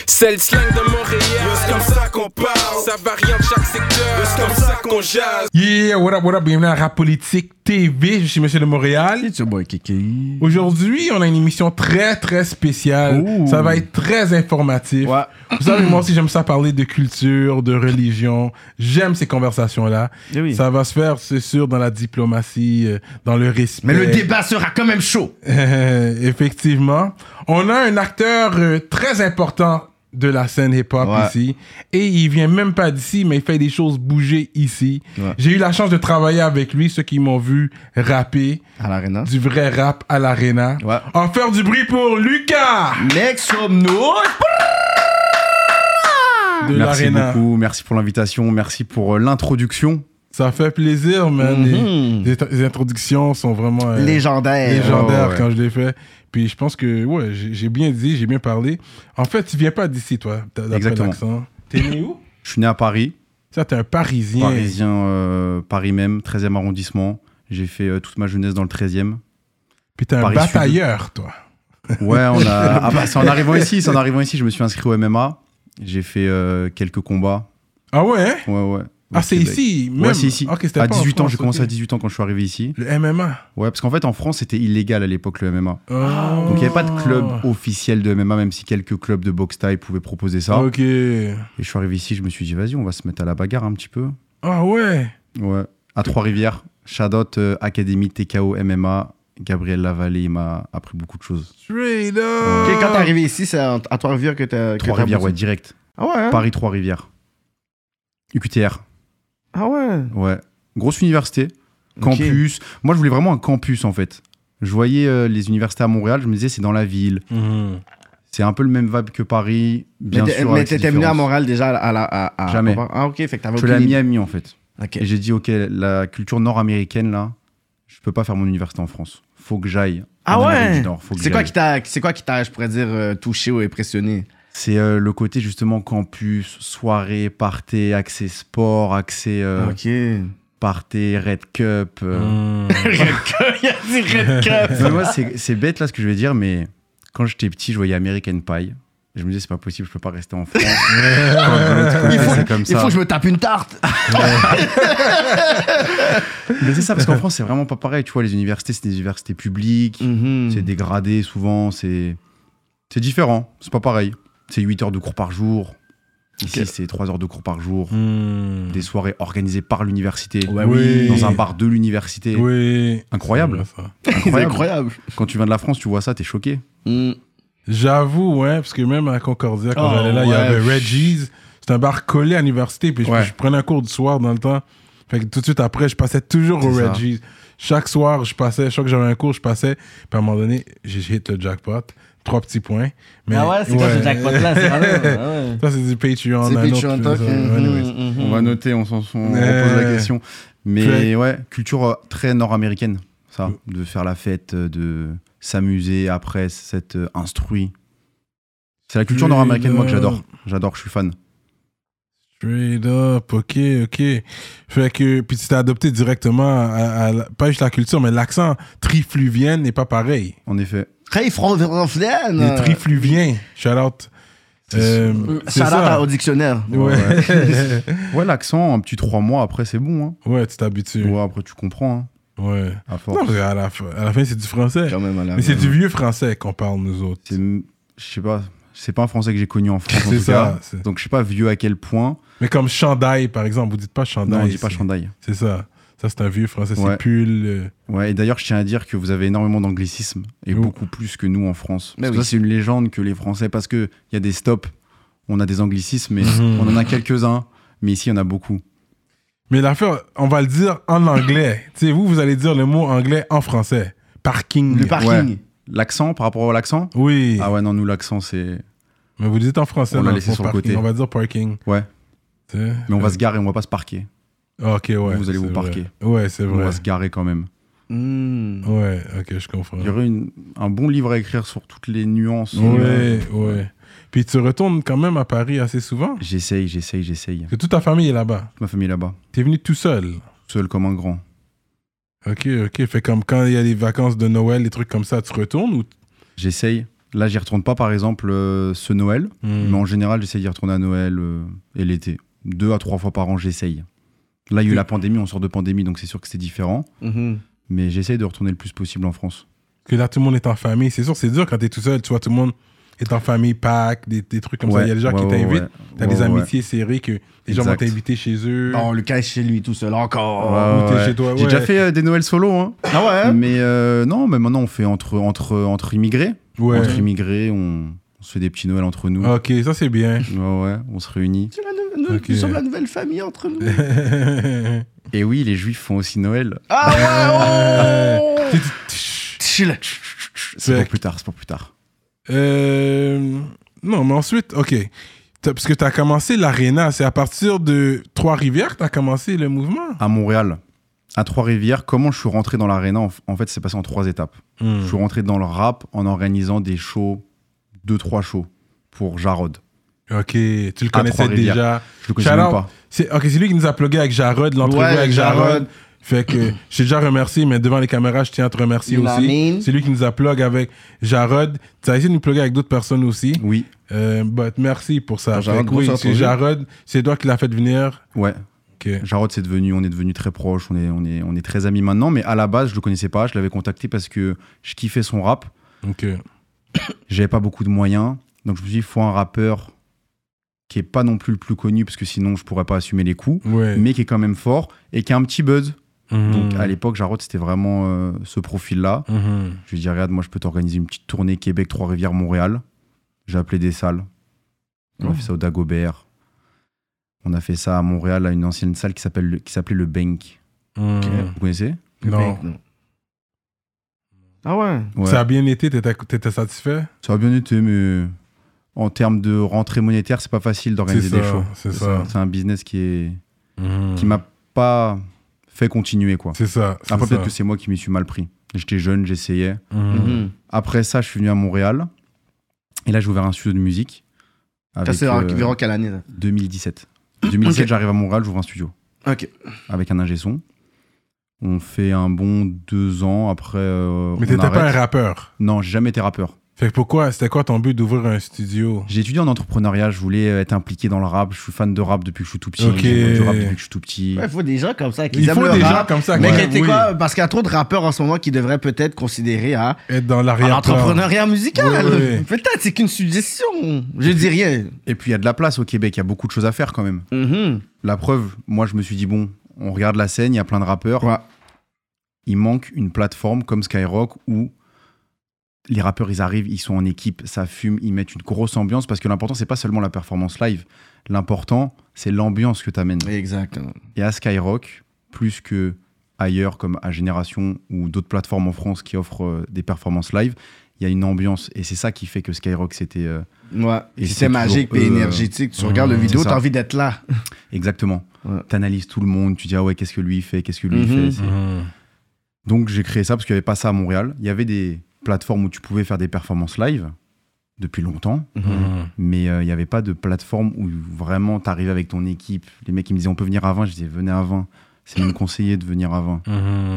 C'est le slang de Montréal. C'est comme ça qu'on parle. Ça varie en chaque secteur. C'est comme ça qu'on jase. Yeah, what up, bienvenue à Rap Politique TV. Je suis Monsieur de Montréal. C'est boy Kiki. Aujourd'hui, on a une émission très, très spéciale. Ouh. Ça va être très informatif. Ouais. Vous savez, moi aussi, j'aime ça parler de culture, de religion. J'aime ces conversations-là. Eh oui. Ça va se faire, c'est sûr, dans la diplomatie, dans le respect. Mais le débat sera quand même chaud. Effectivement. On a un acteur très important de la scène hip-hop Ouais. ici. Et il vient même pas d'ici, mais il fait des choses bouger ici. Ouais. J'ai eu la chance de travailler avec lui, ceux qui m'ont vu rapper, À l'arena. du vrai rap à l'arena. Ouais. En faire du bruit pour Lucas Next from nous. de Merci l'arena. beaucoup, merci pour l'invitation, merci pour l'introduction. Ça fait plaisir, man. Mhm. Les introductions sont vraiment Légendaire. légendaires ouais. quand je les fais. Puis je pense que, ouais, j'ai bien dit, j'ai bien parlé. En fait, tu viens pas d'ici, toi, d'après Exactement. l'accent. T'es né où? Je suis né à Paris, Ça, t'es un Parisien. Paris même, 13e arrondissement. J'ai fait toute ma jeunesse dans le 13e. Puis t'es un Paris batailleur, toi. Ouais, c'est en arrivant ici, je me suis inscrit au MMA. J'ai fait quelques combats. Ah ouais, hein? Ouais. Ah, Au c'est Québec. ici, même? Ouais, c'est ici. Ok, c'était À pas en 18 ans, France, j'ai commencé ok. à 18 ans quand je suis arrivé ici. Le MMA. Ouais, parce qu'en fait, en France, c'était illégal à l'époque, le MMA. Oh. Donc, il n'y avait pas de club officiel de MMA, même si quelques clubs de boxe thaï pouvaient proposer ça. Ok. Et je suis arrivé ici, je me suis dit, vas-y, on va se mettre à la bagarre un petit peu. Ah ouais. Ouais. À Trois-Rivières, Shadot, Académie TKO MMA. Gabriel Lavallée, il m'a appris beaucoup de choses. Straight Ok, up. quand t'es arrivé ici, c'est à Trois-Rivières que t'as. Trois-Rivières, ouais, direct. Ah ouais, hein? Paris, Trois-Rivières. UQTR, Ah ouais. ouais. Grosse université, campus. Moi, je voulais vraiment un campus, en fait. Je voyais les universités à Montréal, je me disais, c'est dans la ville. Mhm. C'est un peu le même vibe que Paris, bien sûr. Mais avec ses t'étais venu à différences. Montréal déjà Jamais. Ah ok, fait que t'avais Je suis allé à Miami, en fait. Ok. Et j'ai dit, ok, la culture nord-américaine, là, je peux pas faire mon université en France. Faut que j'aille. Ah en Amérique ouais. du Nord, faut que C'est quoi j'aille. qui t'a, je pourrais dire, touché ou impressionné? C'est le côté justement campus, soirée, party, accès sport, accès Ok. party, Red Cup. Mhm. Il a dit Red Cup. Mais moi, c'est bête là ce que je vais dire, mais quand j'étais petit, je voyais American Pie. Je me disais, c'est pas possible, je peux pas rester en France. C'est comme Il faut ça. que je me tape une tarte. Mais c'est ça, parce qu'en France, c'est vraiment pas pareil. Tu vois, les universités, c'est des universités publiques, Mhm. c'est dégradé souvent, c'est différent, c'est pas pareil. C'est 8 heures de cours par jour. Ici, Ok. c'est 3 heures de cours par jour. Mhm. Des soirées organisées par l'université, Ouais, oui. dans un bar de l'université. Oui. Incroyable. C'est vrai, ça. C'est incroyable. Quand tu viens de la France, tu vois ça, t'es choqué. Mm. J'avoue, ouais, parce que même à Concordia, quand Oh, j'allais là, il y ouais. avait Reggie's. C'est un bar collé à l'université. Puis Ouais. je prenais un cours du soir dans le temps. Fait que tout de suite après, je passais toujours au C'est ça. Reggie's. Chaque soir, je passais. Chaque fois que j'avais un cours, je passais. Puis à un moment donné, j'ai hit le jackpot. 3 petits points. Mais, Ah ouais, c'est quoi ce jackpot-là? C'est vrai. Ça, c'est du Patreon. C'est un autre, Patreon Talk. ça. Mhm, Anyways. mhm. On va noter, on pose la question. Mais Fait- ouais, culture très nord-américaine, ça. De faire la fête, de s'amuser après s'être instruit. C'est la culture nord-américaine, moi, que j'adore. J'adore, je suis fan. Straight up, ok. Fait que, puis tu t'es adopté directement pas juste la culture, mais l'accent trifluvien n'est pas pareil. En effet. Hey, Fronflaine! Les trifluviens, shout out. C'est Ça ça. au dictionnaire. Ouais. Ouais, l'accent, un petit 3 mois après, c'est bon. Hein. Ouais, tu t'habitues. Ouais, après, tu comprends. Hein, Ouais. à force. Non, parce qu'à à la fin, c'est du français. Quand même, à la Mais c'est fin. du vieux français qu'on parle, nous autres. Je sais pas, c'est pas un français que j'ai connu en France, en C'est tout ça. cas. Donc, je sais pas vieux à quel point. Mais comme chandail, par exemple, vous dites pas chandail. Non, on dit pas ici. chandail. C'est ça. Ça, c'est un vieux français. C'est Ouais. pull. Ouais, et d'ailleurs, je tiens à dire que vous avez énormément d'anglicisme, et Oh. beaucoup plus que nous en France. Mais Parce que oui. ça, c'est une légende que les Français, parce qu'il y a des stops, on a des anglicismes, mais Mhm. on en a quelques-uns, mais ici, il y en a beaucoup. Mais l'affaire, on va le dire en anglais. Tu sais, vous allez dire le mot anglais en français. Parking. Le parking. Ouais. L'accent, par rapport à l'accent Oui. Ah ouais, non, nous, l'accent, c'est... Mais vous dites en français. On l'a dans le laissé fond, sur le parking. côté. On va dire parking. Ouais, Tu sais. mais on va se garer, on va pas se parquer. Ok, ouais. Vous allez c'est vous vrai. parquer. Ouais, c'est On vrai. va se garer quand même. Mm. Ouais, ok, je comprends. Il y aurait un bon livre à écrire sur toutes les nuances. Ouais. Puis tu retournes quand même à Paris assez souvent. J'essaye. Que toute ta famille est là-bas. Ma famille est là-bas, T'es venu tout seul. seul comme un grand. Ok. Fait comme quand il y a les vacances de Noël, des trucs comme ça, tu retournes ou... J'essaye. Là, j'y retourne pas, par exemple, ce Noël. Mais en général, j'essaie d'y retourner à Noël et l'été. 2 à 3 fois par an, j'essaye. Là, il y a eu la pandémie, on sort de pandémie, donc c'est sûr que c'est différent. Mais j'essaye de retourner le plus possible en France. Que là, tout le monde est en famille. C'est sûr, c'est dur quand t'es tout seul. Tu vois, tout le monde est en famille, Pâques, des trucs comme ça. Il y a des gens qui t'invitent. T'as des amitiés serrées que les gens vont t'inviter chez eux. Non, Lucas est chez lui tout seul encore. Ou t'es chez toi. J'ai déjà fait des Noëls solo. Hein. Ah ouais? Mais non, mais maintenant, on fait entre immigrés. Ouais. Entre immigrés, on se fait des petits Noëls entre nous. Ok, ça c'est bien. Ouais, on se réunit. Nous sommes la nouvelle famille entre nous. Et oui, les Juifs font aussi Noël. Ah ouais! C'est pour plus tard. Non, mais ensuite, ok. Parce que tu as commencé l'Arena, c'est à partir de Trois-Rivières que tu as commencé le mouvement? À Montréal, à Trois-Rivières, comment je suis rentré dans l'Arena? En fait, c'est passé en 3 étapes. Je suis rentré dans le rap en organisant des shows, 2-3 shows pour Jarod. Ok, tu le connaissais déjà. Je le connaissais même pas. C'est lui qui nous a plugué avec Jarod, l'entrevue avec Jarod. Fait que j'ai déjà remercié, mais devant les caméras, je tiens à te remercier aussi. C'est lui qui nous a plugué avec Jarod. Tu as essayé de nous pluguer avec d'autres personnes aussi. Oui. But merci pour ça. Jarod, oui, c'est Jarod, c'est toi qui l'as fait venir. Ouais. Okay. Jarod, on est devenu très proches, on est très amis maintenant, mais à la base, je le connaissais pas, je l'avais contacté parce que je kiffais son rap. Ok. J'avais pas beaucoup de moyens, donc je me suis dit, il faut un rappeur qui est pas non plus le plus connu, parce que sinon, je pourrais pas assumer les coups, mais qui est quand même fort et qui a un petit buzz. Donc à l'époque, Jarod, c'était vraiment ce profil-là. Je lui ai dit, regarde, moi, je peux t'organiser une petite tournée Québec, Trois-Rivières, Montréal. J'ai appelé des salles. On a fait ça au Dagobert. On a fait ça à Montréal, à une ancienne salle qui s'appelait le Bank. Vous connaissez? Non. Ah ouais? Ça a bien été, t'étais satisfait? Ça a bien été, mais en termes de rentrée monétaire, c'est pas facile d'organiser des shows. C'est ça. C'est un business qui m'a pas fait continuer, quoi. C'est ça. Après, peut-être que c'est moi qui m'y suis mal pris. J'étais jeune, j'essayais. Après ça, je suis venu à Montréal. Et là, j'ai ouvert un studio de musique. Ça, c'est environ quelle année, là? 2017. 2017, j'arrive à Montréal, j'ouvre un studio. Ok. Avec un ingé son. On fait un bon 2 ans. Après, mais t'étais pas un rappeur? Non, j'ai jamais été rappeur. Fait que pourquoi? C'était quoi ton but d'ouvrir un studio? J'ai étudié en entrepreneuriat, je voulais être impliqué dans le rap. Je suis fan de rap depuis que je suis tout petit. Okay. J'aime du rap depuis que je suis tout petit. Il faut des gens comme ça qui aiment le rap. Il faut des gens comme ça. Mais t'es quoi? Parce qu'il y a trop de rappeurs en ce moment qui devraient peut-être considérer à être dans l'arrière-plan. L'entrepreneuriat musical. Peut-être, c'est qu'une suggestion. Je dis rien. Et puis il y a de la place au Québec, il y a beaucoup de choses à faire quand même. La preuve, moi je me suis dit, bon, on regarde la scène, il y a plein de rappeurs. Ouais. Il manque une plateforme comme Skyrock où les rappeurs, ils arrivent, ils sont en équipe, ça fume, ils mettent une grosse ambiance, parce que l'important, c'est pas seulement la performance live. L'important, c'est l'ambiance que tu amènes. Exactement. Et à Skyrock, plus que ailleurs, comme à Génération ou d'autres plateformes en France qui offrent des performances live, il y a une ambiance. Et c'est ça qui fait que Skyrock, c'était... c'est magique et énergétique. Tu regardes la vidéo, t'as envie d'être là. Exactement. Ouais. T'analyses tout le monde, tu dis, ah ouais, qu'est-ce que lui il fait, qu'est-ce que lui il fait. Donc j'ai créé ça parce qu'il n'y avait pas ça à Montréal. Il y avait des plateformes où tu pouvais faire des performances live depuis longtemps, mais il n'y avait pas de plateforme où vraiment t'arrivais avec ton équipe. Les mecs ils me disaient on peut venir à 20, je disais venez à 20. C'est même conseillé de venir à 20.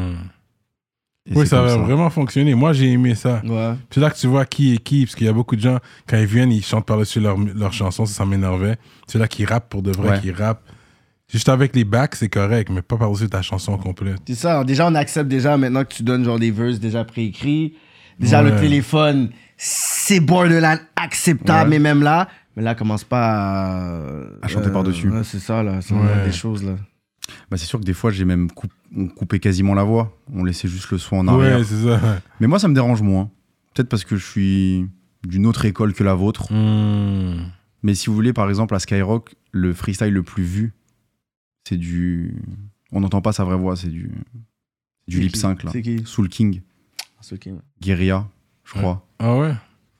Oui, ça va vraiment fonctionner. Moi j'ai aimé ça. Ouais. C'est là que tu vois qui est qui, parce qu'il y a beaucoup de gens, quand ils viennent, ils chantent par-dessus leurs chansons, ça m'énervait. C'est là qu'ils rappent pour de vrai, qu'ils rappent. Juste avec les backs, c'est correct, mais pas par-dessus ta chanson complète. C'est ça. Déjà, on accepte déjà maintenant que tu donnes genre des verses déjà préécrits. Déjà, le téléphone, c'est borderline acceptable, mais même là, commence pas à chanter par-dessus. Ouais, c'est ça, là. C'est des choses, là. Bah, c'est sûr que des fois, j'ai même coupé quasiment la voix. On laissait juste le son en arrière. Ouais, c'est ça. Mais moi, ça me dérange moins. Peut-être parce que je suis d'une autre école que la vôtre. Mais si vous voulez, par exemple, à Skyrock, le freestyle le plus vu, c'est du... On n'entend pas sa vraie voix, c'est du lip sync, là. C'est qui? Soul King. Soul King. Guerilla, je crois. Ah ouais?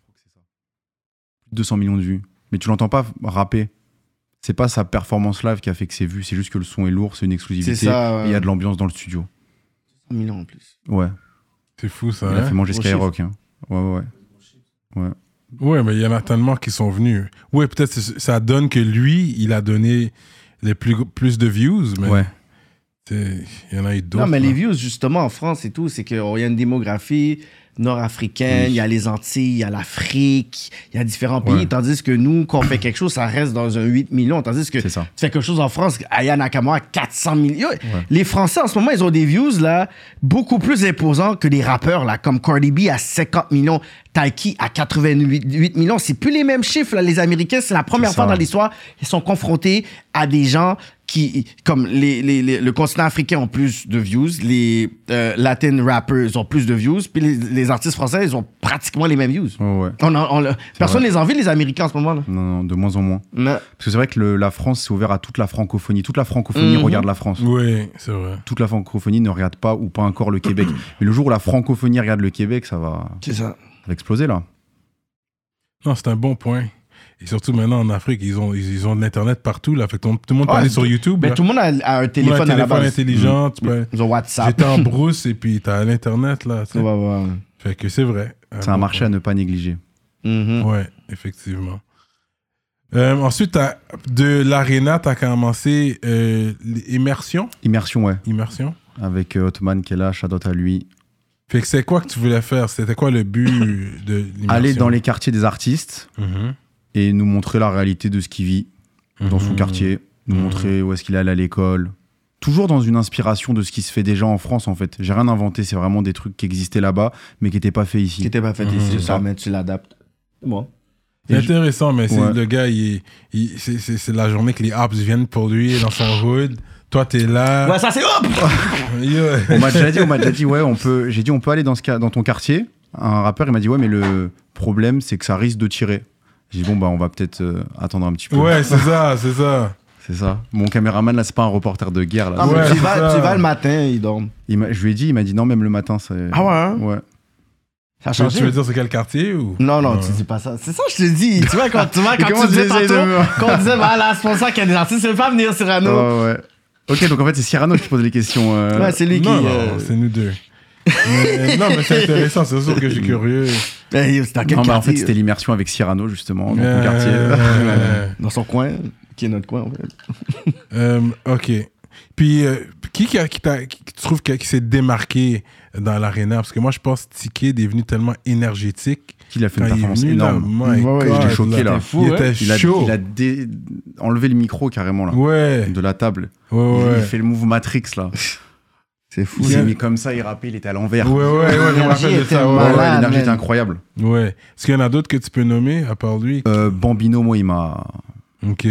200 millions de vues. Mais tu l'entends pas rapper. C'est pas sa performance live qui a fait que c'est vu, c'est juste que le son est lourd, c'est une exclusivité. C'est ça, ouais. Et il y a de l'ambiance dans le studio. 100 millions en plus. Ouais. C'est fou, ça. Il a fait manger Skyrock. Hein. Ouais. Ouais, mais il y en a tellement qui sont venus. Ouais, peut-être ça donne que lui, il a donné les plus de views, mais il y en a eu d'autres. Non, mais les views, justement, en France et tout, c'est qu'il y a une démographie nord-africaine, il y a les Antilles, il y a l'Afrique, il y a différents pays. Tandis que nous, quand on fait quelque chose, ça reste dans un 8 millions. Tandis que tu fais quelque chose en France, Aya Nakamura, 400 millions. Les Français, en ce moment, ils ont des views là, beaucoup plus imposants que les rappeurs, là, comme Cardi B à 50 millions. Taiki à 88 millions. C'est plus les mêmes chiffres. Là. Les Américains, c'est la première fois dans l'histoire, ils sont confrontés à des gens qui, comme le continent africain ont plus de views, les Latin rappers ont plus de views, puis les artistes français, ils ont pratiquement les mêmes views. Personne ne les envie, les Américains, en ce moment. Là. Non, de moins en moins. Parce que c'est vrai que la France, c'est ouvert à toute la francophonie. Toute la francophonie regarde la France. Oui, c'est vrai. Toute la francophonie ne regarde pas ou pas encore le Québec. Mais le jour où la francophonie regarde le Québec, ça va... C'est ça. Ça va exploser, là. Non, c'est un bon point. Et surtout maintenant en Afrique, ils ont de l'Internet partout. Là. Fait que tout le monde peut aller sur YouTube. Mais tout le monde a un téléphone à la base. Intelligent. Ils ont WhatsApp. J'étais en brousse et puis t'as l'Internet. Là, ouais. Fait que c'est vrai. C'est un marché à ne pas négliger. Ouais, effectivement. Ensuite, de l'Arena, t'as commencé Immersion. Immersion, ouais. Immersion. Avec Ottoman qui est là, shout out à lui. Fait que c'est quoi que tu voulais faire? C'était quoi le but de l'immersion? Aller dans les quartiers des artistes et nous montrer la réalité de ce qu'il vit dans son quartier, nous montrer où est-ce qu'il est allé à l'école. Toujours dans une inspiration de ce qui se fait déjà en France, en fait. J'ai rien inventé, c'est vraiment des trucs qui existaient là-bas, mais qui n'étaient pas faits ici. Qui n'étaient pas faits ici, ça, mais tu l'adaptes. Bon. C'est intéressant, mais le gars, c'est la journée que les apps viennent pour lui dans son hood. Toi, t'es là. Ouais, ça c'est hop. On m'a déjà dit, ouais, on peut aller dans ton quartier. Un rappeur, il m'a dit, ouais, mais le problème, c'est que ça risque de tirer. J'ai dit, bon, bah, on va peut-être attendre un petit peu. Ouais, c'est ça. C'est ça. Mon caméraman, là, c'est pas un reporter de guerre, là. Ah, ouais, tu vas le matin, il dort. Je lui ai dit, il m'a dit, non, même le matin, c'est. Ah ouais, hein? Ouais. Ça a changé. Tu veux dire c'est quel quartier ou? Non, tu dis pas ça. C'est ça, je te dis. Tu vois, quand tu disais tantôt, quand on disait, voilà, c'est pour ça qu'il y a des artistes, c'est pas venir, Cyrano. Ouais. Ok, donc en fait, c'est Cyrano qui pose les questions. Ouais, c'est lui qui... Non, c'est nous deux. Non, mais c'est intéressant, c'est sûr que je suis curieux. C'est dans quel quartier? En fait, c'était l'immersion avec Cyrano, justement, dans ton quartier. Dans son coin, qui est notre coin, en fait. Ok. Puis, qui tu trouves qui s'est démarqué dans l'Arena? Parce que moi, je pense que Ticket est devenu tellement énergétique. Il a fait une performance énorme. J'étais choqué, là. Fou, il était chaud. Il a enlevé le micro, carrément, là. Ouais. De la table. Ouais. Il fait le move Matrix, là. C'est fou. Il s'est mis comme ça, il rappait, il était à l'envers. Ouais, l'énergie était incroyable. Ouais. Est-ce qu'il y en a d'autres que tu peux nommer, à part lui? Bambino, moi, il m'a... Ok.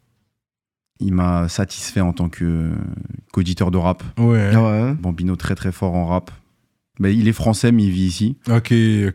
Il m'a satisfait en tant qu'auditeur de rap. Ouais. Bambino, très très fort en rap. Mais il est français, mais il vit ici. Ok.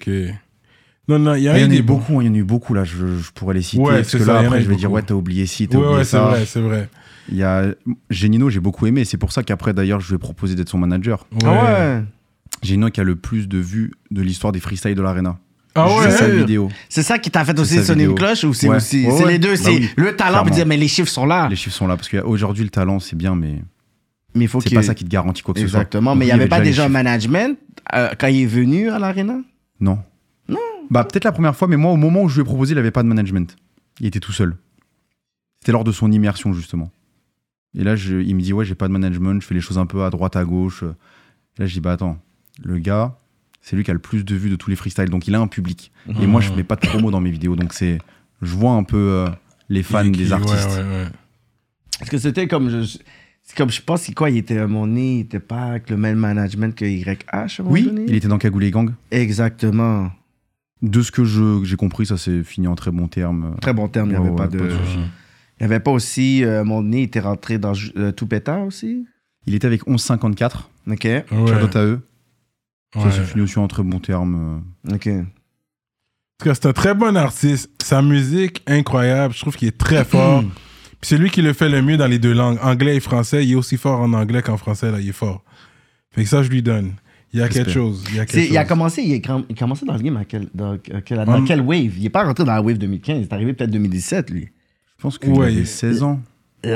Non, il y en a eu beaucoup, là, je pourrais les citer. Parce que là, après, je vais dire, ouais, t'as oublié ci, t'as oublié ça. C'est vrai. Il y a Génino, j'ai beaucoup aimé. C'est pour ça qu'après, d'ailleurs, je lui ai proposé d'être son manager. Ouais. Génino qui a le plus de vues de l'histoire des freestyles de l'Arena. Ah ouais. Sa vidéo. C'est ça qui t'a fait aussi sonner une cloche ou c'est aussi... c'est les deux, c'est le talent, puis dire, mais les chiffres sont là. Les chiffres sont là, parce qu'aujourd'hui, le talent, c'est bien, mais il faut c'est pas ça qui te garantit quoi que ce soit. Exactement, mais il n'y avait pas déjà un management quand il est venu à l'Arena? Non. Bah, peut-être la première fois, mais moi, au moment où je lui ai proposé, il n'avait pas de management. Il était tout seul. C'était lors de son immersion, justement. Et là, il me dit, ouais, j'ai pas de management, je fais les choses un peu à droite, à gauche. Et là, je dis, bah attends, le gars, c'est lui qui a le plus de vues de tous les freestyles, donc il a un public. Et moi, je mets pas de promo dans mes vidéos, donc je vois un peu les fans des artistes. Ouais. Est-ce que c'était comme je pense qu'il était à un moment donné, il était pas avec le même management que YH? Oui, il était dans Cagoulé Gang. Exactement. De ce que j'ai compris, ça s'est fini en très bon terme. Très bon terme, il n'y avait pas de soucis. Il n'y avait pas aussi, à un moment donné, il était rentré dans Toupeta aussi? Il était avec 1154. Ok. Shout-out à eux. Ça s'est fini aussi en très bon terme. Ok. Parce que c'est un très bon artiste. Sa musique, incroyable. Je trouve qu'il est très fort. Puis c'est lui qui le fait le mieux dans les deux langues. Anglais et français. Il est aussi fort en anglais qu'en français. Là, il est fort. Fait que ça, je lui donne. Il y a quelque chose. Il a commencé dans le game dans quelle wave? Il n'est pas rentré dans la wave 2015. Il est arrivé peut-être 2017, lui. Je pense qu'il avait 16 ans. Puis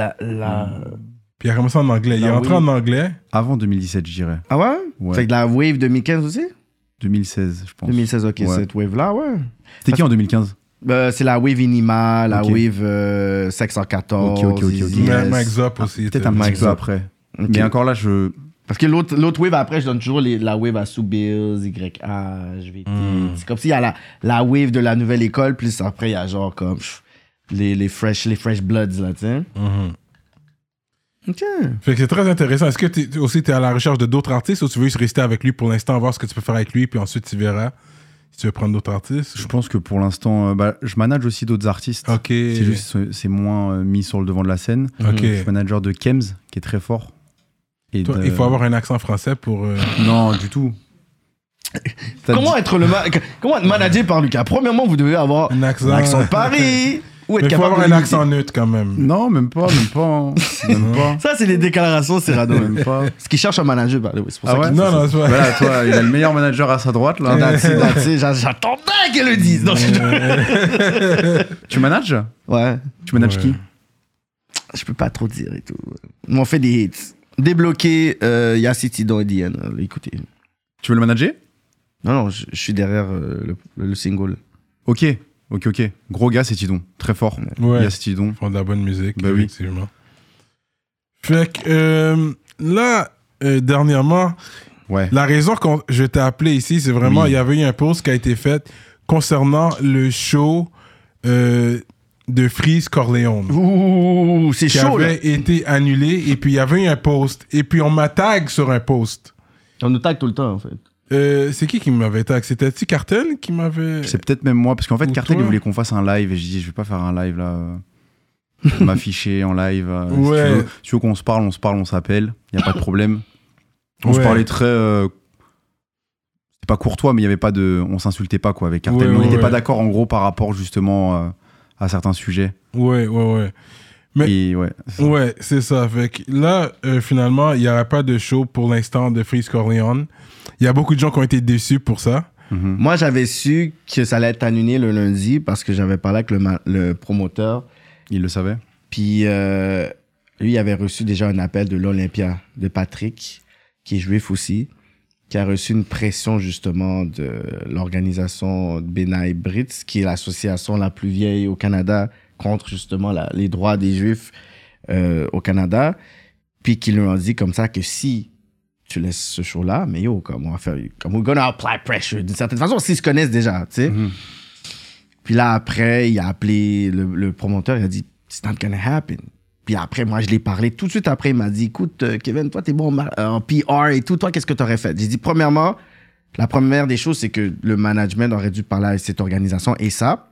il a commencé en anglais. Il est rentré en anglais. Avant 2017, je dirais. Ah ouais? Fait que la wave 2015 aussi? 2016, je pense. 2016, ok, cette wave-là, ouais. C'était qui en 2015? C'est la wave Inima, la wave 714. Ok. Mike Zop aussi. Peut-être un petit peu après. Mais encore là, Parce que l'autre wave, après, je donne toujours la wave à Soubils, YH, VT. C'est comme s'il y a la wave de la nouvelle école, plus après, il y a genre comme les fresh bloods, là, tu sais. OK. Fait que c'est très intéressant. Est-ce que t'es à la recherche de d'autres artistes ou tu veux juste rester avec lui pour l'instant, voir ce que tu peux faire avec lui, puis ensuite tu verras si tu veux prendre d'autres artistes? Je pense que pour l'instant, je manage aussi d'autres artistes. OK. C'est juste, c'est moins mis sur le devant de la scène. OK. Je suis manager de Kems, qui est très fort. Et toi, il faut avoir un accent français pour... Non, du tout. Comment être managé par Lucas? Premièrement, vous devez avoir un accent de Paris. Mais il faut avoir un accent neutre quand même. Non, même pas. Même pas. Ça, c'est les déclarations, c'est Rado. Même pas. Ce qu'il cherche un manager, bah, c'est pour ça qu'il non, c'est pas. Voilà, toi, il a le meilleur manager à sa droite, là. J'attendais qu'elle le dise. Non, tu manages? Ouais. Tu manages qui? Je peux pas trop dire et tout. Ils m'ont fait des hits. Débloqué, Yassi Tidon et Diane. Écoutez. Tu veux le manager? Non, je suis derrière le single. Ok. Gros gars, c'est Tidon. Très fort. Ouais. Yassi Tidon. Ils font de la bonne musique, bah effectivement. Oui. Fait que là, dernièrement, la raison que je t'ai appelé ici, c'est vraiment, il y avait eu un post qui a été fait concernant le show de Freeze Corleone. Ouh, c'est chaud, qui avait été annulé, et puis il y avait eu un post, et puis on m'a tag sur un post. On nous tag tout le temps, en fait. C'est qui m'avait tag? C'était-tu Cartel qui m'avait... C'est peut-être même moi, parce qu'en fait, Cartel, il voulait qu'on fasse un live, et je dis, je vais pas faire un live, là... m'afficher en live. Ouais. Si tu veux qu'on se parle, on s'appelle. Il n'y a pas de problème. On se parlait très... C'était pas courtois, mais il y avait pas de... On s'insultait pas, quoi, avec Cartel. On n'était pas d'accord, en gros, par rapport, justement, à certains sujets. Ouais. Mais, c'est ça. Fait que là, finalement, il n'y aura pas de show pour l'instant de Freeze Corleone. Il y a beaucoup de gens qui ont été déçus pour ça. Mm-hmm. Moi, j'avais su que ça allait être annulé le lundi parce que j'avais parlé avec le promoteur. Il le savait. Puis, lui, il avait reçu déjà un appel de l'Olympia, de Patrick, qui est juif aussi, qui a reçu une pression, justement, de l'organisation B'nai B'rith, qui est l'association la plus vieille au Canada contre, justement, les droits des Juifs au Canada. Puis, qui lui ont dit comme ça que si tu laisses ce show-là, mais comme on va faire... Comme we're gonna apply pressure. D'une certaine façon, s'ils se connaissent déjà, tu sais. Mm-hmm. Puis là, après, il a appelé le promoteur, il a dit « It's not gonna happen ». Puis après, moi, je l'ai parlé. Tout de suite après, il m'a dit « Écoute, Kevin, toi, t'es bon en PR et tout. Toi, qu'est-ce que t'aurais fait ?» J'ai dit, premièrement, la première des choses, c'est que le management aurait dû parler à cette organisation et ça.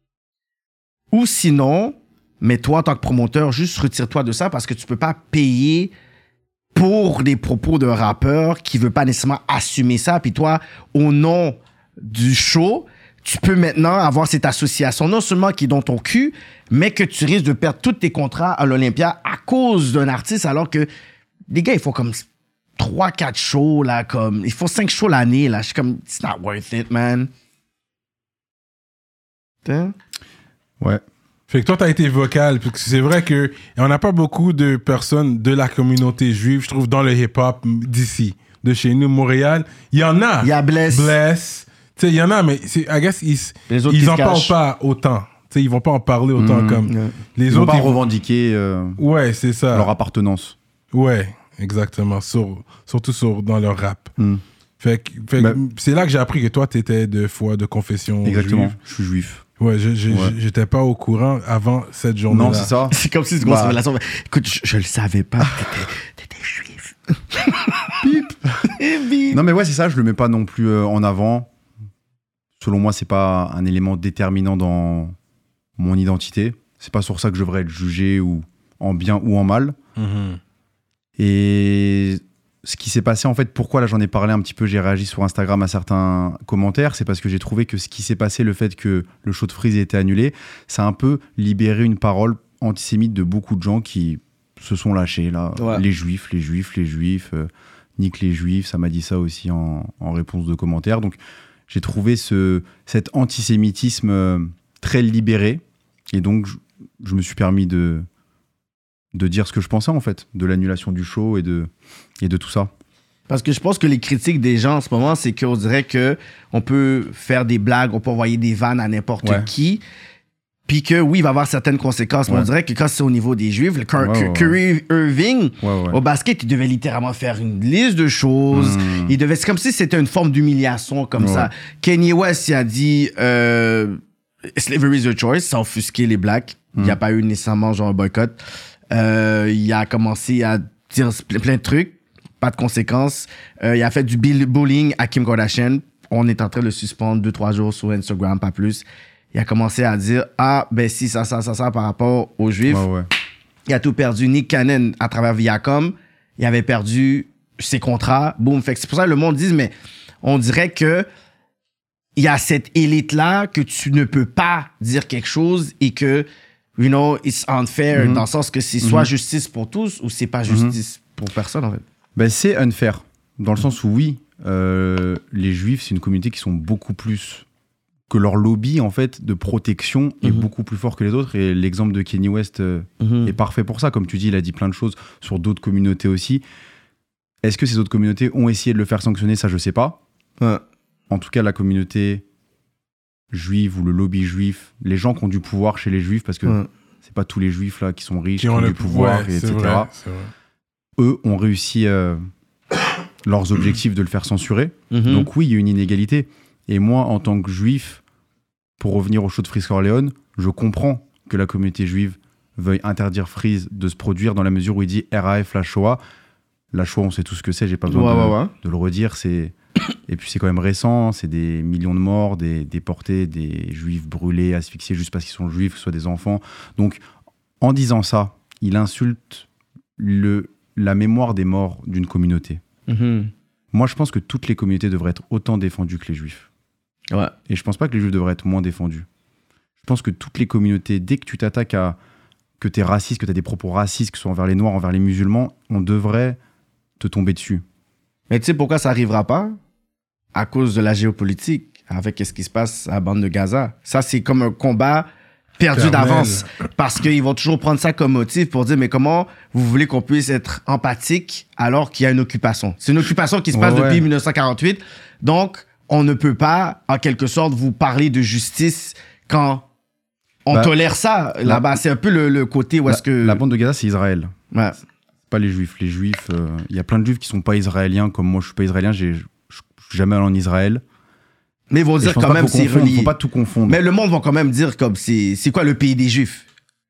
Ou sinon, mais toi, en tant que promoteur, juste retire-toi de ça parce que tu peux pas payer pour des propos d'un rappeur qui veut pas nécessairement assumer ça. Puis toi, au nom du show, tu peux maintenant avoir cette association, non seulement qui est dans ton cul, mais que tu risques de perdre tous tes contrats à l'Olympia à cause d'un artiste, alors que les gars, il faut comme 3-4 shows, là, comme... Il faut 5 shows l'année, là. Je suis comme, it's not worth it, man. T'sais? Ouais. Fait que toi, t'as été vocal, parce que c'est vrai qu'on n'a pas beaucoup de personnes de la communauté juive, je trouve, dans le hip-hop d'ici, de chez nous, Montréal. Il y en a. Il y a Bless. Tu sais, il y en a, mais I guess ils en parlent pas autant. Tu sais, ils vont pas en parler autant comme les ils autres. Vont pas revendiquer ouais, c'est ça. Leur appartenance. Ouais, exactement. Surtout dans leur rap. Fait que c'est là que j'ai appris que toi, t'étais de foi, de confession exactement. Juive. Je suis juif. Ouais, j'étais pas au courant avant cette journée-là. Non, c'est ça. C'est comme si tu commences la révélation. Écoute, je le savais pas. T'étais juif. Bip. Non, mais ouais, c'est ça. Je le mets pas non plus en avant. Selon moi, c'est pas un élément déterminant dans mon identité. C'est pas sur ça que je devrais être jugé ou en bien ou en mal. Mm-hmm. Et ce qui s'est passé, en fait, pourquoi là j'en ai parlé un petit peu, j'ai réagi sur Instagram à certains commentaires, c'est parce que j'ai trouvé que ce qui s'est passé, le fait que le show de Freeze ait été annulé, ça a un peu libéré une parole antisémite de beaucoup de gens qui se sont lâchés là. Ouais. Les juifs, nique les juifs, ça m'a dit ça aussi en réponse de commentaires. Donc j'ai trouvé cet antisémitisme très libéré, et donc je me suis permis de dire ce que je pensais, en fait, de l'annulation du show et de tout ça. Parce que je pense que les critiques des gens en ce moment, c'est qu'on dirait qu'on peut faire des blagues, on peut envoyer des vannes à n'importe qui. Puis que oui, il va y avoir certaines conséquences. Mais on dirait que quand c'est au niveau des Juifs, le Kyrie Irving, au basket, il devait littéralement faire une liste de choses. C'est comme si c'était une forme d'humiliation comme ça. Kanye West, il a dit Slavery is a choice, ça a offusqué les Blacks. Il n'y a pas eu nécessairement genre un boycott. Il a commencé à dire plein de trucs, pas de conséquences. Il a fait du bullying à Kim Kardashian. On est en train de le suspendre 2-3 jours sur Instagram, pas plus. Il a commencé à dire ben si, ça par rapport aux Juifs. Il a tout perdu. Nick Cannon, à travers Viacom, il avait perdu ses contrats. Boum. Fait que c'est pour ça que le monde dit, mais on dirait que il y a cette élite-là que tu ne peux pas dire quelque chose et que, you know, it's unfair dans le sens que c'est soit justice pour tous ou c'est pas justice pour personne, en fait. Ben, c'est unfair. Dans le sens où, oui, les Juifs, c'est une communauté qui sont beaucoup plus... que leur lobby, en fait, de protection est beaucoup plus fort que les autres. Et l'exemple de Kanye West est parfait pour ça. Comme tu dis, il a dit plein de choses sur d'autres communautés aussi. Est-ce que ces autres communautés ont essayé de le faire sanctionner? Ça, je sais pas. En tout cas, la communauté juive ou le lobby juif, les gens qui ont du pouvoir chez les Juifs, parce que c'est pas tous les Juifs là qui sont riches, qui ont du pouvoir, etc. Vrai. Eux ont réussi leurs objectifs de le faire censurer. Donc oui, il y a une inégalité. Et moi, en tant que Juif, pour revenir au show de Freeze Corleone, je comprends que la communauté juive veuille interdire Freeze de se produire dans la mesure où il dit RAF la Shoah. La Shoah, on sait tout ce que c'est, j'ai pas besoin de le redire. Et puis c'est quand même récent, c'est des millions de morts, des déportés, des Juifs brûlés, asphyxiés juste parce qu'ils sont Juifs, que ce soit des enfants. Donc, en disant ça, il insulte la mémoire des morts d'une communauté. Moi, je pense que toutes les communautés devraient être autant défendues que les Juifs. Et je pense pas que les Juifs devraient être moins défendus. Je pense que toutes les communautés, dès que tu t'attaques à... que t'es raciste, que t'as des propos racistes, que ce soit envers les Noirs, envers les musulmans, on devrait te tomber dessus. Mais tu sais pourquoi ça arrivera pas? À cause de la géopolitique, avec ce qui se passe à la bande de Gaza. Ça, c'est comme un combat perdu d'avance. Parce qu'ils vont toujours prendre ça comme motif pour dire, mais comment vous voulez qu'on puisse être empathique alors qu'il y a une occupation? C'est une occupation qui se passe depuis 1948. Donc, on ne peut pas, en quelque sorte, vous parler de justice quand on tolère ça. Là-bas, c'est un peu le côté où est-ce que... La bande de Gaza, c'est Israël. C'est pas les Juifs. Les Juifs, il y a plein de Juifs qui sont pas israéliens, comme moi, je suis pas israélien, je suis jamais allé en Israël. Mais ils vont dire quand même c'est relié. Faut pas tout confondre. Mais le monde va quand même dire comme c'est quoi le pays des Juifs?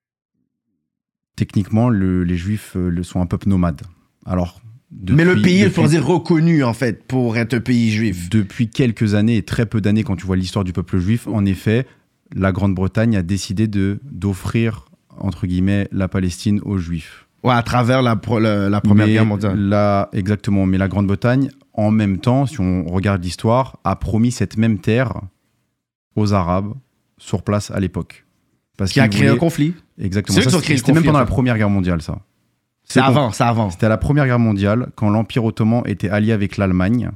Techniquement, les Juifs sont un peuple nomade. Alors, mais le pays, il faut dire reconnu en fait pour être un pays juif. Depuis quelques années et très peu d'années, quand tu vois l'histoire du peuple juif, en effet, la Grande-Bretagne a décidé d'offrir entre guillemets la Palestine aux Juifs. À travers la Première Guerre mondiale. Exactement. Mais la Grande-Bretagne, en même temps, si on regarde l'histoire, a promis cette même terre aux Arabes sur place à l'époque. Qui a créé un conflit. Exactement. C'était même pendant la Première Guerre mondiale, ça. C'est avant. C'était à la Première Guerre mondiale, quand l'Empire ottoman était allié avec l'Allemagne.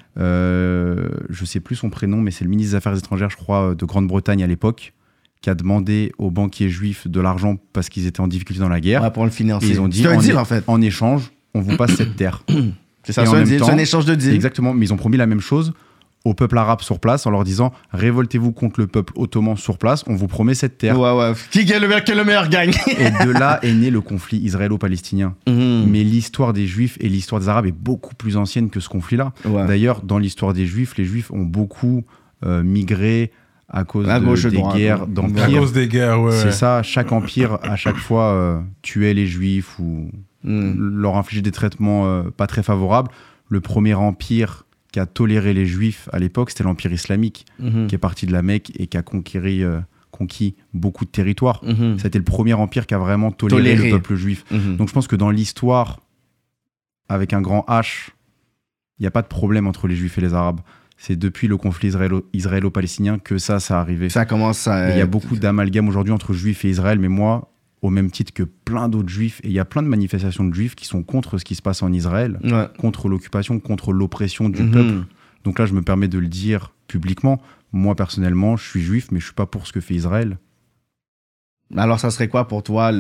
Je sais plus son prénom, mais c'est le ministre des Affaires étrangères, je crois, de Grande-Bretagne à l'époque, qui a demandé aux banquiers juifs de l'argent parce qu'ils étaient en difficulté dans la guerre. Pour le financer. Et ils ont dit, en échange, on vous passe cette terre. C'est ça, c'est un échange de deal. Exactement, mais ils ont promis la même chose au peuple arabe sur place en leur disant « Révoltez-vous contre le peuple ottoman sur place, on vous promet cette terre. » Qui est le meilleur gagne. Et de là est né le conflit israélo-palestinien. Mais l'histoire des Juifs et l'histoire des Arabes est beaucoup plus ancienne que ce conflit-là. D'ailleurs, dans l'histoire des Juifs, les Juifs ont beaucoup migré à cause des guerres d'empire. À cause des guerres, C'est ça, chaque empire, à chaque fois, tuait les Juifs ou leur infligeait des traitements pas très favorables. Le premier empire qui a toléré les Juifs à l'époque, c'était l'Empire islamique, qui est parti de la Mecque et qui a conquis beaucoup de territoires. C'était le premier empire qui a vraiment toléré le peuple juif. Donc je pense que dans l'histoire, avec un grand H, il n'y a pas de problème entre les Juifs et les Arabes. C'est depuis le conflit israélo-palestinien que ça a arrivé. Ça commence à... Il y a beaucoup d'amalgame aujourd'hui entre Juifs et Israël, mais moi, au même titre que plein d'autres Juifs, et il y a plein de manifestations de Juifs qui sont contre ce qui se passe en Israël, contre l'occupation, contre l'oppression du peuple. Donc là, je me permets de le dire publiquement. Moi, personnellement, je suis Juif, mais je ne suis pas pour ce que fait Israël. Alors, ça serait quoi pour toi,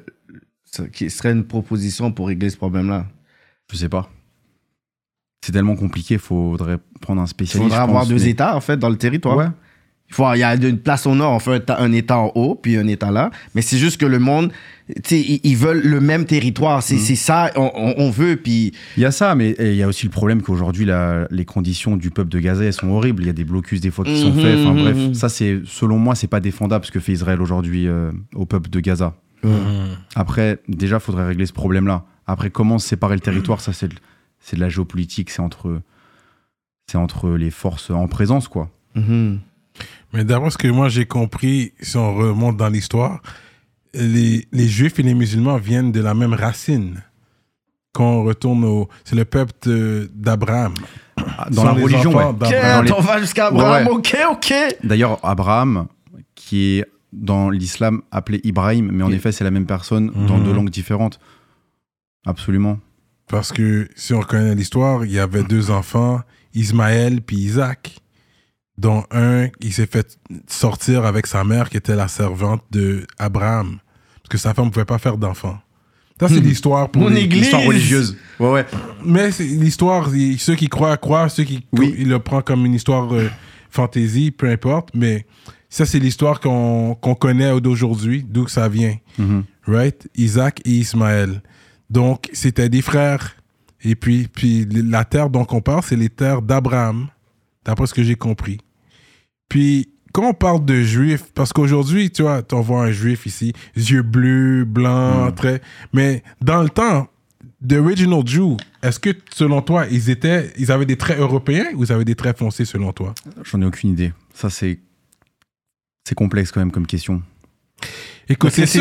qui serait une proposition pour régler ce problème-là? Je ne sais pas. C'est tellement compliqué, il faudrait prendre un spécialiste. Il faudrait avoir deux États, en fait, dans le territoire. Il y a une place au nord, on fait un État en haut, puis un État là. Mais c'est juste que le monde, tu sais, ils veulent le même territoire. C'est ça, on veut, puis... Il y a ça, mais il y a aussi le problème qu'aujourd'hui, les conditions du peuple de Gaza, elles sont horribles. Il y a des blocus des fois qui sont faits. Enfin bref, ça, selon moi, c'est pas défendable ce que fait Israël aujourd'hui au peuple de Gaza. Après, déjà, il faudrait régler ce problème-là. Après, comment séparer le territoire, ça, c'est de la géopolitique. C'est entre les forces en présence, quoi. Mais d'après ce que moi j'ai compris, si on remonte dans l'histoire, les Juifs et les musulmans viennent de la même racine. Quand on retourne c'est le peuple d'Abraham. Dans la religion, on va jusqu'à Abraham, ok. D'ailleurs, Abraham, qui est dans l'islam appelé Ibrahim, mais en effet, c'est la même personne dans deux langues différentes. Absolument. Parce que si on connaît l'histoire, il y avait 2 enfants, Ismaël puis Isaac, dont un, il s'est fait sortir avec sa mère qui était la servante d'Abraham. Parce que sa femme ne pouvait pas faire d'enfants. Ça, c'est l'histoire pour l'histoire religieuse. Ouais. Mais c'est l'histoire, ceux qui croient, ceux qui ils le prennent comme une histoire fantaisie, peu importe. Mais ça, c'est l'histoire qu'on connaît d'aujourd'hui, d'où ça vient. Right? Isaac et Ismaël. Donc, c'était des frères. Et puis la terre dont on parle, c'est les terres d'Abraham, d'après ce que j'ai compris. Puis, quand on parle de juifs, parce qu'aujourd'hui, tu vois, on voit un juif ici, yeux bleus, blancs, très... Mais dans le temps, the original Jew, est-ce que, selon toi, ils avaient des traits européens ou ils avaient des traits foncés, selon toi? J'en ai aucune idée. Ça, c'est complexe quand même comme question. Écoute, c'est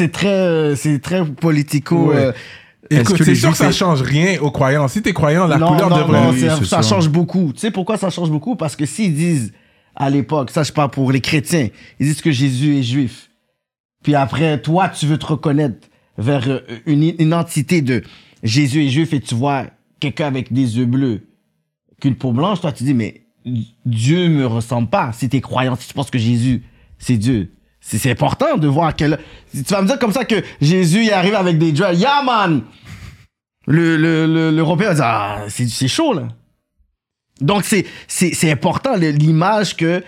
très politico... Ouais. Écoute, c'est sûr que ça change rien aux croyants. Si t'es croyant, la couleur devrait... Non, ça change beaucoup. Tu sais pourquoi ça change beaucoup? Parce que s'ils disent, à l'époque, ça je parle pour les chrétiens, ils disent que Jésus est juif. Puis après, toi, tu veux te reconnaître vers une entité de Jésus est juif et tu vois quelqu'un avec des yeux bleus, qu'une peau blanche, toi tu dis, mais Dieu me ressemble pas. Si t'es croyant, si tu penses que Jésus, c'est Dieu. C'est important de voir tu vas me dire comme ça que Jésus il arrive avec des dreads. Yeah man! L'Européen va dire c'est chaud là. Donc c'est important l'image que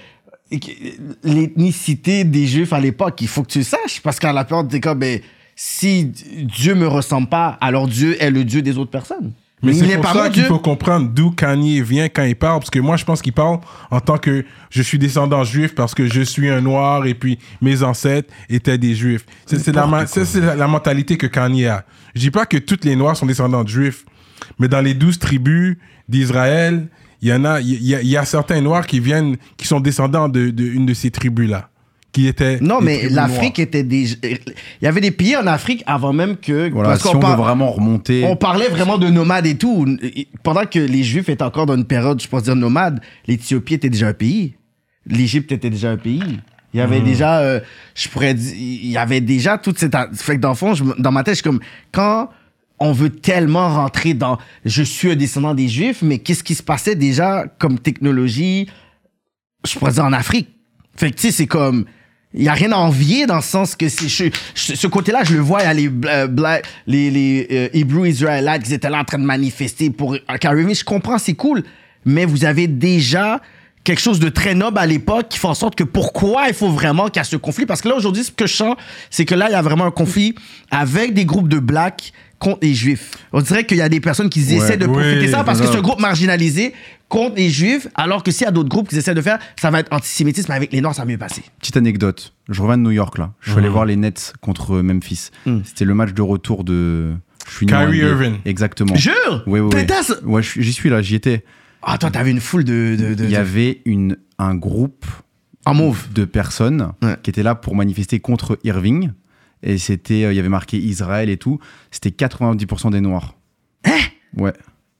l'ethnicité des Juifs à l'époque, il faut que tu le saches parce qu'à la période t'es comme si Dieu me ressemble pas, alors Dieu est le Dieu des autres personnes. Mais c'est pour ça qu'il faut comprendre d'où Kanye vient quand il parle, parce que moi, je pense qu'il parle en tant que je suis descendant juif parce que je suis un noir et puis mes ancêtres étaient des juifs. C'est la mentalité que Kanye a. Je dis pas que tous les noirs sont descendants de juifs, mais dans les 12 tribus d'Israël, il y a certains noirs qui sont descendants d'une de ces tribus-là. Non, mais l'Afrique était des... Il y avait des pays en Afrique avant même que... Voilà, parce si on veut vraiment remonter... On parlait vraiment de nomades et tout. Pendant que les Juifs étaient encore dans une période, je pense dire nomade, l'Éthiopie était déjà un pays. L'Égypte était déjà un pays. Il y avait déjà... je pourrais dire... Il y avait déjà toute cette... Fait que dans le fond, dans ma tête, je suis comme... Quand on veut tellement rentrer dans... Je suis un descendant des Juifs, mais qu'est-ce qui se passait déjà comme technologie, je pourrais dire, en Afrique? Fait que tu sais, c'est comme... Il n'y a rien à envier dans le sens que ce côté-là, je le vois, il y a les Hebrew Israelites qui étaient là en train de manifester pour Karim. Je comprends, c'est cool, mais vous avez déjà quelque chose de très noble à l'époque qui fait en sorte que pourquoi il faut vraiment qu'il y a ce conflit? Parce que là, aujourd'hui, ce que je sens, c'est que là, il y a vraiment un conflit avec des groupes de blacks contre les juifs. On dirait qu'il y a des personnes qui essaient de profiter de ça parce que c'est un groupe marginalisé contre les juifs, alors que s'il y a d'autres groupes qui essaient de faire, ça va être antisémitisme, mais avec les noirs, ça va mieux passer. Petite anecdote, je reviens de New York là, je suis allé voir les Nets contre Memphis. C'était le match de retour de... Kyrie Irving. Exactement. Jure? Oui. Ouais, j'y suis là, j'y étais. Ah, toi, t'avais une foule Il y avait un groupe en mauve de personnes qui étaient là pour manifester contre Irving. Et il y avait marqué Israël et tout. C'était 90% des Noirs. Hein? Ouais.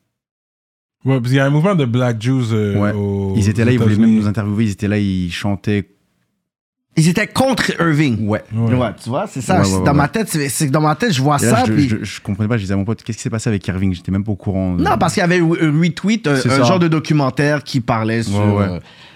Ouais, parce qu'il y a un mouvement de Black Jews ils étaient là, ils voulaient même nous interviewer. Ils étaient là, ils chantaient. Ils étaient contre Irving. Ouais, tu vois, c'est ça. Dans ma tête, je vois ça. Je comprenais pas, je disais à mon pote, qu'est-ce qui s'est passé avec Irving? J'étais même pas au courant. Non, parce qu'il y avait un retweet, un genre de documentaire qui parlait sur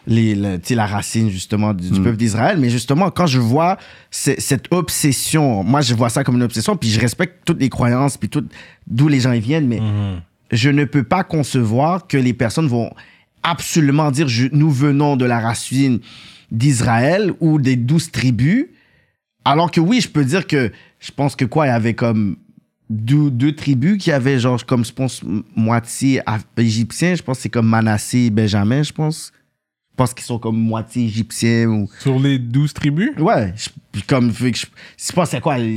la racine, justement, du peuple d'Israël. Mais justement, quand je vois cette obsession, moi, je vois ça comme une obsession, puis je respecte toutes les croyances, puis d'où les gens y viennent, mais je ne peux pas concevoir que les personnes vont absolument dire nous venons de la racine d'Israël ou des 12 tribus. Alors que oui, je peux dire que je pense que il y avait comme deux tribus qui avaient genre comme je pense moitié égyptien. Je pense que c'est comme Manassé et Benjamin, je pense. Je pense qu'ils sont comme moitié égyptiens. Ou... Sur les 12 tribus? Ouais. Je pense c'est quoi...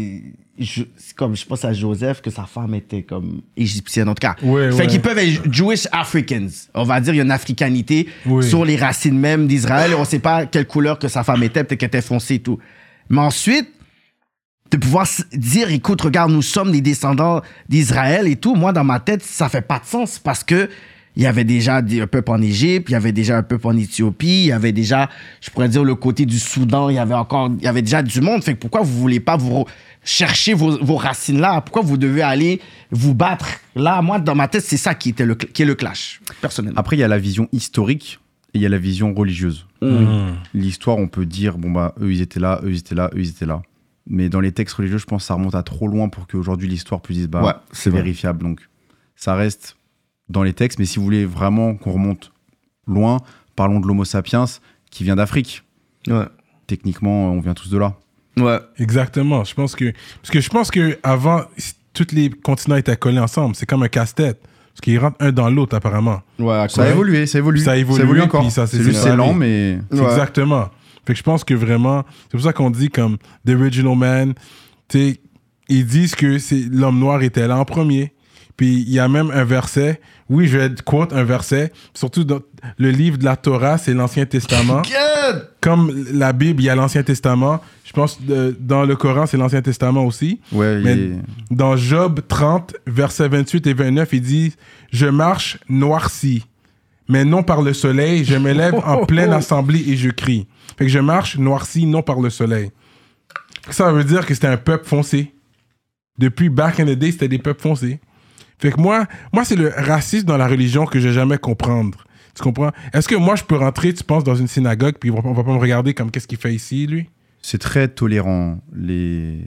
je pense à Joseph que sa femme était comme égyptienne en tout cas. Fait qu'ils peuvent être Jewish Africans. On va dire il y a une africanité sur les racines même d'Israël. On sait pas quelle couleur que sa femme était, peut-être qu'elle était foncée et tout. Mais ensuite, de pouvoir dire écoute, regarde, nous sommes des descendants d'Israël et tout, moi dans ma tête, ça fait pas de sens parce que il y avait déjà un peuple en Égypte, il y avait déjà un peuple en Éthiopie, il y avait déjà, je pourrais dire, le côté du Soudan, il y avait déjà du monde. Fait que pourquoi vous voulez pas vous chercher vos racines là? Pourquoi vous devez aller vous battre là? Moi, dans ma tête, c'est ça qui est le clash, personnellement. Après, il y a la vision historique et il y a la vision religieuse. L'histoire, on peut dire, bon bah, eux ils étaient là, eux ils étaient là, eux ils étaient là. Mais dans les textes religieux, je pense que ça remonte à trop loin pour qu'aujourd'hui l'histoire puisse dire, bah, c'est vérifiable. Donc, ça reste dans les textes, mais si vous voulez vraiment qu'on remonte loin, parlons de l'Homo sapiens qui vient d'Afrique. Ouais. Techniquement, on vient tous de là. Ouais. Exactement. Parce que je pense qu'avant, tous les continents étaient collés ensemble. C'est comme un casse-tête. Parce qu'ils rentrent un dans l'autre, apparemment. Ouais, ça a évolué. Ça évolue encore. Puis c'est lent, mais... Exactement. Fait que je pense que vraiment, c'est pour ça qu'on dit comme The Original Man, tu sais, ils disent que l'homme noir était là en premier. Puis il y a même un verset, oui, je vais quote un verset, surtout dans le livre de la Torah, c'est l'Ancien Testament. Comme la Bible, il y a l'Ancien Testament. Je pense dans le Coran, c'est l'Ancien Testament aussi. Ouais, mais dans Job 30, versets 28 et 29, il dit « Je marche noirci, mais non par le soleil. Je me lève en pleine assemblée et je crie. » Fait que je marche noirci, non par le soleil. Ça veut dire que c'était un peuple foncé. Depuis back in the day, c'était des peuples foncés. Fait que moi c'est le racisme dans la religion que je vais jamais comprendre. Tu comprends? Est-ce que moi, je peux rentrer, tu penses, dans une synagogue, puis on va pas me regarder comme qu'est-ce qu'il fait ici, lui? C'est très tolérant. De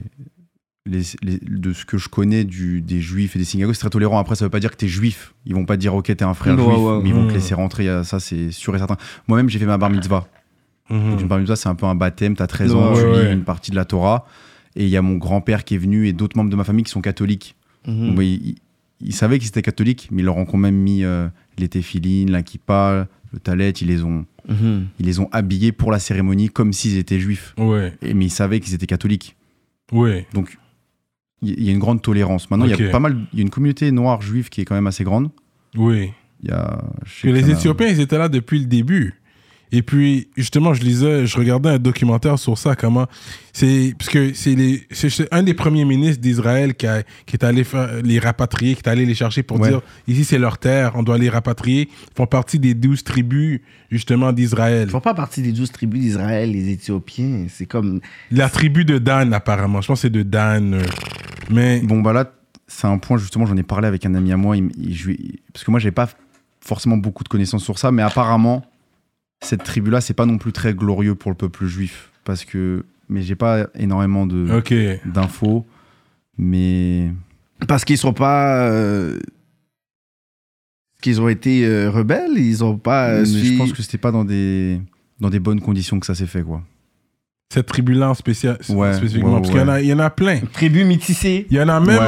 ce que je connais des juifs et des synagogues, c'est très tolérant. Après, ça veut pas dire que t'es juif. Ils vont pas dire, ok, t'es un frère juif, mais ils vont te laisser rentrer. Ça, c'est sûr et certain. Moi-même, j'ai fait ma bar mitzvah. Donc, une bar mitzvah, c'est un peu un baptême. T'as 13 ans, tu lis une partie de la Torah. Et il y a mon grand-père qui est venu et d'autres membres de ma famille qui sont catholiques. Donc, ils savaient qu'ils étaient catholiques, mais ils leur ont quand même mis les téphilines, la kippa, le talet. Ils les ont habillés pour la cérémonie comme s'ils étaient juifs. Ouais. Mais ils savaient qu'ils étaient catholiques. Ouais. Donc, il y a une grande tolérance. Maintenant, il y a une communauté noire juive qui est quand même assez grande. Oui. Les Éthiopiens, ils étaient là depuis le début. Et puis, justement, je regardais un documentaire sur ça, parce que c'est un des premiers ministres d'Israël qui est allé les rapatrier, qui est allé les chercher pour dire, ici c'est leur terre, on doit les rapatrier. Ils font partie des 12 tribus, justement, d'Israël. Ils font pas partie des 12 tribus d'Israël, les Éthiopiens. C'est comme... La tribu de Dan, apparemment. Je pense que c'est de Dan. Mais... Bon, bah là, c'est un point, justement, j'en ai parlé avec un ami à moi, parce que moi, j'avais pas forcément beaucoup de connaissances sur ça, mais apparemment... Cette tribu-là, c'est pas non plus très glorieux pour le peuple juif, mais j'ai pas énormément d'infos, mais... Parce qu'ils sont pas... qu'ils ont été rebelles, ils ont pas... Je pense que c'était pas dans des bonnes conditions que ça s'est fait, quoi. Cette tribu-là spécifiquement, parce qu'il y en a plein. Tribu métissée. Il y en a même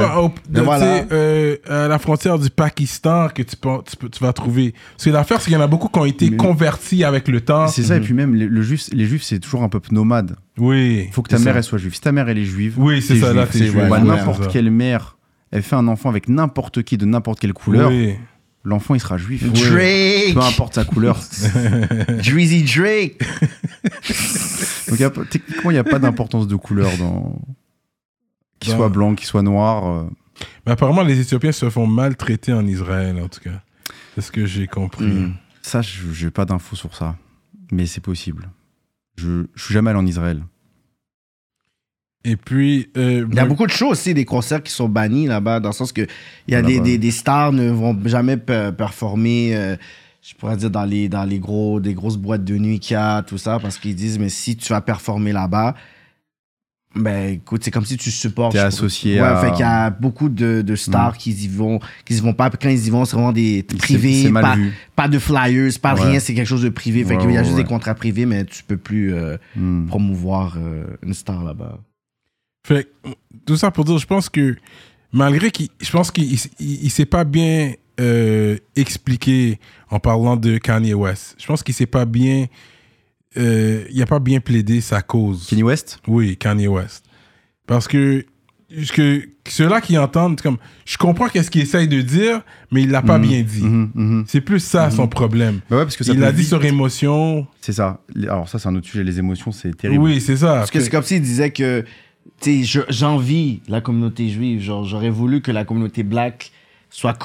à la frontière du Pakistan que tu vas trouver. Parce que l'affaire, c'est qu'il y en a beaucoup qui ont été convertis avec le temps. C'est ça, et puis même, les juifs, c'est toujours un peuple nomade. Oui. Il faut que ta mère, elle soit juive. Si ta mère, elle est juive, oui, c'est ça, là, t'es juif. N'importe quelle mère, elle fait un enfant avec n'importe qui de n'importe quelle couleur. Oui. L'enfant, il sera juif. Drake! Peu importe sa couleur. Drizzy Drake! Donc, techniquement, il n'y a pas d'importance de couleur qu'il soit blanc, qu'il soit noir. Mais apparemment, les Éthiopiens se font maltraiter en Israël, en tout cas. C'est ce que j'ai compris. Ça, je n'ai pas d'infos sur ça. Mais c'est possible. Je ne suis jamais allé en Israël. Et puis... il y a beaucoup de choses aussi, des concerts qui sont bannis là-bas, dans le sens que il y a des stars ne vont jamais performer, je pourrais dire, dans des grosses boîtes de nuit qu'il y a, tout ça, parce qu'ils disent, mais si tu vas performer là-bas, Ben, écoute, c'est comme si tu supportes. T'es associé à... fait qu'il y a beaucoup de stars qui y vont pas. Quand ils y vont, c'est vraiment des privés. C'est mal vu. Pas de flyers, pas rien. C'est quelque chose de privé. Fait qu'il y a juste des contrats privés, mais tu peux plus promouvoir une star là-bas. Fait tout ça pour dire, je pense que malgré je pense qu'il s'est pas bien expliqué en parlant de Kanye West. Je pense qu'il s'est pas bien... il a pas bien plaidé sa cause. Kanye West? Oui, Kanye West. Parce que ceux-là qui entendent, comme, je comprends qu'est-ce qu'il essaye de dire, mais il l'a pas bien dit. C'est plus ça son problème. Bah ouais, parce que ça il l'a dit sur émotion. C'est ça. Alors ça, c'est un autre sujet. Les émotions, c'est terrible. Oui, c'est ça. Parce que c'est comme s'il disait que j'envie la communauté juive. Genre, j'aurais voulu que la communauté black soit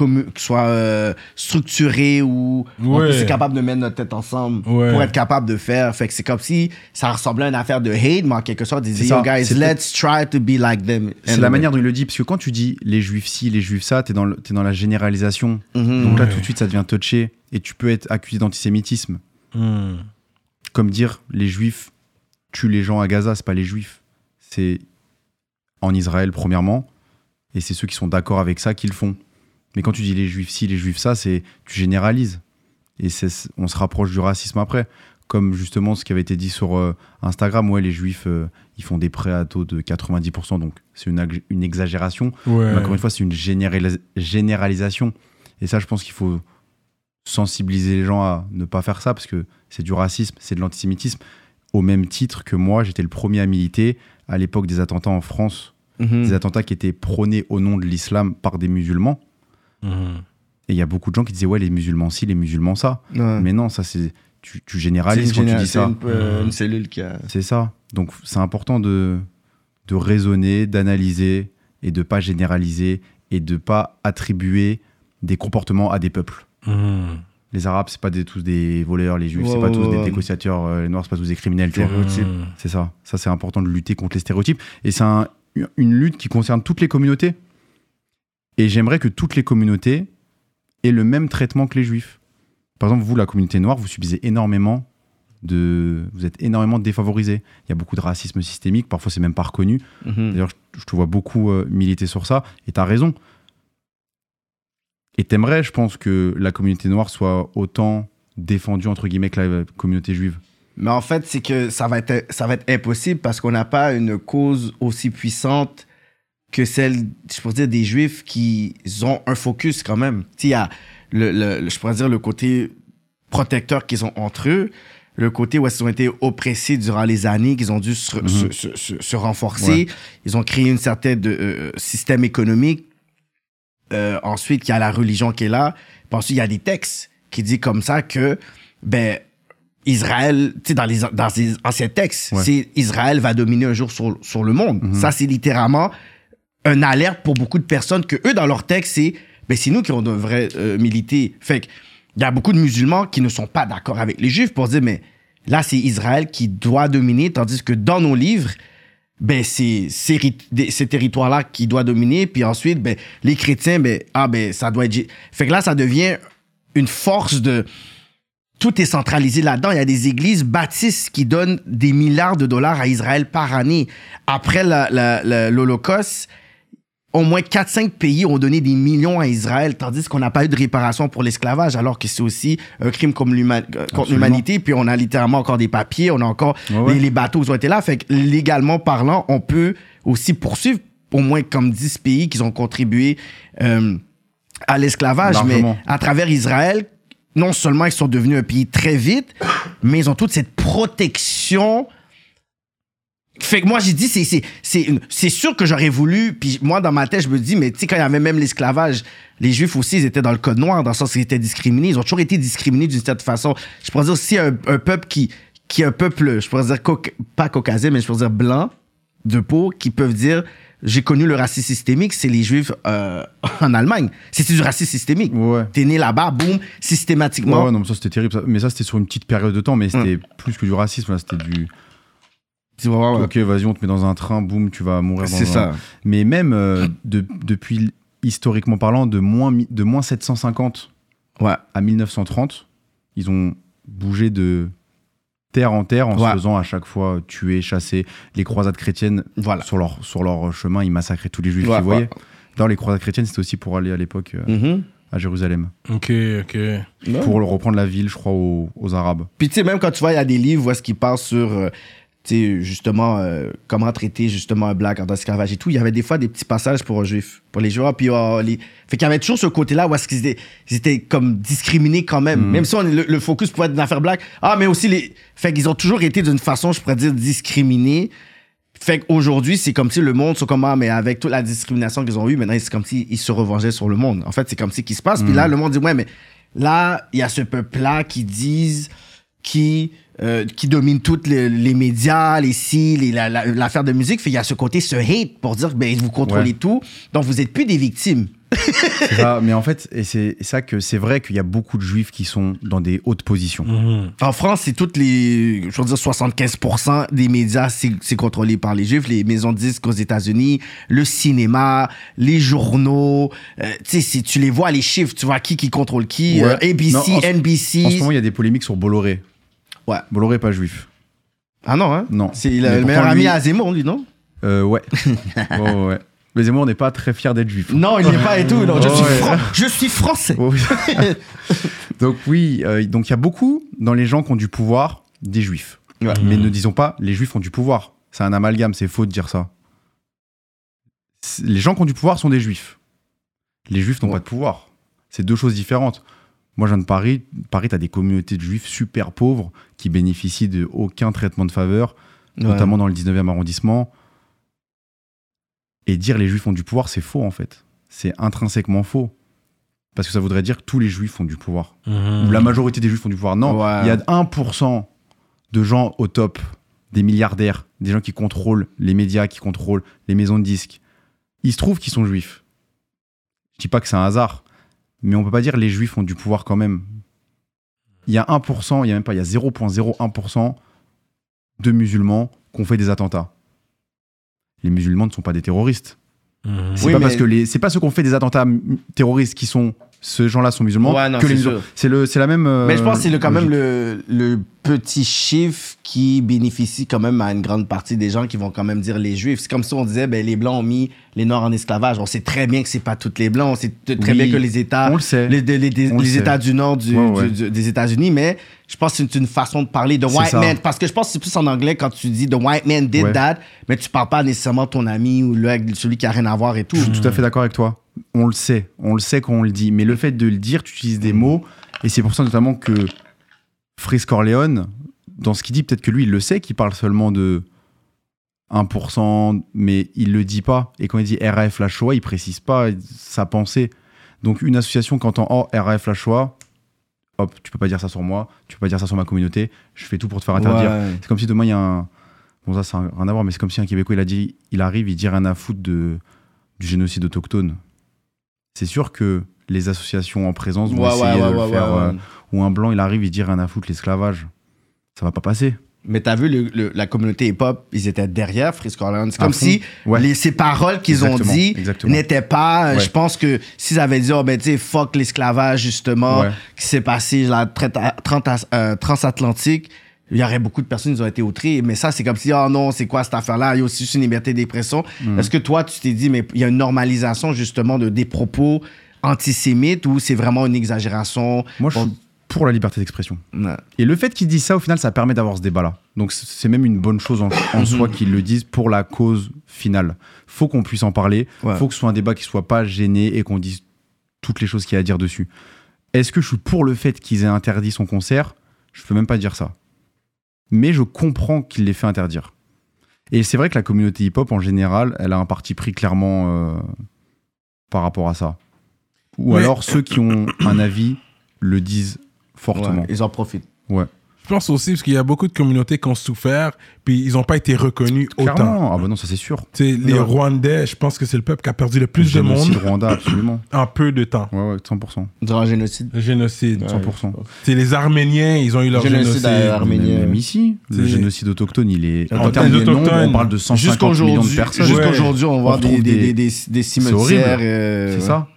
structurée ou on soit capable de mettre notre tête ensemble pour être capable de faire. Fait que c'est comme si ça ressemblait à une affaire de hate, mais en quelque sorte, ils disaient, yo guys, let's try to be like them. C'est la manière dont il le dit, parce que quand tu dis les juifs ci, les juifs ça, t'es dans la généralisation. Donc là, tout de suite, ça devient touché et tu peux être accusé d'antisémitisme. Comme dire, les juifs tuent les gens à Gaza, c'est pas les juifs. C'est en Israël, premièrement, et c'est ceux qui sont d'accord avec ça qui le font. Mais quand tu dis les juifs ci, les juifs ça, tu généralises. Et on se rapproche du racisme après. Comme justement ce qui avait été dit sur Instagram, les juifs, ils font des prêts à taux de 90%, donc c'est une exagération. Mais encore une fois, c'est une généralisation. Et ça, je pense qu'il faut sensibiliser les gens à ne pas faire ça, parce que c'est du racisme, c'est de l'antisémitisme. Au même titre que moi, j'étais le premier à militer à l'époque des attentats en France, des attentats qui étaient prônés au nom de l'islam par des musulmans. Et il y a beaucoup de gens qui disaient les musulmans ci, les musulmans ça. Mais non, ça c'est tu généralises quand tu dis ça. C'est une cellule qui a... C'est ça. Donc c'est important de raisonner, d'analyser et de pas généraliser et de pas attribuer des comportements à des peuples. Les Arabes, c'est pas tous des voleurs, les Juifs, c'est pas tous des négociateurs, les Noirs, c'est pas tous des criminels. C'est ça. Ça, c'est important de lutter contre les stéréotypes. Et c'est une lutte qui concerne toutes les communautés. Et j'aimerais que toutes les communautés aient le même traitement que les Juifs. Par exemple, vous, la communauté noire, vous subissez énormément vous êtes énormément défavorisés. Il y a beaucoup de racisme systémique, parfois c'est même pas reconnu. D'ailleurs, je te vois beaucoup militer sur ça, et t'as raison. Et t'aimerais, je pense, que la communauté noire soit autant défendue, entre guillemets, que la communauté juive. Mais en fait, c'est que ça va être impossible parce qu'on n'a pas une cause aussi puissante que celle, je pourrais dire, des Juifs qui ont un focus quand même. Il y a, je pourrais dire, le côté protecteur qu'ils ont entre eux, le côté où ils ont été oppressés durant les années, qu'ils ont dû se renforcer. Ils ont créé une certaine système économique. Ensuite, il y a la religion qui est là. Puis ensuite, il y a des textes qui disent comme ça que, Israël, tu sais, dans les anciens textes, c'est Israël va dominer un jour sur le monde. Ça, c'est littéralement un alerte pour beaucoup de personnes que eux, dans leur texte, c'est nous qui on devrait militer. Fait qu'il y a beaucoup de musulmans qui ne sont pas d'accord avec les Juifs pour dire, mais là, c'est Israël qui doit dominer, tandis que dans nos livres, c'est ces territoires-là qui doivent dominer, puis ensuite, les chrétiens, ça doit être... Fait que là, ça devient une force de... Tout est centralisé là-dedans. Il y a des églises baptistes qui donnent des milliards de dollars à Israël par année. Après l'Holocauste, au moins 4-5 pays ont donné des millions à Israël, tandis qu'on n'a pas eu de réparation pour l'esclavage, alors que c'est aussi un crime contre l'humanité. Puis on a littéralement encore des papiers, on a encore... Les bateaux ont été là. Fait que légalement parlant, on peut aussi poursuivre au moins comme 10 pays qui ont contribué à l'esclavage. Largement. Mais à travers Israël, non seulement ils sont devenus un pays très vite, mais ils ont toute cette protection. Fait que moi, j'ai dit, c'est sûr que j'aurais voulu, puis moi, dans ma tête, je me dis, mais tu sais, quand il y avait même l'esclavage, les Juifs aussi, ils étaient dans le code noir, dans le sens qu'ils étaient discriminés. Ils ont toujours été discriminés d'une certaine façon. Je pourrais dire, si un peuple qui est un peuple, je pourrais dire, pas caucasien, mais je pourrais dire blanc, de peau, qui peuvent dire... J'ai connu le racisme systémique, c'est les Juifs en Allemagne. C'était du racisme systémique. T'es né là-bas, boum, systématiquement. Non, mais ça, c'était terrible. Mais ça, c'était sur une petite période de temps, mais c'était plus que du racisme. Là, c'était du... Ok, vas-y, on te met dans un train, boum, tu vas mourir. C'est ça. Mais même depuis, historiquement parlant, de moins 750 à 1930, ils ont bougé de terre en terre en se faisant à chaque fois tuer, chasser. Les croisades chrétiennes, sur leur chemin, ils massacraient tous les juifs qu'ils voyaient. Dans les croisades chrétiennes, c'était aussi pour aller à l'époque à Jérusalem. Ok. Pour reprendre la ville, je crois, aux Arabes. Puis tu sais, même quand tu vois, il y a des livres où est-ce qu'ils parlent sur... tu sais, justement, comment traiter justement un black en esclavage et tout. Il y avait des fois des petits passages pour un juif, pour les joueurs. Puis, fait qu'il y avait toujours ce côté-là où est-ce qu'ils étaient comme discriminés quand même. Même si le focus pouvait être une affaire black. Mais aussi, fait qu'ils ont toujours été d'une façon, je pourrais dire, discriminés. Fait qu'aujourd'hui, c'est comme si le monde, c'est comme, mais avec toute la discrimination qu'ils ont eue, maintenant, c'est comme s'ils se revengeaient sur le monde. En fait, c'est comme si qui se passe. Puis là, le monde dit, ouais, mais là, il y a ce peuple-là qui disent, qui domine tous les médias, l'affaire de musique. Il y a ce côté, ce hate pour dire ben vous contrôlez tout, donc vous n'êtes plus des victimes. C'est ça, mais en fait, et c'est ça que c'est vrai qu'il y a beaucoup de juifs qui sont dans des hautes positions. En France, c'est toutes les, je veux dire 75% des médias, c'est contrôlé par les juifs, les maisons de disques aux États-Unis, le cinéma, les journaux, tu sais, tu les vois les chiffres, tu vois qui contrôle qui, ABC, NBC. En ce moment, il y a des polémiques sur Bolloré. Ouais. Bolloré pas juif. Ah non, hein? Non. C'est le meilleur ami à Zemmour, lui, non? Ouais. ouais. Mais Zemmour n'est pas très fier d'être juif. Non, il n'est pas et tout. Non, je suis français. Donc oui, donc il y a beaucoup dans les gens qui ont du pouvoir des juifs. Ouais. Mais ne disons pas les juifs ont du pouvoir. C'est un amalgame, c'est faux de dire ça. Les gens qui ont du pouvoir sont des juifs. Les juifs n'ont pas de pouvoir. C'est deux choses différentes. Moi, je viens de Paris. Paris, tu as des communautés de juifs super pauvres qui bénéficient d'aucun traitement de faveur, notamment dans le 19e arrondissement. Et dire les juifs ont du pouvoir, c'est faux, en fait. C'est intrinsèquement faux. Parce que ça voudrait dire que tous les juifs ont du pouvoir. Ou la majorité des juifs ont du pouvoir. Non, il y a 1% de gens au top, des milliardaires, des gens qui contrôlent les médias, qui contrôlent les maisons de disques. Il se trouve qu'ils sont juifs. Je dis pas que c'est un hasard. Mais on peut pas dire les juifs ont du pouvoir quand même. Il y a 1%, il y a même pas, il y a 0,01% de musulmans qui ont fait des attentats. Les musulmans ne sont pas des terroristes. C'est pas parce que c'est pas ceux qui ont fait des attentats terroristes qui sont ces gens-là sont musulmans que les musulmans. C'est la même. Mais je pense que c'est quand même le petit chiffre qui bénéficie quand même à une grande partie des gens qui vont quand même dire les juifs. C'est comme si on disait les blancs ont mis les noirs en esclavage. On sait très bien que c'est pas tous les blancs. On sait très bien que les États, les États du nord des États-Unis, mais je pense que c'est une façon de parler de white man. Parce que je pense que c'est plus en anglais quand tu dis the white man did that, mais tu parles pas nécessairement de ton ami ou celui qui a rien à voir et tout. Je suis tout à fait d'accord avec toi. On le sait quand on le dit. Mais le fait de le dire, tu utilises des mots. Et c'est pour ça notamment que Freeze Corleone, dans ce qu'il dit, peut-être que lui, il le sait, qu'il parle seulement de 1%, mais il le dit pas. Et quand il dit RAF la Shoah, il précise pas sa pensée. Donc une association qui entend RAF la Shoah, hop, tu peux pas dire ça sur moi, tu peux pas dire ça sur ma communauté, je fais tout pour te faire interdire. C'est comme si demain il y a un... Bon ça, ça n'a rien à voir, mais c'est comme si un Québécois, il arrive, il dit rien à foutre du génocide autochtone. C'est sûr que les associations en présence vont essayer de le faire. Ou un blanc, il arrive, il dit rien à foutre l'esclavage. Ça va pas passer. Mais t'as vu, la communauté hip-hop, ils étaient derrière Freeze Corleone. C'est comme si ces paroles qu'ils ont dit n'étaient pas... Je pense que s'ils avaient dit, tu sais, fuck l'esclavage, justement, qui s'est passé la transatlantique, il y aurait beaucoup de personnes qui ont été outrées. Mais ça, c'est comme si, non, c'est quoi cette affaire-là? Il y a aussi une liberté d'expression. Est-ce que toi, tu t'es dit, mais il y a une normalisation, justement, des propos antisémites ou c'est vraiment une exagération? Moi, je suis pour la liberté d'expression. Et le fait qu'ils disent ça, au final, ça permet d'avoir ce débat-là. Donc, c'est même une bonne chose en soi qu'ils le disent pour la cause finale. Faut qu'on puisse en parler. Faut que ce soit un débat qui soit pas gêné et qu'on dise toutes les choses qu'il y a à dire dessus. Est-ce que je suis pour le fait qu'ils aient interdit son concert? Je peux même pas dire ça. Mais je comprends qu'il les fait interdire. Et c'est vrai que la communauté hip-hop, en général, elle a un parti pris clairement par rapport à ça. Ou alors, ceux qui ont un avis le disent fortement. Ils en profitent. Ouais. Je pense aussi parce qu'il y a beaucoup de communautés qui ont souffert, puis ils n'ont pas été reconnus autant. Ah bah non, ça c'est sûr. Les Rwandais, je pense que c'est le peuple qui a perdu le plus de monde. Le Rwanda, absolument. En peu de temps. Ouais, 100%. Durant le génocide. Le génocide. 100%. C'est les Arméniens, ils ont eu leur génocide. Même ici, le génocide autochtone, il est... En termes de nombre, on parle de 150 millions de personnes. Jusqu'aujourd'hui, on voit des cimetières. C'est ça.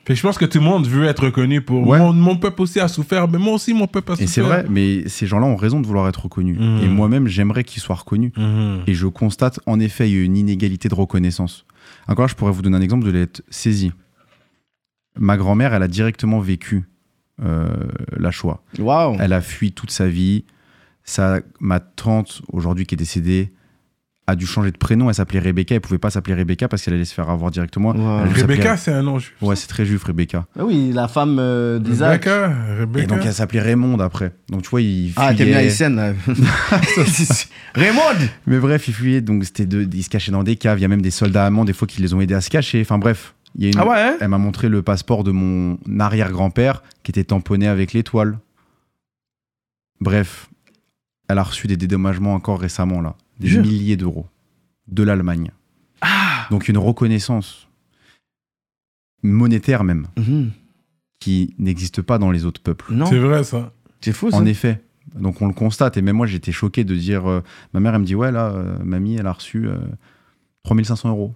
Fait que je pense que tout le monde veut être reconnu pour... Ouais. Mon peuple aussi a souffert, mais moi aussi, mon peuple a souffert. Et c'est vrai, mais ces gens-là ont raison de vouloir être reconnus. Et moi-même, j'aimerais qu'ils soient reconnus. Et je constate, en effet, il y a une inégalité de reconnaissance. Encore là, je pourrais vous donner un exemple de l'être saisi. Ma grand-mère, elle a directement vécu la Shoah. Wow. Elle a fui toute sa vie. Ma tante, aujourd'hui, qui est décédée, a dû changer de prénom. Elle s'appelait Rebecca. Elle pouvait pas s'appeler Rebecca parce qu'elle allait se faire avoir directement. Wow. Rebecca, c'est un nom juif. Ouais, c'est très juif, Rebecca. Ah oui, la femme d'Isaac. Rebecca. Et donc, elle s'appelait Raymond après. Donc, tu vois, il fuyait. Ah, t'es bien haïtienne, là. Raymond. Mais bref, il fuyait. Donc, il se cachait dans des caves. Il y a même des soldats allemands, des fois, qui les ont aidés à se cacher. Enfin, bref. Il y a une... Ah ouais, hein? Elle m'a montré le passeport de mon arrière-grand-père qui était tamponné avec l'étoile. Bref. Elle a reçu des dédommagements encore récemment, là. Des milliers d'euros. De l'Allemagne. Ah. Donc une reconnaissance monétaire même, qui n'existe pas dans les autres peuples. Non. C'est vrai, ça. C'est fou, ça. En effet. Donc on le constate. Et même moi, j'étais choqué de dire... ma mère, elle me dit, ouais, là, mamie, elle a reçu 3500 euros.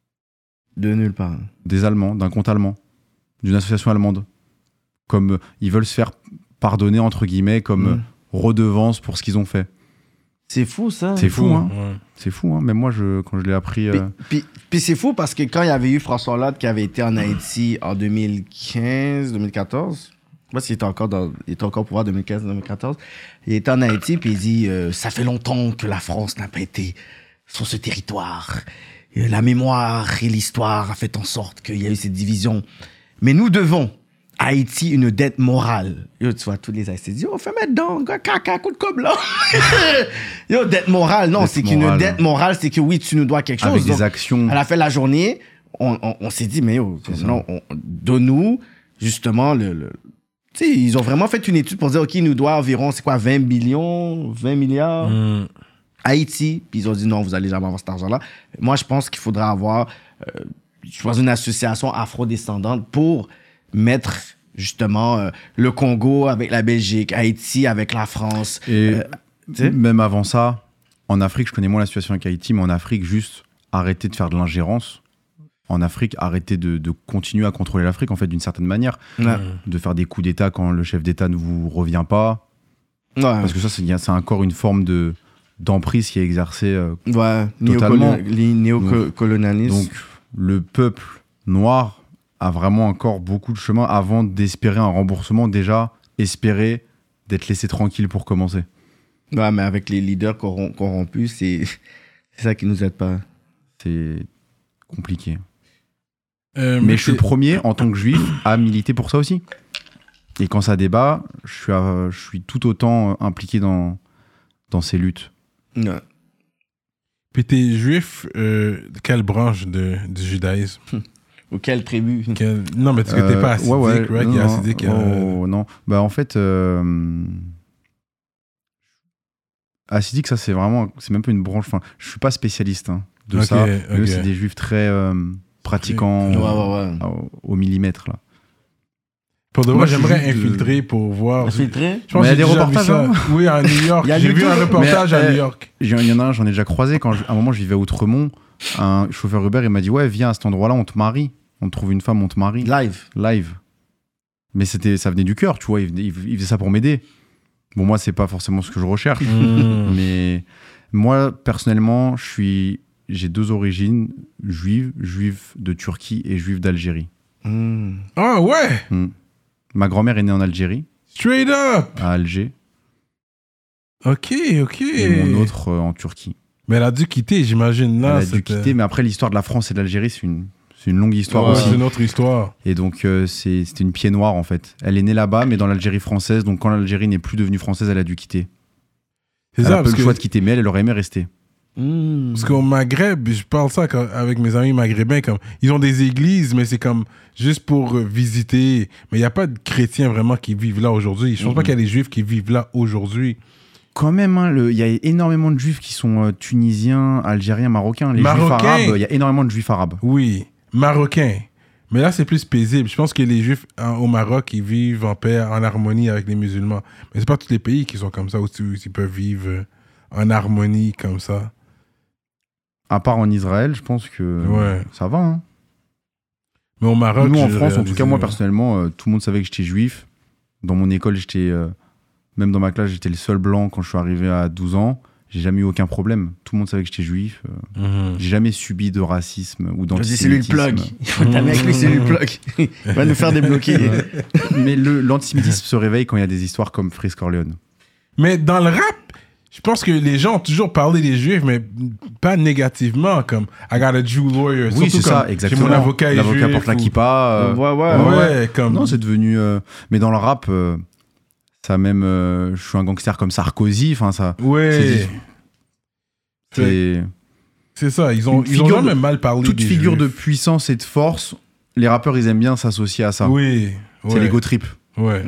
De nulle part. Des Allemands, d'un compte allemand, d'une association allemande. Comme ils veulent se faire pardonner, entre guillemets, comme redevance pour ce qu'ils ont fait. C'est fou, ça. C'est fou, hein. Ouais. C'est fou, hein. Même moi, quand je l'ai appris... Puis c'est fou parce que quand il y avait eu François Hollande qui avait été en Haïti en 2015, 2014, je sais pas s'il était encore au pouvoir 2015, 2014, il était en Haïti puis il dit ça fait longtemps que la France n'a pas été sur ce territoire. Et la mémoire et l'histoire a fait en sorte qu'il y a eu cette division. Mais nous devons à Haïti une dette morale. Yo, tu vois, tous les Haïtiens disent, yo, fais-moi dedans, caca, coup de comme là. Yo, dette morale. Non, c'est qu'une dette morale, c'est que oui, tu nous dois quelque chose. Avec des Donc, actions. à la fin de la journée, on s'est dit, mais yo, non, donne-nous justement le... Tu sais, ils ont vraiment fait une étude pour dire, OK, il nous doit environ, c'est quoi, 20 millions, 20 milliards Haïti. Puis ils ont dit, non, vous allez jamais avoir cet argent-là. Moi, je pense qu'il faudra avoir, je pense, une association afrodescendante pour mettre justement le Congo avec la Belgique, Haïti avec la France. Et même avant ça, en Afrique, je connais moins la situation avec Haïti, mais en Afrique, juste arrêter de faire de l'ingérence. En Afrique, arrêter de continuer à contrôler l'Afrique, en fait, d'une certaine manière. De faire des coups d'État quand le chef d'État ne vous revient pas. Parce que ça, c'est encore une forme d'emprise qui est exercée totalement. Néocolonialisme. Donc, le peuple noir a vraiment encore beaucoup de chemin avant d'espérer un remboursement. Déjà, espérer d'être laissé tranquille pour commencer. Ouais, mais avec les leaders corrompus, c'est ça qui nous aide pas. C'est compliqué. Mais je suis le premier, en tant que juif, à militer pour ça aussi. Et quand ça débat, je suis tout autant impliqué dans ces luttes. Ouais. Puis t'es juif, quelle branche du judaïsme? Ou quelle tribu? Non, mais parce que t'es pas assidique, right? Il y a assidique. Non. Bah, en fait, assidique, ça, c'est même pas une branche. Enfin, je suis pas spécialiste de ça. Eux, c'est des juifs très pratiquants au millimètre, là. Pour de vrai, j'aimerais infiltrer pour voir. Infiltrer? Je pense mais il y a des reportages. Oui, à New York. J'ai vu un reportage à New York. Il y en a un, j'en ai déjà croisé. À un moment, je vivais à Outremont. Un chauffeur Uber, il m'a dit, ouais, viens à cet endroit-là, on te marie. On te trouve une femme, on te marie. Live. Mais ça venait du cœur, tu vois. Il faisait ça pour m'aider. Bon, moi, c'est pas forcément ce que je recherche. Mais moi, personnellement, j'ai deux origines, juive de Turquie et juive d'Algérie. Ah ouais? Ma grand-mère est née en Algérie. Straight up! À Alger. Ok. Et mon autre en Turquie. Mais elle a dû quitter, j'imagine. Là, elle a dû quitter, mais après, l'histoire de la France et de l'Algérie, c'est une longue histoire aussi. C'est une autre histoire. Et donc, c'était une pied noire, en fait. Elle est née là-bas, mais dans l'Algérie française. Donc, quand l'Algérie n'est plus devenue française, elle a dû quitter. Elle a pas eu le choix de quitter, mais elle aurait aimé rester. Parce qu'au Maghreb, je parle ça avec mes amis maghrébins, comme ils ont des églises, mais c'est comme juste pour visiter. Mais il n'y a pas de chrétiens vraiment qui vivent là aujourd'hui. Je ne pense pas qu'il y a des juifs qui vivent là aujourd'hui. Quand même, il y a énormément de juifs qui sont tunisiens, algériens, marocains. Les juifs arabes, il y a énormément de juifs arabes. Oui, marocains. Mais là, c'est plus paisible. Je pense que les juifs au Maroc, ils vivent en paix, en harmonie avec les musulmans. Mais c'est pas tous les pays qui sont comme ça, où ils peuvent vivre en harmonie comme ça. À part en Israël, je pense que ça va. Mais au Maroc, nous, en France, en tout cas, moi, personnellement, tout le monde savait que j'étais juif. Dans mon école, même dans ma classe, j'étais le seul blanc quand je suis arrivé à 12 ans. J'ai jamais eu aucun problème. Tout le monde savait que j'étais juif. J'ai jamais subi de racisme ou d'antisémitisme. C'est lui le plug. Il faut t'amener avec lui, c'est lui le plug. Il va nous faire débloquer. Mais l'antisémitisme se réveille quand il y a des histoires comme Freeze Corleone. Mais dans le rap, je pense que les gens ont toujours parlé des juifs, mais pas négativement, comme I got a Jew lawyer. Oui, c'est ça, exactement. Mon avocat est juif. L'avocat porte la kippa. Ouais, comme... Non, c'est devenu... Mais dans le rap... ça même, je suis un gangster comme Sarkozy, enfin ça. Ouais. C'est ça. Ils ont jamais mal parlé. Toute figure de puissance et de force, les rappeurs ils aiment bien s'associer à ça. Oui. C'est l'ego trip. Ouais.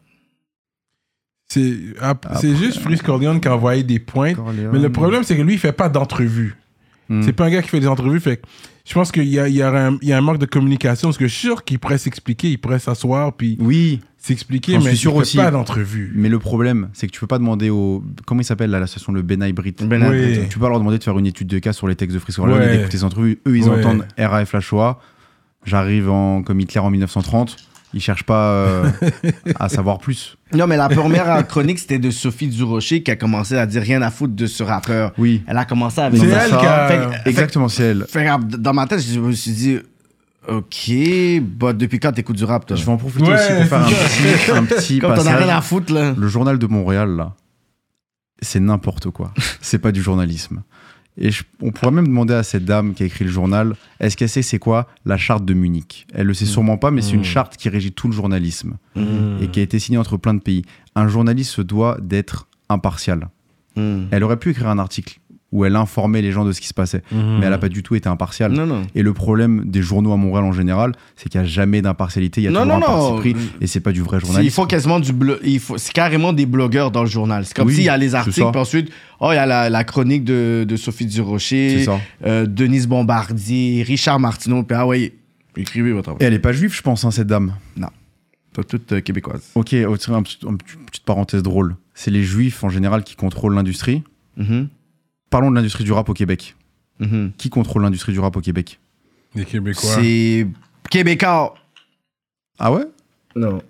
C'est juste Freeze Corleone qui a envoyé des pointes. Mais le problème c'est que lui il fait pas d'entrevues. C'est pas un gars qui fait des entrevues. Fait je pense qu'il y a un manque de communication parce que je suis sûr qu'il pourrait s'expliquer, il pourrait s'asseoir puis s'expliquer, mais il fait pas d'entrevue. Mais le problème, c'est que tu peux pas demander au... Comment il s'appelle l'association, le Ben Hybrid. Tu peux pas leur demander de faire une étude de cas sur les textes de Freeze Corleone et d'écouter les entrevues. Eux, ils entendent RAF la Shoah. J'arrive comme Hitler en 1930. Ils cherchent pas à savoir plus. Non, mais la première chronique, c'était de Sophie Durocher qui a commencé à dire rien à foutre de ce rappeur. Oui. Elle a commencé avec ça. Exactement, c'est elle. Dans ma tête, je me suis dit... Ok, depuis quand t'écoutes du rap, toi? Je vais en profiter aussi pour faire un petit quand passage. Quand t'en as rien à foutre, là. Le journal de Montréal, là, c'est n'importe quoi. C'est pas du journalisme. Et on pourrait même demander à cette dame qui a écrit le journal, est-ce qu'elle sait c'est quoi la charte de Munich? Elle le sait sûrement pas, mais c'est une charte qui régit tout le journalisme et qui a été signée entre plein de pays. Un journaliste se doit d'être impartial. Elle aurait pu écrire un article où elle informait les gens de ce qui se passait. Mais elle n'a pas du tout été impartiale. Non. Et le problème des journaux à Montréal en général, c'est qu'il n'y a jamais d'impartialité, il y a toujours un parti pris, et c'est pas du vrai journalisme. Il faut quasiment c'est carrément des blogueurs dans le journal. C'est comme s'il y a les articles, puis ensuite, il y a la chronique de Sophie Durocher, Denise Bombardier, Richard Martineau, puis écrivez votre rapport. Et elle n'est pas juive, je pense, cette dame. Non. Pas toute québécoise. Ok, une petite parenthèse drôle. C'est les juifs en général qui contrôlent l'industrie. Parlons de l'industrie du rap au Québec. Qui contrôle l'industrie du rap au Québec? Les Québécois. C'est Québécois. Ah ouais? Non.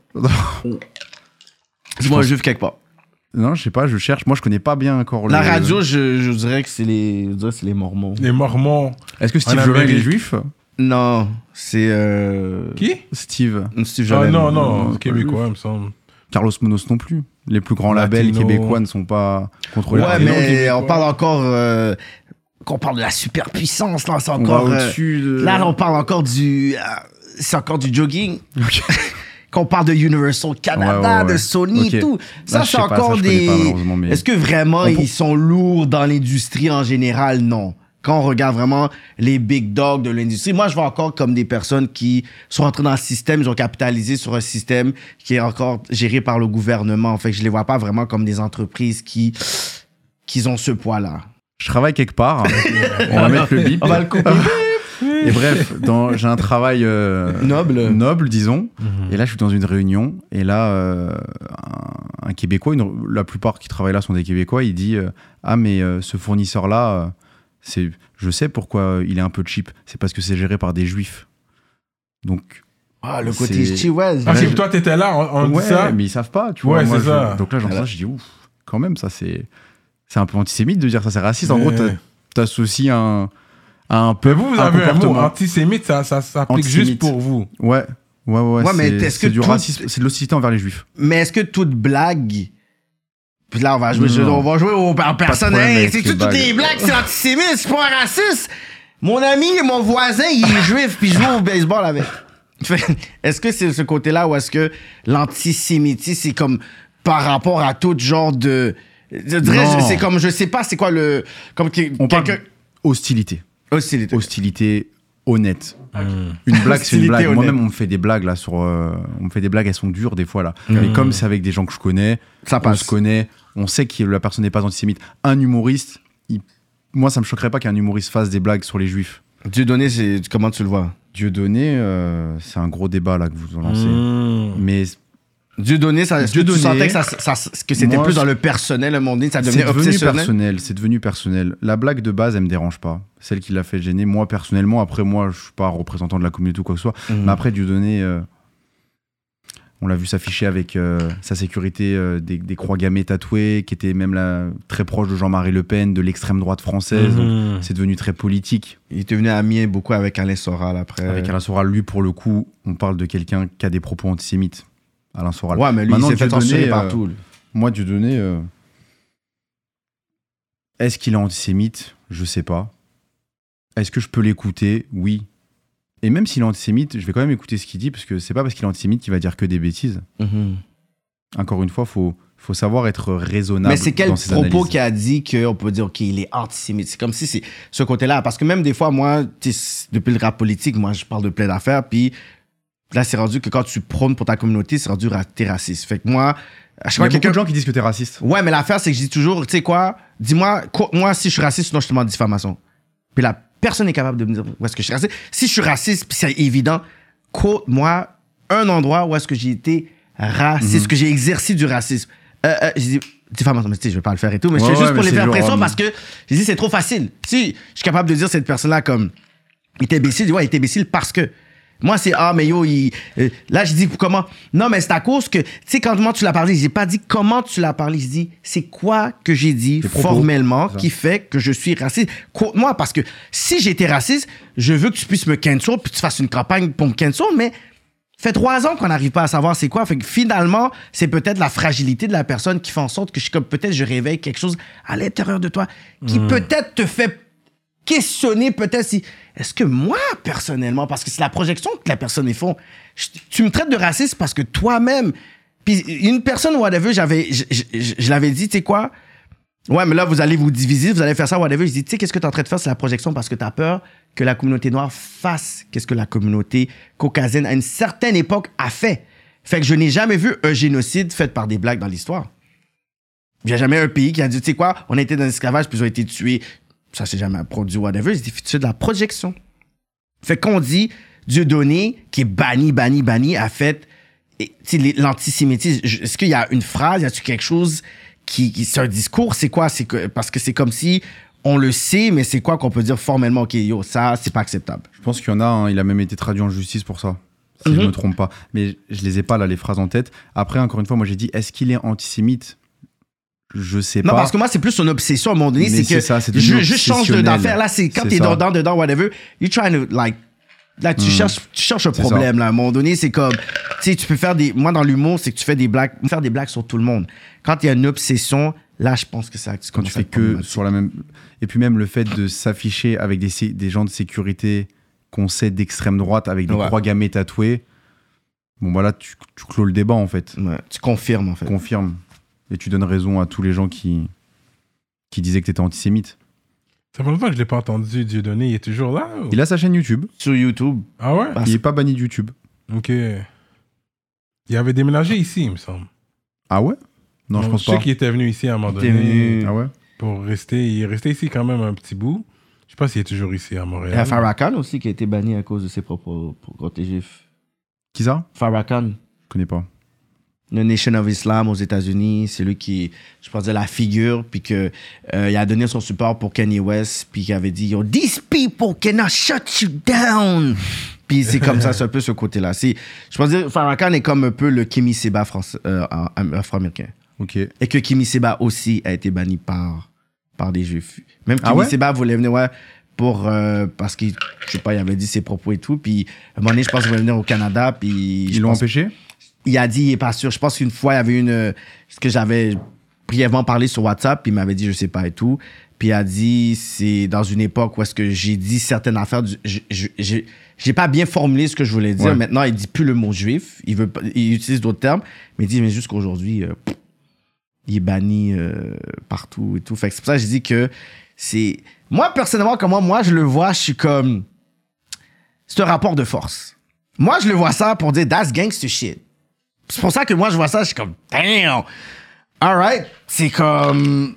Dis-moi un juif quelque part. Non, je sais pas, je cherche. Moi, je connais pas bien encore la radio, je dirais que c'est les Mormons. Les Mormons. Est-ce que Steve Joel est juif? Non, c'est... Qui? Steve Joel. Non, Québécois, il me semble. Carlos Munoz non plus. Les plus grands labels québécois ne sont pas contrôlés. Ouais, mais on parle encore... qu'on parle de la superpuissance, là, c'est encore... Là, on parle encore du... c'est encore du jogging. Okay. Qu'on parle de Universal Canada, de Sony et tout. Ça, c'est encore des... Mais... Est-ce que vraiment, ils sont lourds dans l'industrie en général? Non. Quand on regarde vraiment les big dogs de l'industrie, moi, je vois encore comme des personnes qui sont entrées dans le système, ils ont capitalisé sur un système qui est encore géré par le gouvernement. En fait, je les vois pas vraiment comme des entreprises qui ont ce poids-là. Je travaille quelque part. On va mettre le bip. On va le couper. Et bref, j'ai un travail noble, disons. Et là, je suis dans une réunion. Et là, un Québécois, la plupart qui travaillent là sont des Québécois, il dit mais ce fournisseur-là... je sais pourquoi il est un peu cheap. C'est parce que c'est géré par des juifs. Donc. Le côté cheap, ouais. Ah, si toi t'étais là, on dit ça. Mais ils savent pas, tu vois. Ouais, c'est ça. Donc là, j'entends ça, je dis ouf, quand même, ça c'est un peu antisémite de dire ça, c'est raciste. En gros, t'associes un peuple. Mais vous avez un mot antisémite, ça s'applique juste pour vous. Ouais, mais c'est du racisme, c'est de l'hostilité envers les juifs. Mais est-ce que toute blague. Puis là, on va jouer au personnel. C'est toutes les blagues, c'est antisémite, c'est pas raciste. Mon ami, mon voisin, il est juif, puis je joue au baseball avec. Est-ce que c'est ce côté-là ou est-ce que l'antisémitisme, c'est comme par rapport à tout genre de... Je dirais, c'est comme, je sais pas, c'est quoi le... Comme on parle hostilité. Hostilité honnête. Une blague, c'est une blague. Honnête. Moi-même, on me fait des blagues là sur. On me fait des blagues, elles sont dures des fois là. Mais comme c'est avec des gens que je connais, on se connaît, on sait que la personne n'est pas antisémite. Un humoriste, moi, ça me choquerait pas qu'un humoriste fasse des blagues sur les juifs. Dieudonné, comment tu le vois? Dieudonné, c'est un gros débat là que vous lancez. Mais Dieudonné, tu sentais que c'était plus dans le personnel, à un moment donné, ça devenait obsessionnel. C'est devenu personnel. La blague de base, elle me dérange pas. Celle qui l'a fait gêner, moi, personnellement. Après, moi, je suis pas représentant de la communauté ou quoi que ce soit. Mais après, Dieudonné, on l'a vu s'afficher avec sa sécurité des croix gammées tatouées, qui était même très proche de Jean-Marie Le Pen, de l'extrême droite française. Donc, c'est devenu très politique. Il était devenu ami beaucoup avec Alain Soral après. Avec Alain Soral, lui, pour le coup, on parle de quelqu'un qui a des propos antisémites. Alain Soral. Ouais, mais lui, il s'est fait censurer partout. Moi, Dieudonné, est-ce qu'il est antisémite? Je sais pas. Est-ce que je peux l'écouter? Oui. Et même s'il est antisémite, je vais quand même écouter ce qu'il dit, parce que c'est pas parce qu'il est antisémite qu'il va dire que des bêtises. Encore une fois, faut savoir être raisonnable. Mais c'est quel propos qui a dit qu'on peut dire, OK, il est antisémite? C'est comme si c'est ce côté-là. Parce que même des fois, moi, depuis le rap politique, moi, je parle de plein d'affaires, puis là, c'est rendu que quand tu prônes pour ta communauté, c'est rendu t'es raciste. Fait que moi, à chaque fois, il y a beaucoup de gens qui disent que t'es raciste. Ouais, mais l'affaire, c'est que je dis toujours, tu sais quoi, dis-moi, moi, si je suis raciste, sinon je te demande diffamation. Puis la personne est capable de me dire où est-ce que je suis raciste. Si je suis raciste, puis c'est évident, quote-moi un endroit où est-ce que j'ai été raciste, que j'ai exercé du racisme. J'ai dit, diffamation, mais tu sais, je vais pas le faire et tout, mais je fais juste pour les faire pression parce que j'ai dit, c'est trop facile. Si je suis capable de dire cette personne-là comme, il était imbécile, je dis, ouais, il était imbécile parce que. Moi, c'est, mais yo, là, je dis, comment? Non, mais c'est à cause que, tu sais, quand tu l'as parlé, j'ai pas dit comment tu l'as parlé, je dis, c'est quoi que j'ai dit formellement qui fait que je suis raciste? Moi, parce que si j'étais raciste, je veux que tu puisses me cancel, puis tu fasses une campagne pour me cancel, mais fait 3 ans qu'on n'arrive pas à savoir c'est quoi. Fait que finalement, c'est peut-être la fragilité de la personne qui fait en sorte que peut-être je réveille quelque chose à l'intérieur de toi qui peut-être te fait questionner peut-être si... Est-ce que moi, personnellement, parce que c'est la projection que la personne est font, tu me traites de raciste parce que toi-même... Puis une personne, whatever, je l'avais dit, tu sais quoi? Ouais, mais là, vous allez vous diviser, vous allez faire ça, whatever. Je dis, tu sais, qu'est-ce que tu es en train de faire? C'est la projection parce que tu as peur que la communauté noire fasse qu'est-ce que la communauté caucasienne, à une certaine époque, a fait. Fait que je n'ai jamais vu un génocide fait par des Blacks dans l'histoire. Il n'y a jamais un pays qui a dit, tu sais quoi? On a été dans l'esclavage, puis ils ont été tués. Ça s'est jamais produit, whatever. C'est de la projection. Fait qu'on dit, Dieudonné, qui est banni, a fait l'antisémitisme. Est-ce qu'il y a une phrase, y a-t-il quelque chose qui c'est un discours? C'est quoi? Parce que c'est comme si on le sait, mais c'est quoi qu'on peut dire formellement? OK, yo, ça, c'est pas acceptable. Je pense qu'il y en a, il a même été traduit en justice pour ça. Si je ne me trompe pas. Mais je les ai pas, là, les phrases en tête. Après, encore une fois, moi, j'ai dit, est-ce qu'il est antisémite? Je sais pas. Non, parce que moi, c'est plus une obsession à un moment donné. C'est que ça, je change d'affaire. Là, c'est quand t'es dedans, whatever, you're trying to, like, là, tu cherches un problème, là. À un moment donné, c'est comme, tu sais, tu peux faire moi, dans l'humour, c'est que tu fais des blagues sur tout le monde. Quand il y a une obsession, là, je pense que c'est quand tu fais que sur la même. Et puis même le fait de s'afficher avec des gens de sécurité qu'on sait d'extrême droite, avec des croix gammées tatouées, bon, voilà, tu clôt le débat, en fait. Ouais, tu confirmes, en fait. Confirme. Et tu donnes raison à tous les gens qui disaient que tu étais antisémite. Ça fait longtemps que je ne l'ai pas entendu, Dieudonné. Il est toujours là? Ou? Il a sa chaîne YouTube. Sur YouTube. Ah ouais? Il n'est pas banni de YouTube. Ok. Il avait déménagé ici, il me semble. Ah ouais? Non, je pense pas. Je sais qu'il était venu ici à un moment donné. Ah ouais? Pour rester. Il est resté ici quand même un petit bout. Je sais pas s'il est toujours ici à Montréal. Il y a Farrakhan aussi qui a été banni à cause de ses propos contre les Juifs. Qui ça? Farrakhan. Je connais pas. Le Nation of Islam aux États-Unis, c'est lui qui, je pense, la figure, puis que il a donné son support pour Kanye West, puis qu'il avait dit, yo, these people cannot shut you down. Puis c'est comme ça, c'est un peu ce côté-là. Je pense que Farrakhan est comme un peu le Kimi Seba afro-américain. Ok. Et que Kimi Seba aussi a été banni par des Juifs. Même Kimi Seba voulait venir, parce qu'il, je sais pas, il avait dit ses propos et tout, puis à un moment donné, je pense qu'il voulait venir au Canada, puis ils l'ont empêché? Il a dit, il est pas sûr. Je pense qu'une fois, il y avait ce que j'avais brièvement parlé sur WhatsApp, puis il m'avait dit, je sais pas et tout. Puis il a dit, c'est dans une époque où est-ce que j'ai dit certaines affaires, j'ai pas bien formulé ce que je voulais dire. Ouais. Maintenant, il dit plus le mot juif. Il utilise d'autres termes, mais il dit, mais jusqu'aujourd'hui, il est banni partout et tout. Fait que c'est pour ça que j'ai dit que c'est... Moi, personnellement, comment moi je le vois, je suis comme... C'est un rapport de force. Moi, je le vois ça pour dire, that's gangster shit. C'est pour ça que moi, je vois ça, je suis comme, damn! Alright? C'est comme,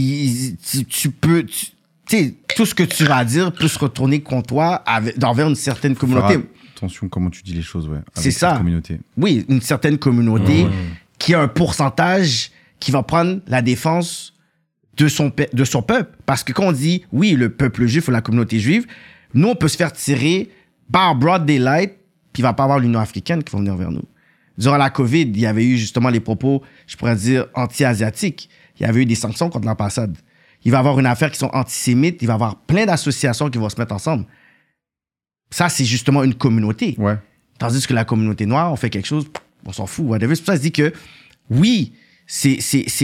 tu peux, tu sais, tout ce que tu vas dire peut se retourner contre toi envers une certaine communauté. attention comment tu dis les choses, ouais. C'est ça. Communauté. Oui, une certaine communauté qui a un pourcentage qui va prendre la défense de son peuple. Parce que quand on dit, oui, le peuple juif ou la communauté juive, nous, on peut se faire tirer par broad daylight, puis il va pas avoir l'Union africaine qui va venir vers nous. Durant la COVID, il y avait eu justement les propos, je pourrais dire, anti-asiatiques. Il y avait eu des sanctions contre l'ambassade. Il va y avoir une affaire qui sont antisémites. Il va y avoir plein d'associations qui vont se mettre ensemble. Ça, c'est justement une communauté. Ouais. Tandis que la communauté noire, on fait quelque chose, on s'en fout. C'est pour ça que je dis que, oui, c'est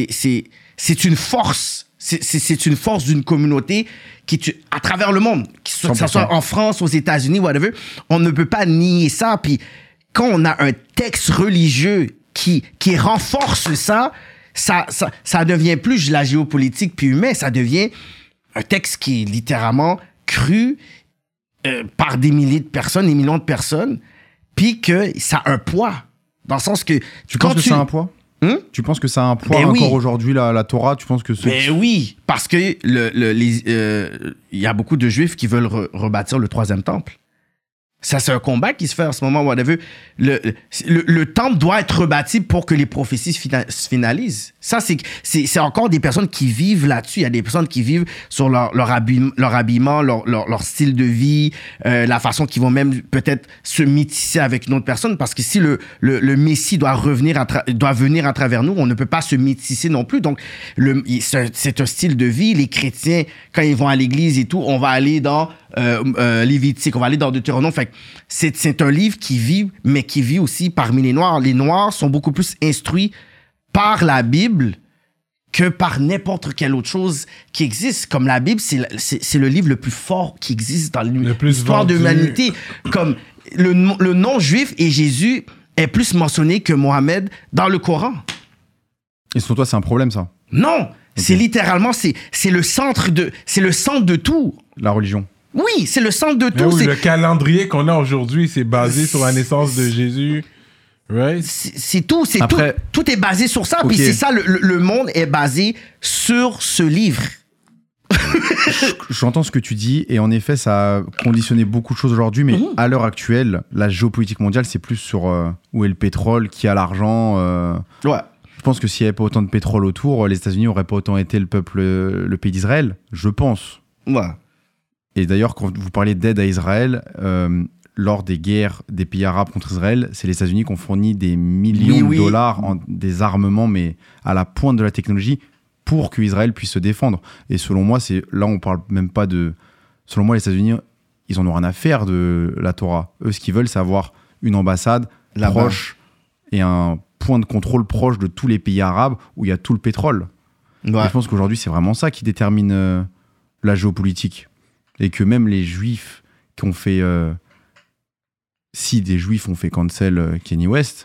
une force. C'est une force d'une communauté à travers le monde. Que ce soit en France, aux États-Unis, whatever. On ne peut pas nier ça. Puis quand on a un texte religieux qui renforce ça devient plus la géopolitique puis humain. Ça devient un texte qui est littéralement cru par des milliers de personnes, des millions de personnes, puis que ça a un poids. Dans le sens que... Tu penses que ça a un poids? Tu penses que ça a un poids encore aujourd'hui, la Torah? Tu penses que oui, parce que y a beaucoup de Juifs qui veulent rebâtir le troisième temple. Ça, c'est un combat qui se fait en ce moment. Le temple doit être rebâti pour que les prophéties se finalisent. Ça, c'est encore des personnes qui vivent là-dessus. Il y a des personnes qui vivent sur leur habillement, leur style de vie, la façon qu'ils vont même peut-être se métisser avec une autre personne. Parce que si le Messie doit venir à travers nous, on ne peut pas se métisser non plus. Donc, c'est un style de vie. Les chrétiens, quand ils vont à l'église et tout, on va aller dans Lévitique, on va aller dans Deutéronome. Fait que c'est un livre qui vit, mais qui vit aussi parmi les Noirs. Les Noirs sont beaucoup plus instruits par la Bible que par n'importe quelle autre chose qui existe. Comme la Bible, c'est le livre le plus fort qui existe dans l'histoire de l'humanité. Comme le nom juif et Jésus est plus mentionné que Mohamed dans le Coran. Et selon toi, c'est un problème, ça? Non! Okay. C'est littéralement, c'est le centre de tout. La religion. Oui, c'est le centre de tout. Oui, le calendrier qu'on a aujourd'hui, c'est basé sur la naissance de Jésus. Right? C'est tout. Tout est basé sur ça. Okay. Puis c'est ça, le monde est basé sur ce livre. J'entends ce que tu dis. Et en effet, ça a conditionné beaucoup de choses aujourd'hui. Mais à l'heure actuelle, la géopolitique mondiale, c'est plus sur où est le pétrole, qui a l'argent. Ouais. Je pense que s'il n'y avait pas autant de pétrole autour, les États-Unis n'auraient pas autant été le pays d'Israël. Je pense. Ouais. Et d'ailleurs, quand vous parlez d'aide à Israël, lors des guerres des pays arabes contre Israël, c'est les États-Unis qui ont fourni des millions de dollars en des armements, mais à la pointe de la technologie, pour qu'Israël puisse se défendre. Et selon moi, là, on parle même pas de... Selon moi, les États-Unis, ils en ont rien à faire de la Torah. Eux, ce qu'ils veulent, c'est avoir une ambassade proche et un point de contrôle proche de tous les pays arabes où il y a tout le pétrole. Ouais. Et je pense qu'aujourd'hui, c'est vraiment ça qui détermine la géopolitique. Et que même les Juifs qui ont fait... si des Juifs ont fait cancel Kanye West,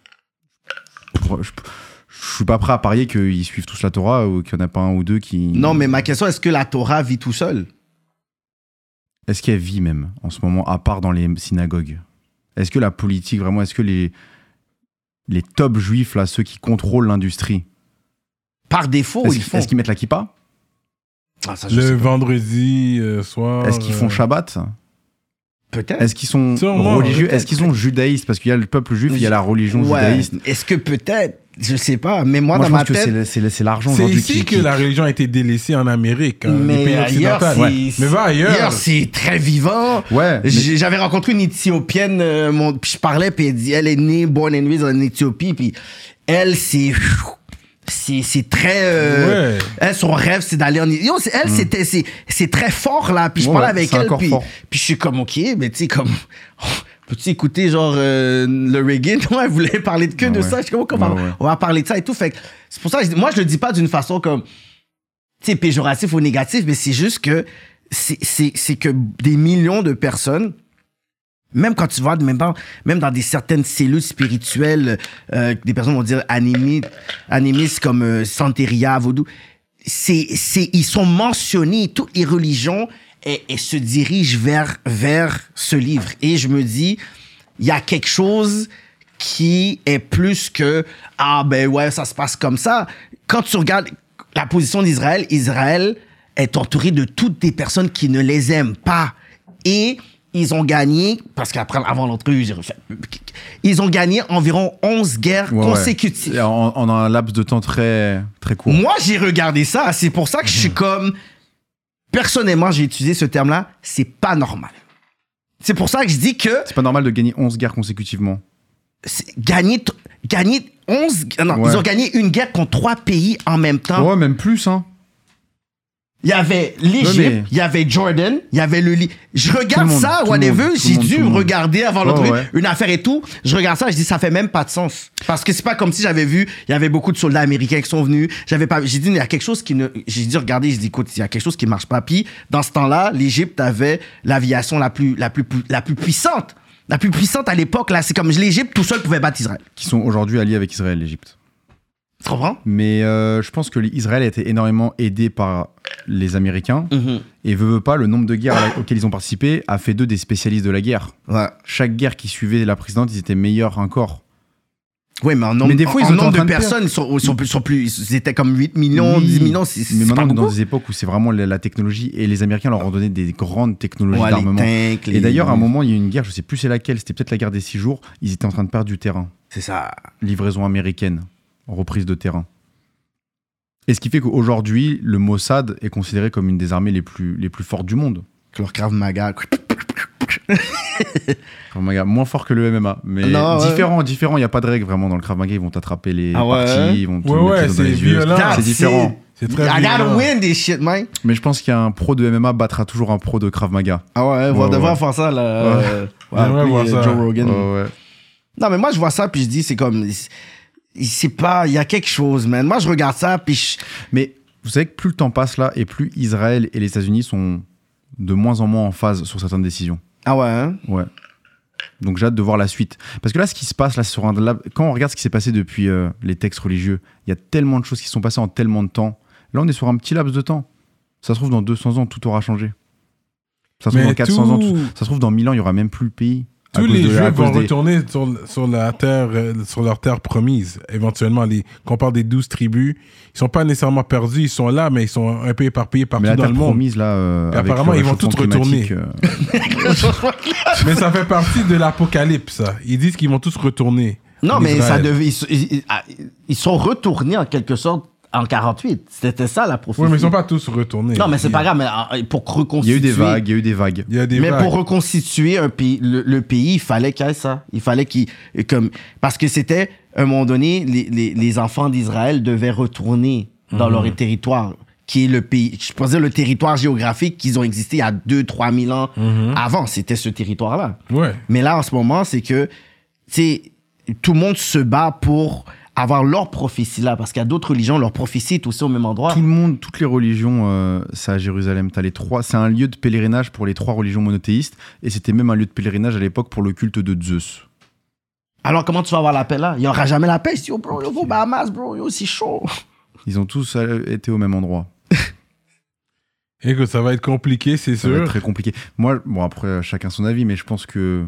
je suis pas prêt à parier qu'ils suivent tous la Torah ou qu'il y en a pas un ou deux qui... Non, mais ma question, est-ce que la Torah vit tout seul? Est-ce qu'elle vit même, en ce moment, à part dans les synagogues? Est-ce que la politique, vraiment, est-ce que les top Juifs, là, ceux qui contrôlent l'industrie... Par défaut, ils font... Est-ce qu'ils mettent la kippa? Le vendredi soir. Est-ce qu'ils font Shabbat? Peut-être. Est-ce qu'ils sont religieux? Est-ce qu'ils sont judaïstes? Parce qu'il y a le peuple juif, il y a la religion judaïste. Est-ce que peut-être? Je sais pas. Mais moi dans ma tête... je pense que c'est l'argent c'est aujourd'hui ici que la religion a été délaissée en Amérique. Mais les pays occidentaux. Mais va ailleurs. Ailleurs, c'est très vivant. Ouais. J'avais rencontré une Éthiopienne, puis je parlais, puis elle dit, elle est née, born and raised en Éthiopie, puis elle, c'est très... Elle, son rêve, c'est d'aller en... Elle, c'est très fort, là. Puis je parlais avec elle, puis je suis comme, OK, mais tu sais, comme... Peux-tu écouter, genre, le reggae? Non, elle voulait parler de de ça. Je suis comme, on va parler de ça et tout. Fait que c'est pour ça que moi, je le dis pas d'une façon comme, tu sais, péjoratif ou négatif, mais c'est juste que c'est que des millions de personnes... Même quand tu vas, même dans des certaines cellules spirituelles, des personnes vont dire animistes comme Santeria, Vaudou, ils sont mentionnés, toutes les religions, et se dirigent vers ce livre. Et je me dis, il y a quelque chose qui est plus que, ça se passe comme ça. Quand tu regardes la position d'Israël, Israël est entouré de toutes des personnes qui ne les aiment pas. Et ils ont gagné, parce qu'après, avant l'entrevue, j'ai refait. Ils ont gagné environ 11 guerres consécutives. Ouais. En un laps de temps très, très court. Moi, j'ai regardé ça. C'est pour ça que je suis comme... Personnellement, j'ai utilisé ce terme-là. C'est pas normal. C'est pour ça que je dis que... C'est pas normal de gagner 11 guerres consécutivement. Gagner 11... Non, ils ont gagné une guerre contre 3 pays en même temps. Ouais, même plus, hein. Il y avait l'Égypte, il y avait Jordan, il y avait le... Je regarde ça, whatever, j'ai dû regarder avant l'entrevue, une affaire et tout. Je regarde ça, je dis, ça fait même pas de sens. Parce que c'est pas comme si j'avais vu, il y avait beaucoup de soldats américains qui sont venus. J'ai dit, il y a quelque chose qui ne... J'ai dit, regardez, je dis, écoute, il y a quelque chose qui marche pas. Puis, dans ce temps-là, l'Égypte avait l'aviation la plus puissante. La plus puissante à l'époque, là, c'est comme l'Égypte tout seul pouvait battre Israël. Qui sont aujourd'hui alliés avec Israël, l'Égypte. Tu comprends? Mais je pense que Israël a été énormément aidé par les Américains. Et veut pas, le nombre de guerres auxquelles ils ont participé a fait d'eux des spécialistes de la guerre. Ouais. Chaque guerre qui suivait la présidente, ils étaient meilleurs encore. Oui, mais en nombre de personnes, ils sont plus... Ils étaient comme 8 millions, 10 millions, mais maintenant, dans des époques où c'est vraiment la technologie, et les Américains leur ont donné des grandes technologies d'armement. Et d'ailleurs, à un moment, il y a eu une guerre, je sais plus c'est laquelle, c'était peut-être la guerre des 6 jours, ils étaient en train de perdre du terrain. C'est ça. Livraison américaine. Reprise de terrain. Et ce qui fait qu'aujourd'hui, le Mossad est considéré comme une des armées les plus fortes du monde. Leur Krav Maga. Krav Maga, moins fort que le MMA. Mais différent. Il n'y a pas de règle vraiment dans le Krav Maga. Ils vont t'attraper les parties, ils vont te mettre dans les yeux. C'est différent. C'est très I gotta win this shit, man. Mais je pense qu'un pro de MMA battra toujours un pro de Krav Maga. Ah ouais, on devrait faire ça, là. Joe Rogan. Non, mais moi, je vois ça, puis je dis, c'est comme... C'est pas... Il y a quelque chose, man. Moi, je regarde ça, puis Mais vous savez que plus le temps passe, là, et plus Israël et les États-Unis sont de moins en moins en phase sur certaines décisions. Ah ouais, hein? Ouais. Donc j'ai hâte de voir la suite. Parce que là, ce qui se passe, là, quand on regarde ce qui s'est passé depuis les textes religieux, il y a tellement de choses qui sont passées en tellement de temps. Là, on est sur un petit laps de temps. Ça se trouve, dans 200 ans, tout aura changé. Ça se trouve, dans 400 ans, ça se trouve, dans 1000 ans, il n'y aura même plus le pays. Tous les Juifs vont retourner sur la terre, sur leur terre promise. Éventuellement, quand on parle des 12 tribus, ils sont pas nécessairement perdus, ils sont là, mais ils sont un peu éparpillés partout dans le monde. Promise, là, apparemment, ils vont tous retourner. Mais ça fait partie de l'apocalypse, ça. Ils disent qu'ils vont tous retourner. Non, mais ils sont retournés en quelque sorte en 48. C'était ça la prophétie. Oui, mais ils sont pas tous retournés. Non, mais c'est pas grave. Mais pour reconstituer... Il y a eu des vagues. Mais pour reconstituer un pays, le pays, il fallait qu'il y ait ça. Il fallait parce que c'était, à un moment donné, les enfants d'Israël devaient retourner dans leur territoire, qui est le pays... Je peux dire le territoire géographique qu'ils ont existé il y a 2-3 000 ans avant. C'était ce territoire-là. Ouais. Mais là, en ce moment, c'est que, tu sais, tout le monde se bat pour... avoir leur prophétie là, parce qu'il y a d'autres religions, leur prophétie est aussi au même endroit. Tout le monde, toutes les religions, c'est à Jérusalem. T'as les 3, c'est un lieu de pèlerinage pour les 3 religions monothéistes, et c'était même un lieu de pèlerinage à l'époque pour le culte de Zeus. Alors comment tu vas avoir la paix là? Il n'y aura jamais la paix. Yo, bro, yo, Bahamas, bro, yo, c'est chaud. Ils ont tous été au même endroit. Écoute, ça va être compliqué, c'est sûr. Ça va être très compliqué. Moi, bon, après, chacun son avis, mais je pense que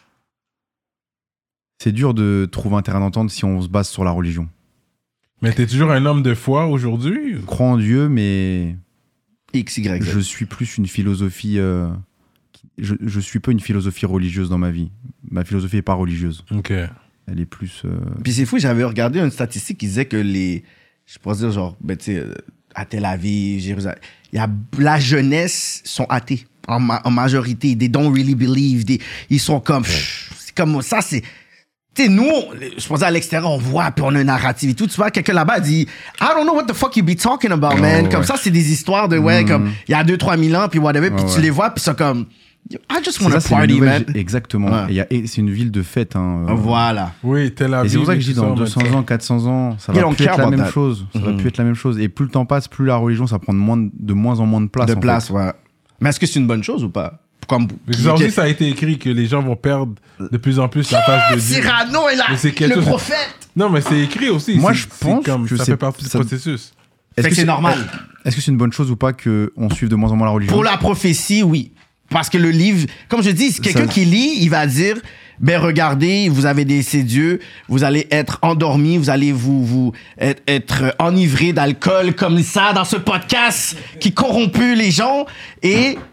c'est dur de trouver un terrain d'entente si on se base sur la religion. Mais t'es toujours un homme de foi aujourd'hui? Je crois en Dieu, mais... XY. Je suis plus une philosophie... Je suis pas une philosophie religieuse dans ma vie. Ma philosophie est pas religieuse. Ok. Elle est plus... Puis c'est fou, j'avais regardé une statistique qui disait que je pourrais dire genre, ben tu sais, à Tel Aviv, Jérusalem, la jeunesse sont athées en majorité. They don't really believe. Ils sont comme... C'est comme ça, c'est... Tu sais, nous, je pense à l'extérieur, on voit, puis on a un narratif et tout. Tu vois, quelqu'un là-bas dit « I don't know what the fuck you be talking about, man. » Comme ça, c'est des histoires de, comme, il y a 2-3 000 ans, puis whatever, puis tu les vois, puis c'est comme « I just want to party, man. » Exactement. Ouais. Et c'est une ville de fête. Hein, voilà. Oui, Tel Aviv. Et c'est pour ça que je dis, dans 200 ans, 400 ans, ça va plus être la même chose. Ça va plus être la même chose. Et plus le temps passe, plus la religion, ça prend de moins en moins de place. De place, ouais. Mais est-ce que c'est une bonne chose ou pas? Aujourd'hui, ça a été écrit que les gens vont perdre de plus en plus la face de Dieu. Cyrano est le prophète. Non, mais c'est écrit aussi. Moi, je pense que ça fait partie du processus. Est-ce que c'est normal? Est-ce que c'est une bonne chose ou pas qu'on suive de moins en moins la religion? Pour la prophétie, oui. Parce que le livre, comme je dis, quelqu'un qui lit, il va dire, ben regardez, vous avez ces dieux, vous allez être endormis, vous allez vous être enivrés d'alcool comme ça dans ce podcast qui corrompt les gens et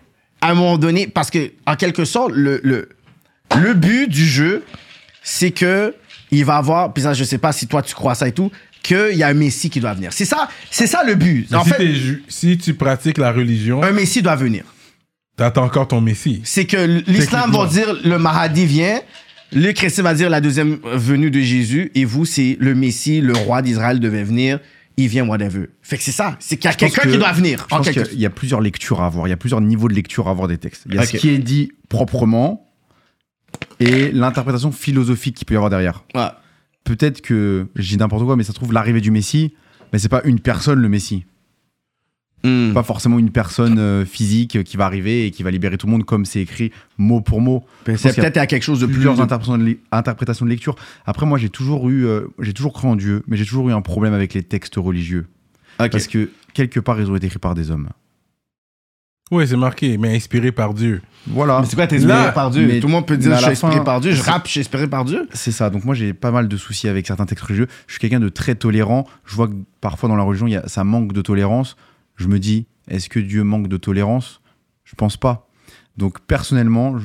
à un moment donné, parce que, en quelque sorte, le but du jeu, c'est que il va avoir, puis ça, je sais pas si toi tu crois ça et tout, qu'il y a un Messie qui doit venir. C'est ça le but. En fait, si tu pratiques la religion, un Messie doit venir. T'attends encore ton Messie. C'est que l'islam va dire le Mahdi vient, le chrétien va dire la deuxième venue de Jésus, et vous, c'est le Messie, le roi d'Israël devait venir, il vient, whatever. Fait que c'est ça, c'est qu'il y a quelqu'un qui doit venir. Je pense qu'il y a plusieurs lectures à avoir, il y a plusieurs niveaux de lecture à avoir des textes. Il y a ce qui est dit proprement et l'interprétation philosophique qu'il peut y avoir derrière. Ouais. Peut-être que, je dis n'importe quoi, mais ça se trouve l'arrivée du Messie, mais c'est pas une personne le Messie. Pas forcément une personne physique qui va arriver et qui va libérer tout le monde comme c'est écrit mot pour mot. C'est peut-être à quelque chose de plusieurs interprétations de lecture. Après, moi, j'ai toujours cru en Dieu, mais j'ai toujours eu un problème avec les textes religieux. Okay. Parce que quelque part, ils ont été écrits par des hommes. Oui, c'est marqué, mais inspiré par Dieu. Voilà. Mais c'est quoi, t'es inspiré par Dieu? Tout le monde peut dire je suis inspiré par Dieu, je rappe, je suis inspiré par Dieu. C'est ça. Donc moi, j'ai pas mal de soucis avec certains textes religieux. Je suis quelqu'un de très tolérant. Je vois que parfois dans la religion, ça manque de tolérance. Je me dis, est-ce que Dieu manque de tolérance? Je pense pas. Donc personnellement,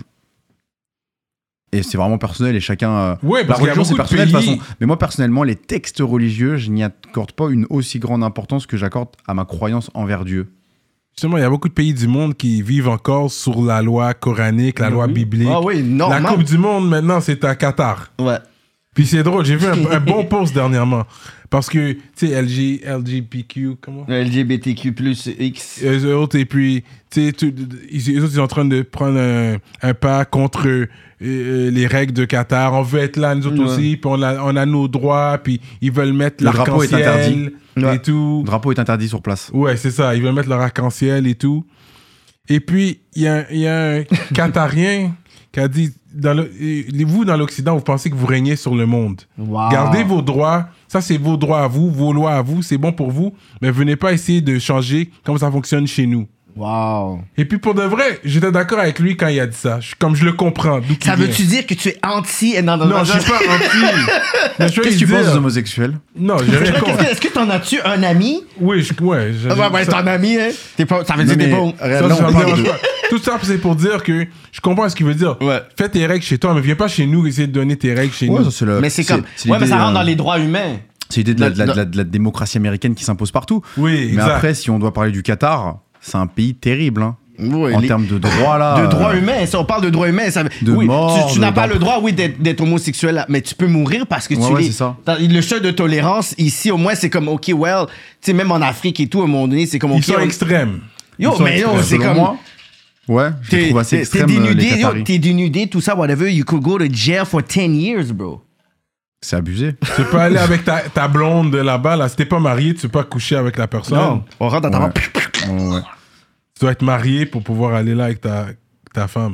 et c'est vraiment personnel et chacun... Ouais, parce la religion, c'est personnel de toute façon. Mais moi, personnellement, les textes religieux, je n'y accorde pas une aussi grande importance que j'accorde à ma croyance envers Dieu. Justement, il y a beaucoup de pays du monde qui vivent encore sur la loi coranique, la loi biblique. Ah oui, normal. La Coupe du Monde, maintenant, c'est à Qatar. Ouais. Puis c'est drôle, j'ai vu un bon post dernièrement. Parce que, tu sais, LGBTQ, comment? LGBTQ plus X. Eux autres, et puis, tu sais, ils sont en train de prendre un pas contre les règles de Qatar. On veut être là, nous autres aussi, puis on a nos droits, puis ils veulent mettre l'arc-en-ciel et tout. Le drapeau est interdit sur place. Ouais, c'est ça, ils veulent mettre leur arc-en-ciel et tout. Et puis, il y a un Qatarien qui a dit, vous, dans l'Occident, vous pensez que vous régnez sur le monde. Wow. Gardez vos droits. Ça, c'est vos droits à vous, vos lois à vous. C'est bon pour vous. Mais venez pas essayer de changer comme ça fonctionne chez nous. Wow. Et puis, pour de vrai, j'étais d'accord avec lui quand il a dit ça. Comme je le comprends. Ça veut-tu dire que tu es anti... Non, je suis pas anti. Qu'est-ce que tu penses des homosexuels? Non, j'ai rien contre. Est-ce que t'en as-tu un ami? Oui, ouais. C'est un ami, hein? Ça veut dire que t'es pas... Tout ça, c'est pour dire que je comprends ce qu'il veut dire. Ouais. Fais tes règles chez toi, mais viens pas chez nous essayer de donner tes règles chez nous. Mais c'est comme... Ouais, mais ça rentre dans les droits humains. C'est l'idée de la démocratie américaine qui s'impose partout. Oui, exact. Mais après, si on doit parler du Qatar, c'est un pays terrible, hein. Oui, en termes de droits, là. De droits humains. Si on parle de droits humains, ça veut... De mort, tu n'as pas le droit, d'être homosexuel, mais tu peux mourir parce que tu c'est ça. Le seuil de tolérance, ici, au moins, c'est comme, OK, well, tu sais, même en Afrique et tout, à un moment donné, c'est comme, OK. Ils sont extrêmes. Yo, mais non, c'est comme... Moi, ouais, je les trouve assez extrêmes, t'es dénudé, tout ça, whatever, you could go to jail for 10 years, bro. C'est abusé. Tu peux aller avec ta blonde là-bas, là. Si t'es pas marié, tu peux pas coucher avec la personne. Non, on rentre dans ta main. Ouais. Tu dois être marié pour pouvoir aller là avec ta femme.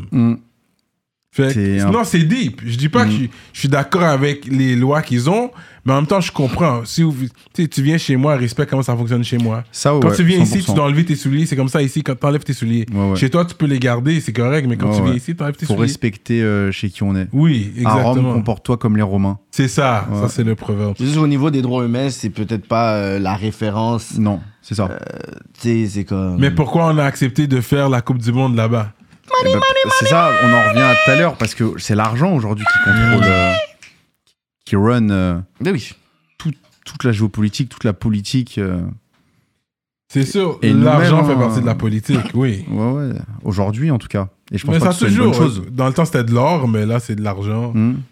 Fait non, c'est deep. Je dis pas que je suis d'accord avec les lois qu'ils ont, mais en même temps, je comprends. Si tu viens chez moi, respecte comment ça fonctionne chez moi. Quand tu viens 100%. Ici, tu dois enlever tes souliers. C'est comme ça ici, quand tu enlèves tes souliers. Chez toi, tu peux les garder, c'est correct, mais quand tu viens ici, tu enlèves tes souliers. Faut respecter chez qui on est. Oui, exactement. À Rome, comporte-toi comme les Romains. C'est ça, ça c'est le proverbe. Juste au niveau des droits humains, c'est peut-être pas la référence. Non, c'est ça. C'est comme... Mais pourquoi on a accepté de faire la Coupe du Monde là-bas? C'est ça, on en revient à tout à l'heure, parce que c'est l'argent aujourd'hui qui contrôle, qui run toute la géopolitique, toute la politique. C'est sûr, et l'argent fait partie de la politique, oui. Ouais, aujourd'hui en tout cas. Et je pense mais pas ça que c'est une bonne chose. Dans le temps, c'était de l'or, mais là, c'est de l'argent.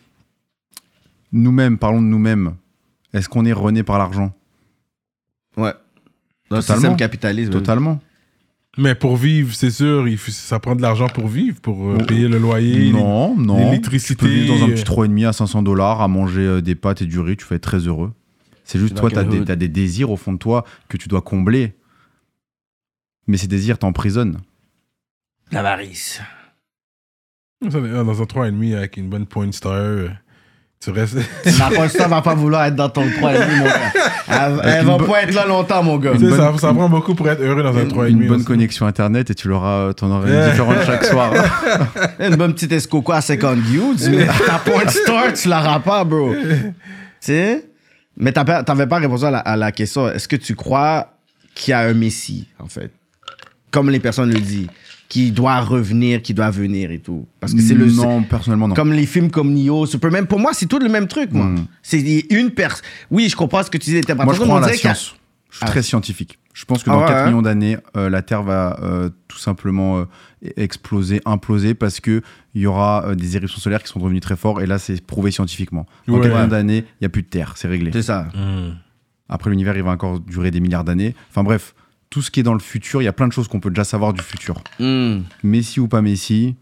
Nous-mêmes, parlons de nous-mêmes. Est-ce qu'on est rené par l'argent? Ouais. Dans le système capitaliste. Totalement. Mais pour vivre, c'est sûr, ça prend de l'argent pour vivre, pour payer le loyer, l'électricité. Tu peux vivre dans un petit 3,5 à $500, à manger des pâtes et du riz, tu vas être très heureux. C'est juste, toi, t'as des désirs au fond de toi que tu dois combler. Mais ces désirs t'emprisonnent. L'avarice. Dans un 3,5 avec une bonne point star, tu restes... La point star va pas vouloir être dans ton 3,5, mon gars. Elle va pas être là longtemps, mon gars. Ça prend beaucoup pour être heureux dans un 3,5. Une bonne connexion Internet et t'en auras une différente chaque soir. Une bonne petite escoco à 50 views, mais ta point star, tu l'auras pas, bro. Tu sais? Mais t'avais pas répondu à la question. Est-ce que tu crois qu'il y a un Messie, en fait? Comme les personnes le disent. qui doit revenir, qui doit venir et tout. Parce que c'est le... Non, personnellement, non. Comme les films comme Neo, Superman, pour moi, c'est tout le même truc, moi. C'est une personne... Oui, je comprends ce que tu dis, moi, je crois en la science. Je suis très scientifique. Je pense que dans 4 millions d'années, la Terre va tout simplement exploser, imploser, parce qu'il y aura des éruptions solaires qui sont devenues très fortes, et là, c'est prouvé scientifiquement. Dans 4 millions d'années, il n'y a plus de Terre, c'est réglé. C'est ça. Après, l'univers, il va encore durer des milliards d'années. Enfin bref, tout ce qui est dans le futur, il y a plein de choses qu'on peut déjà savoir du futur. Messi ou pas Messi,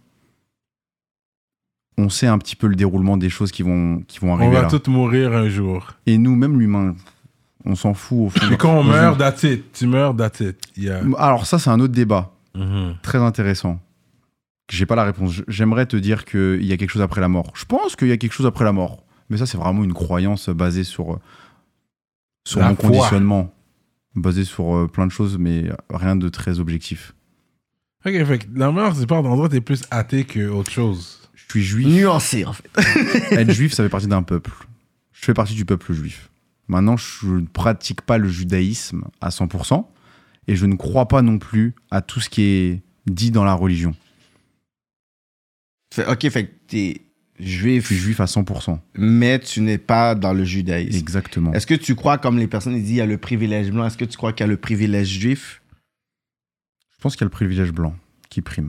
on sait un petit peu le déroulement des choses qui vont arriver. On va là. tous mourir un jour. Et nous, même l'humain, on s'en fout au fond. Mais quand on meurt, that's it. Tu meurs, that's it. Alors ça, c'est un autre débat. Très intéressant. J'ai pas la réponse. J'aimerais te dire qu'il y a quelque chose après la mort. Je pense qu'il y a quelque chose après la mort. Mais ça, c'est vraiment une croyance basée sur mon conditionnement. Basée sur plein de choses, mais rien de très objectif. Ok, fait que la mort, c'est pas un endroit où t'es plus athée qu'autre chose. Je suis juif. Nuancé, en fait. Être juif, ça fait partie d'un peuple. Je fais partie du peuple juif. Maintenant, je ne pratique pas le judaïsme à 100%, et je ne crois pas non plus à tout ce qui est dit dans la religion. Ok, fait que t'es juif. Je suis juif à 100%. Mais tu n'es pas dans le judaïsme. Exactement. Est-ce que tu crois, comme les personnes disent, il y a le privilège blanc, est-ce que tu crois qu'il y a le privilège juif? Je pense qu'il y a le privilège blanc qui prime.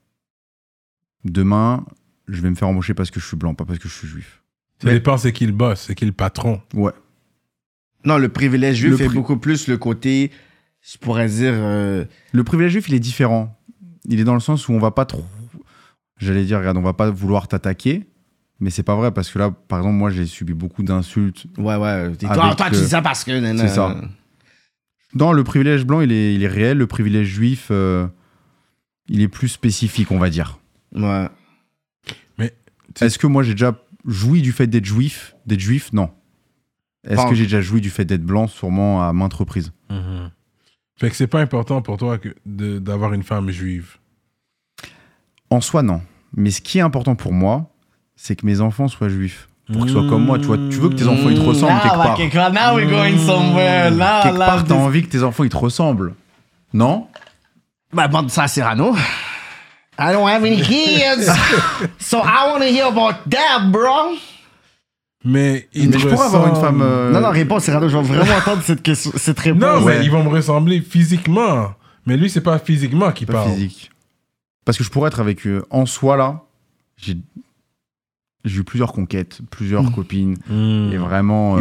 Demain, je vais me faire embaucher parce que je suis blanc, pas parce que je suis juif. Ça dépend, c'est qui le boss, c'est qui le patron. Ouais. Non, le privilège juif est beaucoup plus le côté, je pourrais dire... Le privilège juif, il est différent. Il est dans le sens où on va pas trop... J'allais dire, regarde, on va pas vouloir t'attaquer, mais c'est pas vrai, parce que là, par exemple, moi, j'ai subi beaucoup d'insultes. Ouais. Toi, tu dis ça parce que... C'est ça. Non, le privilège blanc, il est réel. Le privilège juif, il est plus spécifique, on va dire. Ouais. Mais... Est-ce que moi, j'ai déjà joui du fait d'être juif? Non. Est-ce que j'ai déjà joui du fait d'être blanc? Sûrement à maintes reprises. Fait que c'est pas important pour toi d'avoir une femme juive? En soi, non. Mais ce qui est important pour moi, c'est que mes enfants soient juifs. Pour qu'ils soient comme moi, tu vois. Tu veux que tes enfants, ils te ressemblent quelque part. Now we're going somewhere. Quelque part, t'as envie que tes enfants, ils te ressemblent. Non? Bah, bon, ça, Cyrano. I don't have any kids. So I want to hear about that, bro. Mais je pourrais avoir une femme... Non, réponds, Cyrano. Je veux vraiment entendre cette réponse. Non, mais ils vont me ressembler physiquement. Mais lui, c'est pas physiquement qu'il parle. Physique. Parce que je pourrais être avec eux. En soi, là, j'ai eu plusieurs conquêtes, plusieurs copines. Et vraiment...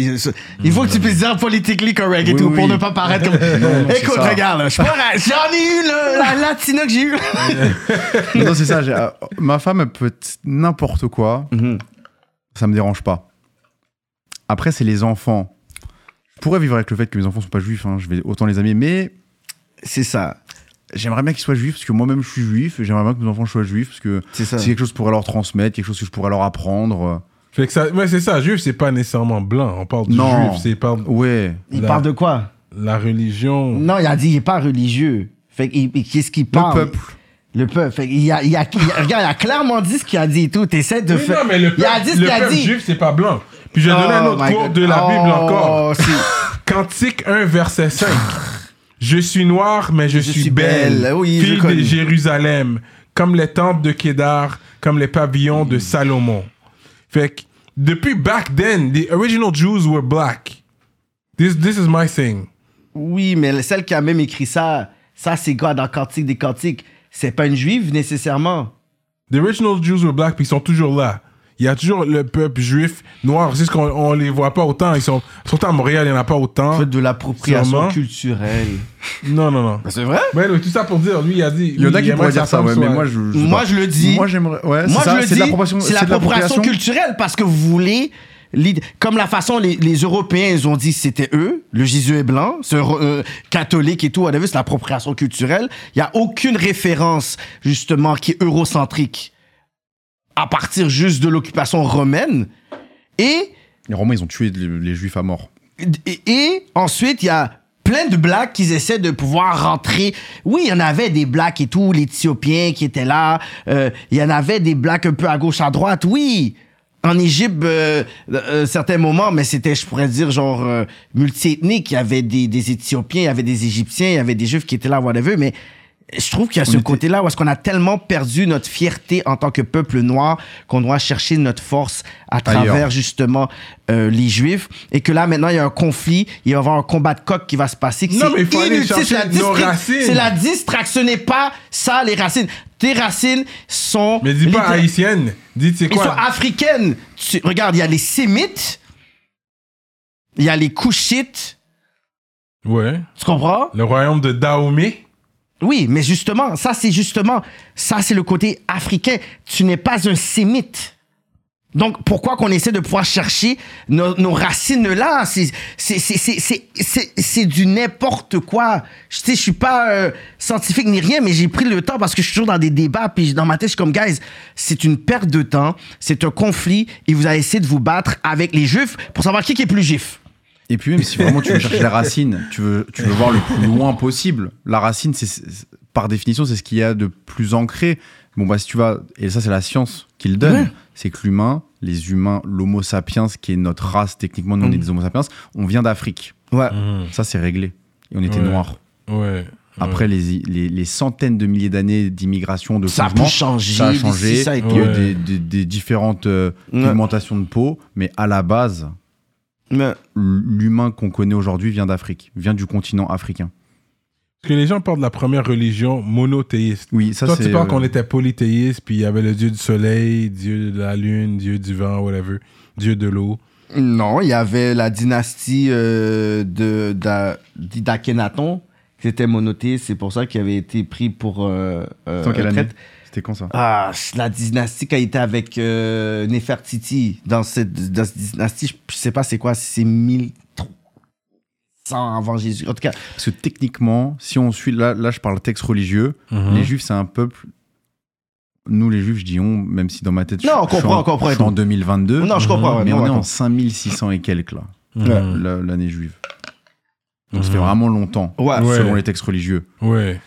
Il faut que tu puisses dire politically correct et tout pour ne pas paraître comme... Écoute, regarde, là, j'en ai eu la latina que j'ai eue. Non, c'est ça. Ma femme, elle peut être n'importe quoi. Ça me dérange pas. Après, c'est les enfants. Je pourrais vivre avec le fait que mes enfants sont pas juifs. Je vais autant les aimer, mais... C'est ça. J'aimerais bien qu'ils soient juifs, parce que moi-même, je suis juif. Et j'aimerais bien que mes enfants soient juifs, parce que c'est quelque chose que je pourrais leur transmettre, quelque chose que je pourrais leur apprendre. Fait que ça, c'est ça. Juif, c'est pas nécessairement blanc. On parle du juif. Il parle de quoi? La religion. Non, il a dit qu'il n'est pas religieux. Fait qu'est-ce qu'il parle? Le peuple. Fait regarde, il a clairement dit ce qu'il a dit et tout. T'essaies de faire... Non, mais le peuple juif, c'est pas blanc. Puis je vais donner un autre cours de la Bible encore. Cantique 1, verset 5. Je suis noir, mais je suis belle. Oui, fille de Jérusalem, comme les temples de Kédar, comme les pavillons de Salomon. Fait que, depuis back then, the original Jews were black. This is my thing. Oui, mais celle qui a même écrit ça c'est quoi dans Cantique des Cantiques? C'est pas une juive nécessairement. The original Jews were black, puis ils sont toujours là. Il y a toujours le peuple juif noir. C'est ce qu'on les voit pas autant. Surtout à Montréal, il y en a pas autant. De l'appropriation culturelle. Non. C'est vrai? Ouais, tout ça pour dire, lui, il a dit... Il y en a qui pourraient dire ça, ouais, mais moi, je le dis. Moi, j'aimerais... Ouais, c'est l'appropriation culturelle parce que vous voulez... Comme la façon les Européens, ils ont dit c'était eux, le Jésus est blanc, catholique et tout, on a vu, c'est l'appropriation culturelle. Il n'y a aucune référence, justement, qui est eurocentrique à partir juste de l'occupation romaine. Et... Les Romains, ils ont tué les Juifs à mort. Et ensuite, il y a plein de Blacks qui essaient de pouvoir rentrer. Oui, il y en avait des Blacks et tout, l'Éthiopien qui était là. Il y en avait des Blacks un peu à gauche, à droite, oui. En Égypte, certains moments, mais c'était, je pourrais dire, genre multi-ethnique. Il y avait des Éthiopiens, il y avait des Égyptiens, il y avait des Juifs qui étaient là, whatever, mais je trouve qu'il y a ce côté-là où est-ce qu'on a tellement perdu notre fierté en tant que peuple noir qu'on doit chercher notre force à travers justement les Juifs et que là maintenant il y a un conflit, il va y avoir un combat de coq qui va se passer. Non mais il faut aller chercher nos racines. C'est la distraction, n'est pas ça les racines. Tes racines sont... Mais dis pas haïtiennes, dis c'est quoi? Ils sont africaines. Regarde, il y a les Sémites, il y a les Couchites. Ouais. Tu comprends? Le royaume de Dahomey. Oui, mais justement, ça c'est le côté africain. Tu n'es pas un sémite. Donc, pourquoi qu'on essaie de pouvoir chercher nos racines là? C'est du n'importe quoi. Je suis pas scientifique ni rien, mais j'ai pris le temps parce que je suis toujours dans des débats, puis dans ma tête, je suis comme, guys, c'est une perte de temps, c'est un conflit, et vous allez essayer de vous battre avec les Juifs pour savoir qui est plus juif. Et puis même si vraiment tu veux chercher la racine, tu veux voir le plus loin possible. La racine, par définition, c'est ce qu'il y a de plus ancré. Bon bah si tu vas, et ça c'est la science qui le donne, c'est que les humains, l'homo sapiens, qui est notre race techniquement, nous on est des homo sapiens, on vient d'Afrique. Ouais. Ça c'est réglé. Et on était noirs. Ouais. Après les centaines de milliers d'années d'immigration, de ça changement, ça a changé. Il y a eu des différentes pigmentations de peau, mais à la base. L'humain qu'on connaît aujourd'hui vient d'Afrique, vient du continent africain. Parce que les gens parlent de la première religion monothéiste. Oui, ça toi, c'est... tu parles qu'on était polythéiste, puis il y avait le dieu du soleil, dieu de la lune, dieu du vent, whatever, dieu de l'eau. Non, il y avait la dynastie d'Akhenaton, qui était monothéiste, c'est pour ça qu'il avait été pris pour retraite. C'était quand ça? Ah, la dynastie qui a été avec Néfertiti. Dans cette dynastie, je sais pas c'est quoi, c'est 1300 avant Jésus. En tout cas. Parce que techniquement, si on suit, là je parle texte religieux, les Juifs c'est un peuple. Nous les Juifs, je dis on, même si dans ma tête, on comprend. Je suis en 2022. Non, je comprends. Mais on est en 5600 et quelques là, l'année juive. Donc ça fait vraiment longtemps, selon les textes religieux. Ouais.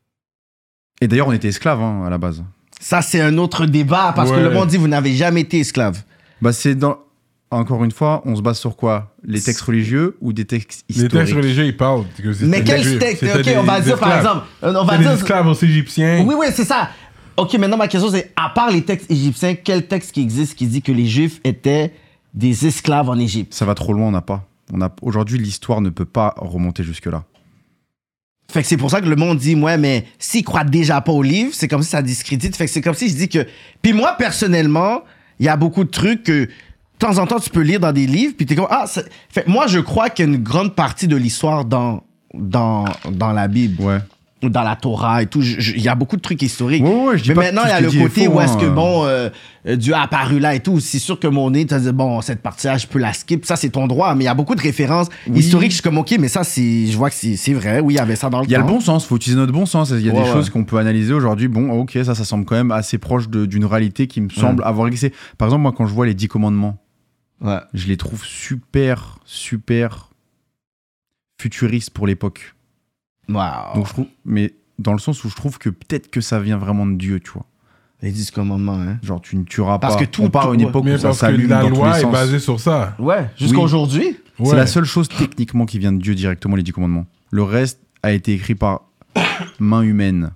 Et d'ailleurs, on était esclaves à la base. Ça, c'est un autre débat parce que le monde dit vous n'avez jamais été esclave. Bah, encore une fois, on se base sur quoi? Les textes religieux ou des textes historiques? Les textes religieux, ils parlent. Mais quel texte? Ok, on va dire par exemple. On va dire. Des esclaves aussi égyptiens. Oui, c'est ça. Ok, maintenant ma question c'est à part les textes égyptiens, quel texte qui existe qui dit que les Juifs étaient des esclaves en Égypte? Ça va trop loin, on n'a pas. Aujourd'hui, l'histoire ne peut pas remonter jusque-là. Fait que c'est pour ça que le monde dit, ouais, mais s'ils croient déjà pas au livre, c'est comme si ça discrédite. Fait que c'est comme si je dis que... Puis moi, personnellement, il y a beaucoup de trucs que, de temps en temps, tu peux lire dans des livres, puis t'es comme, Fait que moi, je crois qu'il y a une grande partie de l'histoire dans la Bible. Ouais. Ou dans la Torah et tout. Il y a beaucoup de trucs historiques. Ouais, je dis mais pas maintenant, il y a le côté où est-ce que, Dieu a apparu là et tout. C'est sûr que mon nez, t'as dit, bon, cette partie-là, je peux la skip. Ça, c'est ton droit. Mais il y a beaucoup de références historiques. Je suis comme, OK, mais ça, je vois que c'est vrai. Oui, il y avait ça dans le temps. Il y a le bon sens. Il faut utiliser notre bon sens. Il y a des choses qu'on peut analyser aujourd'hui. Bon, OK, ça semble quand même assez proche d'une réalité qui me semble avoir existé. Par exemple, moi, quand je vois les 10 commandements, je les trouve super, super futuristes pour l'époque. Wow. Donc, mais dans le sens où je trouve que peut-être que ça vient vraiment de Dieu, tu vois. Les 10 commandements, hein. Genre, tu ne tueras pas. Parce que on part à une époque où ça s'allume dans tous les sens. La loi est basée sur ça. Ouais, jusqu'à aujourd'hui. Ouais. C'est la seule chose techniquement qui vient de Dieu directement, les 10 commandements. Le reste a été écrit par main humaine.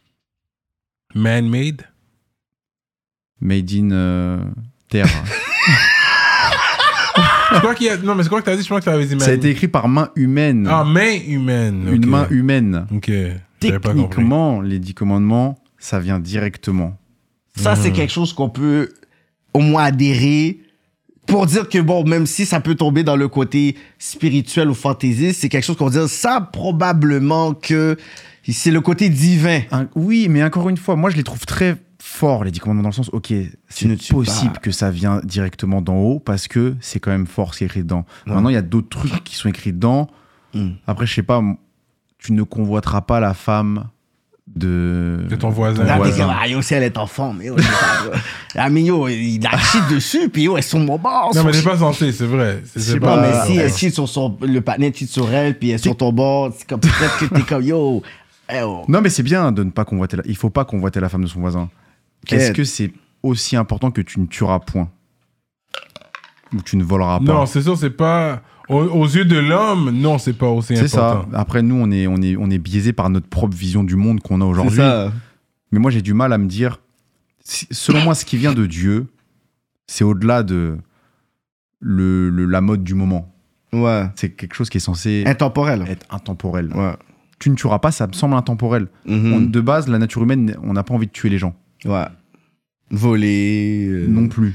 Man-made? Made in terre. Non, mais c'est quoi que t'as dit? Je crois que t'avais dit ça a été écrit par main humaine. Ah, main humaine. Une main humaine. Ok. Techniquement, les 10 commandements, ça vient directement. Ça, c'est quelque chose qu'on peut au moins adhérer pour dire que, bon, même si ça peut tomber dans le côté spirituel ou fantaisiste, c'est quelque chose qu'on dit, ça, probablement que c'est le côté divin. Oui, mais encore une fois, moi, je les trouve très forts, les 10 commandements, dans le sens, ok, c'est possible que ça vient directement d'en haut, parce que c'est quand même fort ce qui est écrit dedans. Ouais. Maintenant, il y a d'autres trucs qui sont écrits dedans. Après, je sais pas, tu ne convoiteras pas la femme de ton voisin. Si elle est en forme, il a cheat dessus, puis elles sont mon bord. Non, mais t'es pas censé, c'est vrai. C'est pas, mais si elle cheat sur le partenaire cheat sur elle, puis elle est sur ton bord, c'est comme peut-être que t'es comme yo. Non, mais c'est bien de ne pas convoiter il faut pas convoiter la femme de son voisin. Est-ce que c'est aussi important que tu ne tueras point? Où tu ne voleras pas. Non, c'est sûr, c'est pas... Aux yeux de l'homme, non, c'est pas aussi important. C'est ça. Après, nous, on est biaisé par notre propre vision du monde qu'on a aujourd'hui. C'est ça. Mais moi, j'ai du mal à me dire... Selon moi, ce qui vient de Dieu, c'est au-delà de la mode du moment. Ouais. C'est quelque chose qui est censé... Intemporel. Être intemporel. Ouais. Tu ne tueras pas, ça me semble intemporel. De base, la nature humaine, on n'a pas envie de tuer les gens. Ouais. Voler... Non plus.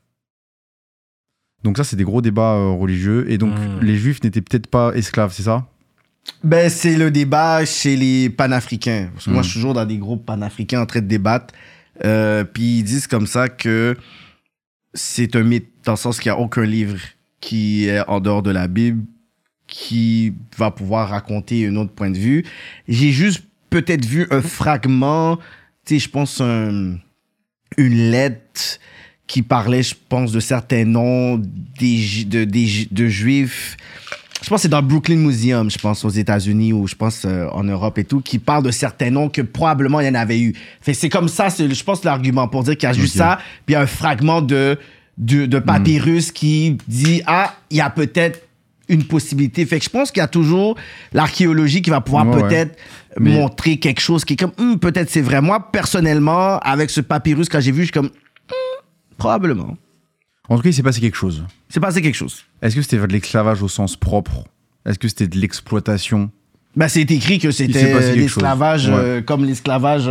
Donc ça, c'est des gros débats religieux. Et donc, les Juifs n'étaient peut-être pas esclaves, c'est ça? Ben, c'est le débat chez les panafricains. Parce que moi, je suis toujours dans des groupes panafricains en train de débattre. Puis ils disent comme ça que c'est un mythe, dans le sens qu'il n'y a aucun livre qui est en dehors de la Bible qui va pouvoir raconter un autre point de vue. J'ai juste peut-être vu un fragment, tu sais, je pense une lettre qui parlait, je pense, de certains noms de Juifs. Je pense que c'est dans le Brooklyn Museum, je pense, aux États-Unis ou je pense en Europe et tout, qui parle de certains noms que probablement il y en avait eu. Fait c'est comme ça, je pense, l'argument pour dire qu'il y a juste ça, puis il y a un fragment de papyrus qui dit, il y a peut-être une possibilité. Fait que je pense qu'il y a toujours l'archéologie qui va pouvoir peut-être montrer quelque chose qui est comme, peut-être c'est vrai. Moi, personnellement, avec ce papyrus, quand j'ai vu, je suis comme, probablement. En tout cas, il s'est passé quelque chose. C'est passé quelque chose. Est-ce que c'était de l'esclavage au sens propre? Est-ce que c'était de l'exploitation? Ben, c'est écrit que c'était l'esclavage, comme l'esclavage.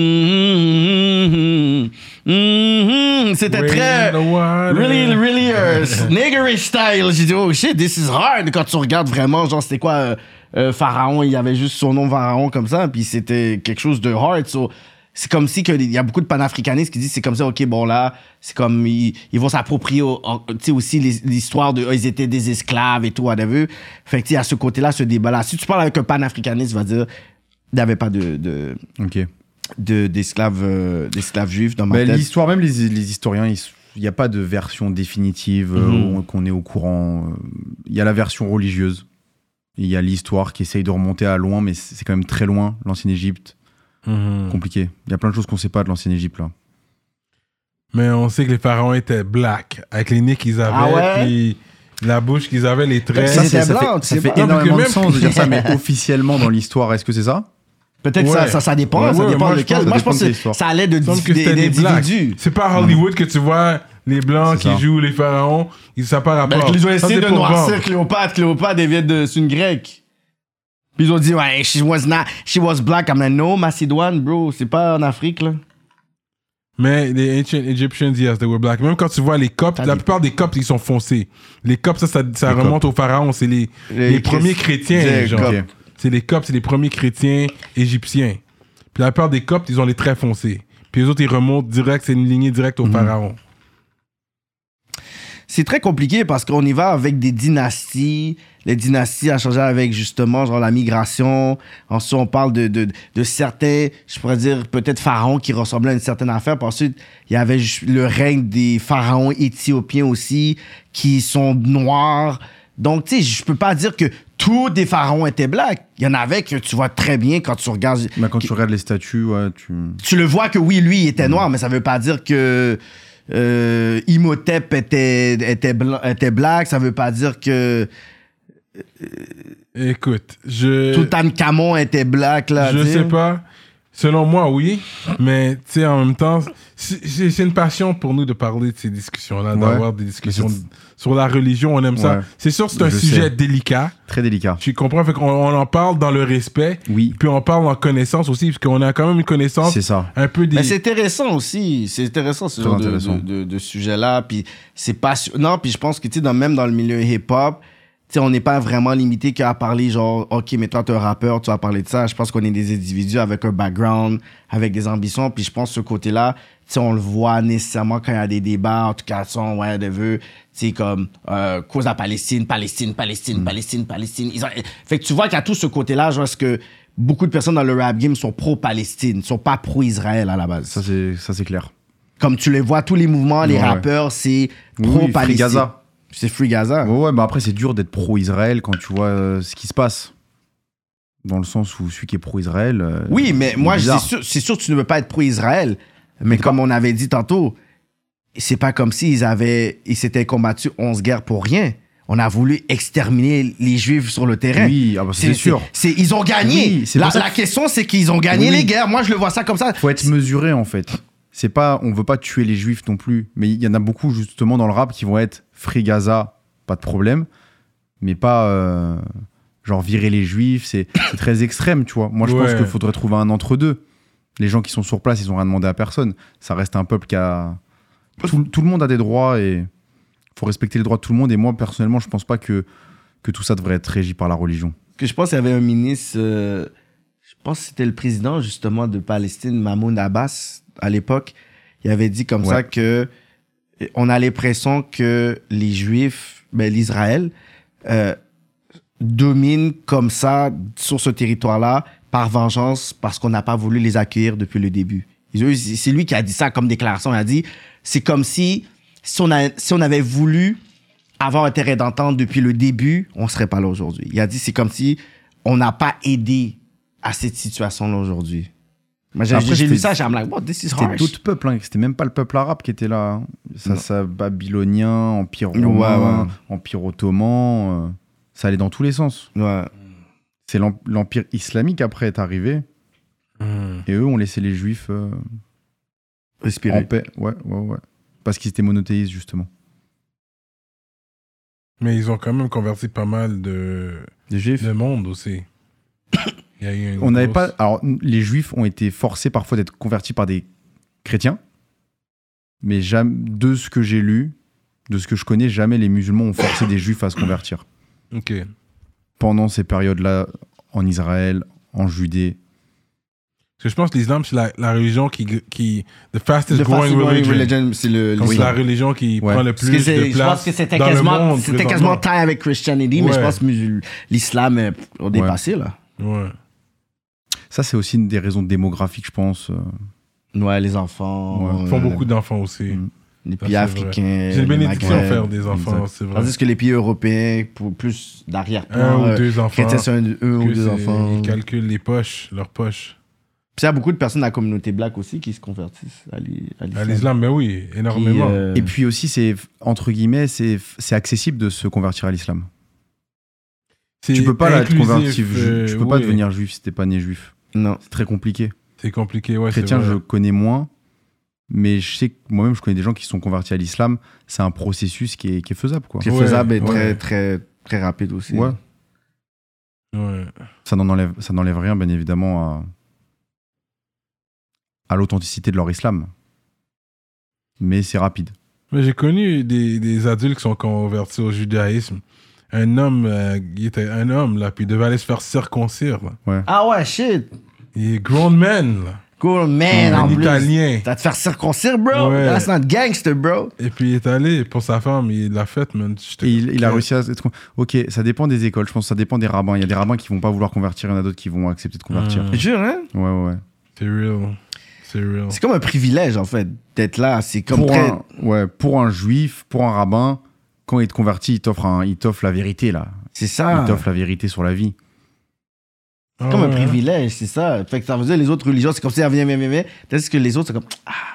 C'était très. Really, niggerish style. J'ai dit, oh shit, this is hard. Quand tu regardes vraiment, genre, c'était quoi, Pharaon, il y avait juste son nom Pharaon comme ça, puis c'était quelque chose de hard. So, c'est comme si il y a beaucoup de panafricanistes qui disent c'est comme ça, ok, bon là, c'est comme ils vont s'approprier aussi l'histoire de ils étaient des esclaves et tout, whatever. Fait que à ce côté-là, ce débat-là, si tu parles avec un panafricaniste, il va dire il n'y avait pas d'esclaves juifs dans ma tête. L'histoire, même les historiens, il n'y a pas de version définitive qu'on est au courant. Il y a la version religieuse. Il y a l'histoire qui essaye de remonter à loin, mais c'est quand même très loin, l'ancienne Égypte. Compliqué. Il y a plein de choses qu'on ne sait pas de l'ancienne Égypte là. Mais on sait que les pharaons étaient black, avec les nez qu'ils avaient, puis la bouche qu'ils avaient, les traits. Ça fait énormément de sens de dire ça, mais officiellement dans l'histoire, est-ce que c'est ça? Peut-être ça dépend, ça dépend de lequel. Moi, je pense que ça allait de d'individus. C'est pas à Hollywood que tu vois les blancs qui jouent les pharaons, ça n'a pas rapport. Ils ont essayé de noircir Cléopâtre. Cléopâtre, c'est une grecque. Puis ils ont dit, ouais, she was black. I'm like, no, Macédoine, bro, c'est pas en Afrique, là. Mais les ancient Egyptians, yes, they were black. Même quand tu vois les Coptes, la plupart des Coptes, ils sont foncés. Les Coptes, ça remonte aux pharaons. C'est les premiers chrétiens, genre. C'est les Coptes, c'est les premiers chrétiens égyptiens. Puis la plupart des Coptes, ils ont les traits foncés. Puis les autres, ils remontent direct, c'est une lignée directe aux pharaons. C'est très compliqué parce qu'on y va avec des dynasties. Les dynasties ont changé avec justement genre la migration. Ensuite, on parle de certains, je pourrais dire peut-être pharaons qui ressemblaient à une certaine affaire. Puis ensuite, il y avait le règne des pharaons éthiopiens aussi qui sont noirs. Donc, tu sais, je peux pas dire que tous les pharaons étaient blacks. Il y en avait que tu vois très bien quand tu regardes... Mais quand tu regardes les statues, ouais, tu le vois que oui, lui, il était noir, mais ça veut pas dire que... Imhotep était black, ça veut pas dire que écoute, Toutankhamon était black là. Je sais pas. Selon moi, oui, mais tu sais, en même temps, c'est une passion pour nous de parler de ces discussions-là, d'avoir des discussions sur la religion, on aime ça. C'est sûr, c'est un sujet délicat. Très délicat. Tu comprends? Fait qu'on en parle dans le respect, puis on parle en connaissance aussi, parce qu'on a quand même une connaissance un peu des... Mais c'est intéressant aussi, ce genre de sujet-là, puis c'est passionnant, puis je pense que, tu sais, même dans le milieu hip-hop, t'sais, on n'est pas vraiment limité qu'à parler genre, OK, mais toi, t'es un rappeur, tu vas parler de ça. Je pense qu'on est des individus avec un background, avec des ambitions. Puis je pense que ce côté-là, on le voit nécessairement quand il y a des débats, en tout cas, comme cause à Palestine. Fait que tu vois qu'il y a tout ce côté-là, genre, est-ce que beaucoup de personnes dans le rap game sont pro-Palestine, sont pas pro-Israël à la base. Ça, c'est clair. Comme tu les vois, tous les mouvements, les rappeurs, c'est pro-Palestine. Gaza. C'est Free Gaza. Ouais, mais après, c'est dur d'être pro-Israël quand tu vois ce qui se passe. Dans le sens où celui qui est pro-Israël... oui, mais moi, c'est sûr que tu ne veux pas être pro-Israël. Mais comme on avait dit tantôt, c'est pas comme s'ils s'étaient combattus 11 guerres pour rien. On a voulu exterminer les Juifs sur le terrain. Oui, c'est sûr. Ils ont gagné. Oui, la question, c'est qu'ils ont gagné les guerres. Moi, je le vois ça comme ça. Faut être mesuré, en fait. On veut pas tuer les Juifs non plus. Mais il y en a beaucoup, justement, dans le rap qui vont être Free Gaza, pas de problème. Mais pas, genre, virer les Juifs. C'est très extrême, tu vois. Moi, je pense qu'il faudrait trouver un entre-deux. Les gens qui sont sur place, ils ont rien demandé à personne. Ça reste un peuple qui a... Tout le monde a des droits et... faut respecter les droits de tout le monde. Et moi, personnellement, je pense pas que tout ça devrait être régi par la religion. Que je pense qu'il y avait un ministre, je pense que c'était le président, justement, de Palestine, Mahmoud Abbas, à l'époque. Il avait dit comme ça que on a l'impression que les Juifs, l'Israël, domine comme ça sur ce territoire-là par vengeance parce qu'on n'a pas voulu les accueillir depuis le début. C'est lui qui a dit ça comme déclaration. Il a dit, c'est comme si on avait voulu avoir un terrain d'entente depuis le début, on ne serait pas là aujourd'hui. Il a dit, c'est comme si on n'a pas aidé à cette situation-là aujourd'hui. Moi, j'ai lu ça, j'ai dit, like, this is harsh. C'était d'autres peuples, hein. C'était même pas le peuple arabe qui était là. Ça babylonien, empire romain, empire ottoman, ça allait dans tous les sens. Ouais. C'est l'empire islamique après est arrivé. Et eux ont laissé les juifs respirer en paix. Ouais. Parce qu'ils étaient monothéistes, justement. Mais ils ont quand même converti pas mal de juifs. De monde aussi. Il y a eu on n'avait pas. Alors, les juifs ont été forcés parfois d'être convertis par des chrétiens. Mais jamais, de ce que j'ai lu, de ce que je connais, jamais les musulmans ont forcé des juifs à se convertir. Ok. Pendant ces périodes-là, en Israël, en Judée. Parce que je pense que l'islam, c'est la religion qui the fastest growing religion. C'est la religion qui prend le plus de place. Je pense que c'était quasiment taille avec Christianity, mais je pense que l'islam est dépassé, là. Ouais. Ça, c'est aussi une des raisons démographiques, je pense. Ouais, les enfants. Ils font beaucoup d'enfants aussi. Les pays africains. C'est une bénédiction de faire des enfants, c'est vrai. Tandis que les pays européens, pour plus d'arrière-plan, un ou deux enfants. chrétiens, c'est un ou deux enfants. Ils calculent leurs poches. Puis il y a beaucoup de personnes de la communauté black aussi qui se convertissent à l'islam. Mais oui, énormément. Et puis aussi, c'est, entre guillemets, c'est accessible de se convertir à l'islam. Tu peux pas être converti, tu peux pas devenir juif si t'es pas né juif. Non. C'est très compliqué. C'est compliqué, ouais. Chrétien, je connais moins, mais je sais que moi-même, je connais des gens qui se sont convertis à l'islam. C'est un processus qui est faisable, quoi. Qui est faisable et très, très, très rapide aussi. Ouais. Ça n'enlève rien, bien évidemment, à l'authenticité de leur islam. Mais c'est rapide. Mais j'ai connu des adultes qui sont convertis au judaïsme. Un homme, il était un homme, là, puis il devait aller se faire circoncire. Ouais. Ah ouais, shit. Il est grown man, là. Grown man, en plus. Italien. T'as te faire circoncire, bro? Ouais. That's not gangster, bro. Et puis il est allé pour sa femme, il l'a fait, man. Il a réussi à être... Ok, ça dépend des écoles, je pense que ça dépend des rabbins. Il y a des rabbins qui vont pas vouloir convertir, il y en a d'autres qui vont accepter de convertir. C'est sûr, hein? Ouais. C'est real. C'est comme un privilège, en fait, d'être là. C'est comme pour un juif, pour un rabbin, quand il te convertit, il t'offre la vérité, là. C'est ça. Il t'offre la vérité sur la vie. C'est comme un privilège, c'est ça. Fait que ça veut dire les autres religions, c'est comme si viens. Peut-être que les autres, c'est comme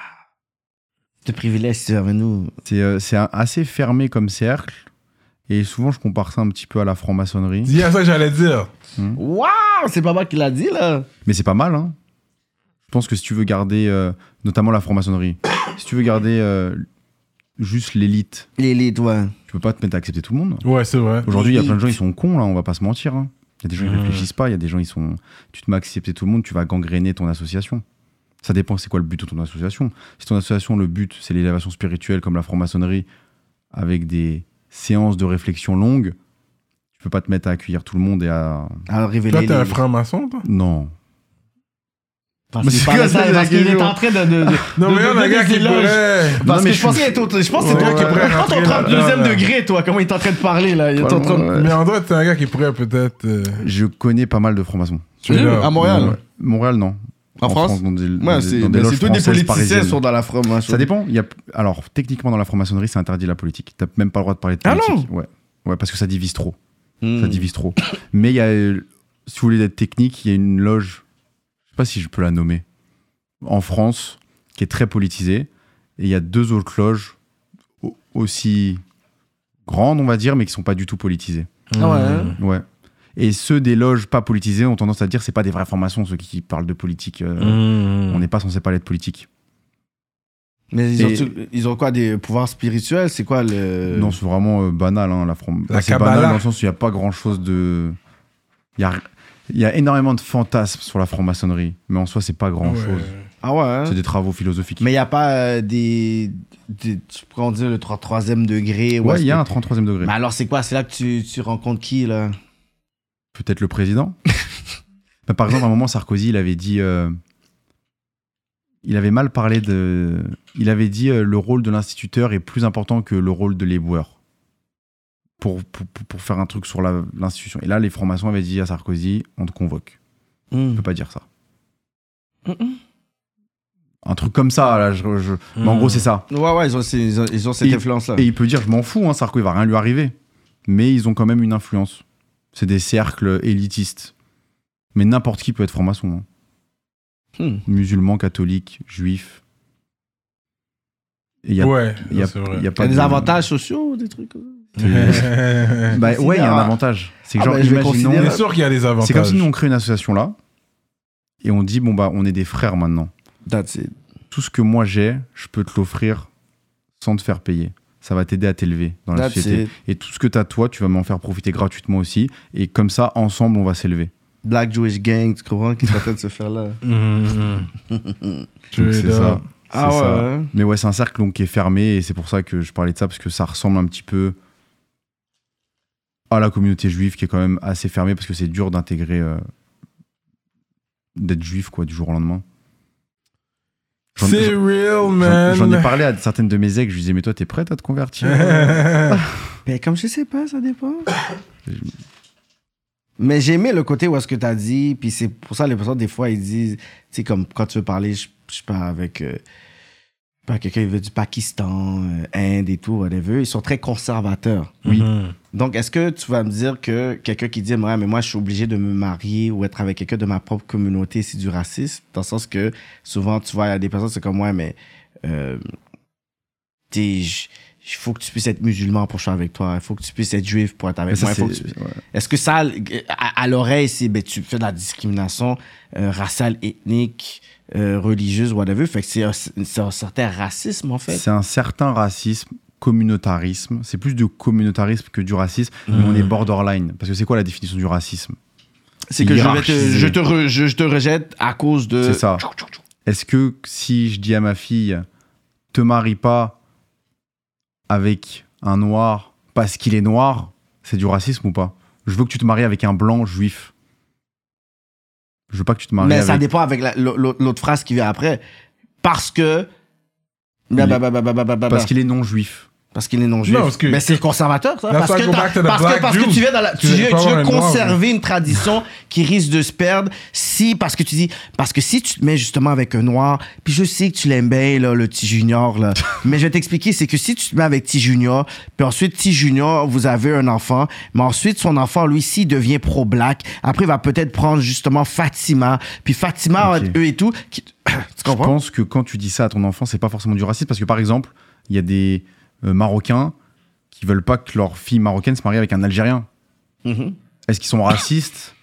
ce privilège, c'est avec nous. C'est assez fermé comme cercle. Et souvent, je compare ça un petit peu à la franc-maçonnerie. C'est ça que j'allais dire. Waouh, c'est pas moi qui l'a dit, là. Mais c'est pas mal, hein. Je pense que si tu veux garder, notamment la franc-maçonnerie, si tu veux garder juste l'élite. L'élite, ouais. Tu peux pas te mettre à accepter tout le monde. Ouais, c'est vrai. Aujourd'hui, il y a plein de gens, ils sont cons, là, on va pas se mentir. Hein. Il y a des gens qui réfléchissent pas, il y a des gens, tu te mets à accepter tout le monde, tu vas gangréner ton association. Ça dépend, c'est quoi le but de ton association. Si ton association, le but, c'est l'élévation spirituelle, comme la franc-maçonnerie, avec des séances de réflexion longues, tu peux pas te mettre à accueillir tout le monde et à révéler. Toi, t'es un franc-maçon, toi? Non. Parce qu'il est en train de non, mais il y a un gars qui pourrait. Parce que je pense que c'est toi qui pourrais. Quand on prend le deuxième degré, toi, comment il est en train de parler, là? Mais en vrai, t'es un gars qui pourrait peut-être. Je connais pas mal de francs-maçons. À Montréal? Montréal, non. En France? C'est tous des politiciens qui sont dans la franc-maçonnerie. Ça dépend. Alors, techniquement, dans la franc-maçonnerie, c'est interdit la politique. T'as même pas le droit de parler de politique. Ah non? Ouais, parce que ça divise trop. Ça divise trop. Mais il y a, si vous voulez être technique, il y a une loge. Je sais pas si je peux la nommer, en France, qui est très politisée. Et il y a 2 autres loges aussi grandes, on va dire, mais qui sont pas du tout politisées. Ah ouais. Ouais. Et ceux des loges pas politisées ont tendance à dire que c'est pas des vraies formations, ceux qui parlent de politique. On n'est pas censé parler de politique. Mais ils ont quoi, des pouvoirs spirituels? C'est quoi le... Non, c'est vraiment banal. Hein, c'est banal dans le sens où il n'y a pas grand-chose de... Il y a énormément de fantasmes sur la franc-maçonnerie, mais en soi, c'est pas grand-chose. Ah ouais, hein? C'est des travaux philosophiques. Mais il n'y a pas tu pourrais dire le 33e degré? Ouais, il y a un 33e degré. Mais alors, c'est quoi? C'est là que tu rencontres qui, là? Peut-être le président. Par exemple, à un moment, Sarkozy, il avait dit... il avait mal parlé de... Il avait dit le rôle de l'instituteur est plus important que le rôle de l'éboueur. Pour faire un truc sur l'institution. Et là, les francs-maçons avaient dit à Sarkozy, on te convoque. On peut pas dire ça. Un truc comme ça, là, mais en gros, c'est ça. Ouais, ils ont cette influence-là. Et il peut dire, je m'en fous, hein, Sarko, il va rien lui arriver. Mais ils ont quand même une influence. C'est des cercles élitistes. Mais n'importe qui peut être franc-maçon. Hein. Musulman, catholique, juif. C'est vrai. Il y a des avantages sociaux, des trucs comme ça. Ouais, il y a un avantage. C'est que genre, imaginons... C'est sûr qu'il y a des avantages. C'est comme si nous, on crée une association là, et on dit, on est des frères maintenant. That's it. Tout ce que moi j'ai, je peux te l'offrir sans te faire payer. Ça va t'aider à t'élever dans la société. Et tout ce que t'as toi, tu vas m'en faire profiter gratuitement aussi. Et comme ça, ensemble, on va s'élever. Black Jewish Gang, tu comprends, qui est en train de se faire là. C'est ça. Ah ouais. Ça. Mais ouais, c'est un cercle donc, qui est fermé, et c'est pour ça que je parlais de ça, parce que ça ressemble un petit peu à la communauté juive, qui est quand même assez fermée, parce que c'est dur d'intégrer, d'être juif, quoi, du jour au lendemain. C'est real, man. J'en ai parlé à certaines de mes ex, je lui disais, mais toi, t'es prête à te convertir? Mais comme je sais pas, ça dépend. Mais j'ai aimé le côté où est-ce que t'as dit, puis c'est pour ça les personnes, des fois, ils disent, tu sais, comme quand tu veux parler, je sais pas, avec quelqu'un qui veut du Pakistan, Inde et tout, whatever, ils sont très conservateurs. Oui. Donc, est-ce que tu vas me dire que quelqu'un qui dit, ouais, mais moi, je suis obligé de me marier ou être avec quelqu'un de ma propre communauté, c'est du racisme? Dans le sens que souvent, tu vois, il y a des personnes, c'est comme, ouais, mais il faut que tu puisses être musulman pour jouer avec toi. Il faut que tu puisses être juif pour être avec moi. Est-ce que ça, à l'oreille, c'est tu fais de la discrimination raciale, ethnique, religieuse, whatever. Fait que c'est un certain racisme, en fait. C'est un certain racisme, communautarisme. C'est plus du communautarisme que du racisme, mais on est borderline. Parce que c'est quoi la définition du racisme? C'est que je te rejette à cause de... C'est ça. Est-ce que si je dis à ma fille, te marie pas avec un noir parce qu'il est noir, c'est du racisme ou pas? Je veux que tu te maries avec un blanc juif. Je veux pas que tu te maries avec... Mais ça dépend avec l'autre phrase qui vient après. Parce que... Parce qu'il est non juif. Parce qu'il est non-juif. Mais c'est conservateur, ça. Parce que tu veux conserver une tradition qui risque de se perdre parce que si tu te mets justement avec un noir, puis je sais que tu l'aimes bien, là, le petit junior, là. Mais je vais t'expliquer, c'est que si tu te mets avec petit junior, puis ensuite petit junior, vous avez un enfant, mais ensuite son enfant, lui, s'il devient pro-black, après il va peut-être prendre justement Fatima, puis Fatima, eux et tout. Tu comprends? Je pense que quand tu dis ça à ton enfant, c'est pas forcément du racisme, parce que par exemple, il y a des Marocains qui veulent pas que leur fille marocaine se marie avec un Algérien. Est-ce qu'ils sont racistes?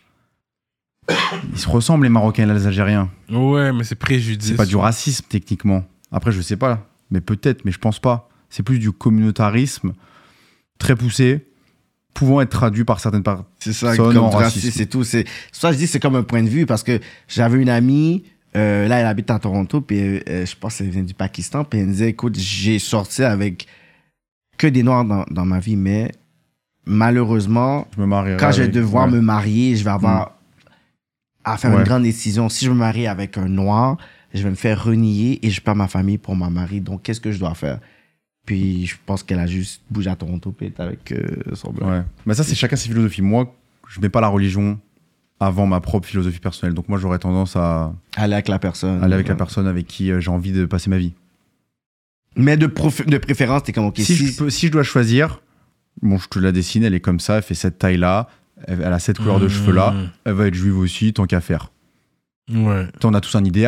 Ils se ressemblent, les Marocains et les Algériens. Ouais, mais c'est préjudice. C'est pas du racisme, techniquement. Après, je sais pas. Mais peut-être, mais je pense pas. C'est plus du communautarisme très poussé, pouvant être traduit par certaines personnes. C'est ça, comme racisme, c'est tout. C'est ça que je dis, c'est comme un point de vue, parce que j'avais une amie... là, elle habite à Toronto, puis je pense qu'elle vient du Pakistan, puis elle me disait, écoute, j'ai sorti avec que des Noirs dans ma vie, mais malheureusement, quand je vais devoir me marier, je vais avoir à faire une grande décision. Si je me marie avec un Noir, je vais me faire renier et je perds ma famille pour ma mari. Donc, qu'est-ce que je dois faire? Puis, je pense qu'elle a juste bougé à Toronto, puis avec son blanc. Ouais. Mais ça, c'est chacun ses philosophies. Moi, je mets pas la religion avant ma propre philosophie personnelle. Donc moi, j'aurais tendance à... aller avec la personne. Aller avec la personne avec qui j'ai envie de passer ma vie. Mais de préférence, t'es comme, ok, si je dois choisir, bon, je te la dessine, elle est comme ça, elle fait cette taille-là, elle a cette couleur de cheveux-là, elle va être juive aussi, tant qu'à faire. Ouais. On a tous un idéal,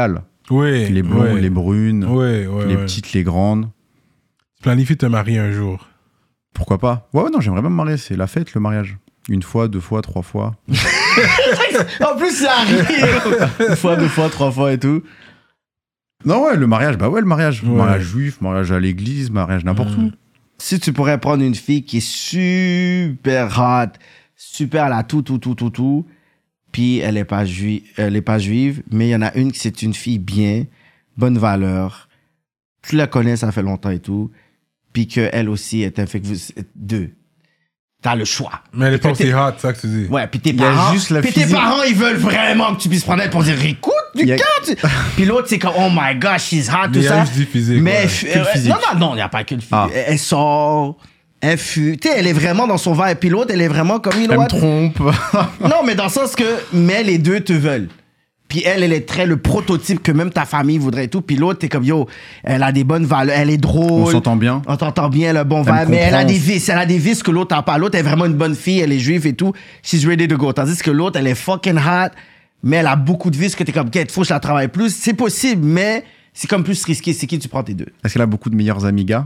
Oui. Les blondes, les brunes, les ouais. petites, les grandes. Tu planifies de te marier un jour? Pourquoi pas? Ouais, non, j'aimerais bien me marier. C'est la fête, le mariage. 1 fois, 2 fois, 3 fois. En plus, ça arrive. 1 fois, 2 fois, 3 fois et tout. Non, ouais, le mariage. Bah ouais, le mariage. Ouais. Mariage juif, mariage à l'église, mariage n'importe où. Si tu pourrais prendre une fille qui est super hot, super là, tout, puis elle est pas juive, mais il y en a une qui c'est une fille bien, bonne valeur, tu la connais, ça fait longtemps et tout, puis qu'elle aussi est un fait que vous êtes deux. T'as le choix. Mais elle est pas aussi hot, ça que tu dis. Ouais, puis tes parents, ils veulent vraiment que tu puisses prendre elle pour dire écoute, du cœur. Puis l'autre, c'est comme oh my gosh, she's hot, tout ça. Il y a physique. Mais physique. non, il n'y a pas que le physique. Elle sort, elle fuit. Tu sais, elle est vraiment dans son vibe. Puis l'autre, elle est vraiment comme you know what? Elle me trompe. Non, mais dans le sens que, mais les deux te veulent. Puis elle est très le prototype que même ta famille voudrait et tout. Puis l'autre, t'es comme, yo, elle a des bonnes valeurs, elle est drôle. On s'entend bien. On t'entend bien, elle a bon vibe. Mais elle a des vices que l'autre n'a pas. L'autre est vraiment une bonne fille, elle est juive et tout. She's ready to go. Tandis que l'autre, elle est fucking hot, mais elle a beaucoup de vices que t'es comme, faut que je la travaille plus. C'est possible, mais c'est comme plus risqué. C'est qui tu prends tes deux? Est-ce qu'elle a beaucoup de meilleurs amis gars?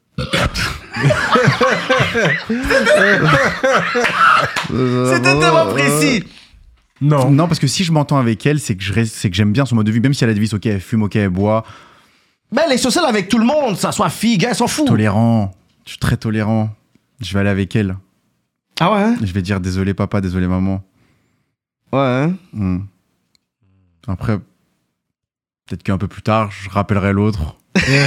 C'était tellement précis. Non, parce que si je m'entends avec elle, c'est que j'aime bien son mode de vie. Même si elle a des vices, ok, elle fume, ok, elle boit. Ben, elle est sociale avec tout le monde, ça soit fille, gars, elle s'en fout. Tolérant. Je suis très tolérant. Je vais aller avec elle. Ah ouais? Je vais dire désolé papa, désolé maman. Ouais. Après, peut-être qu'un peu plus tard, je rappellerai l'autre.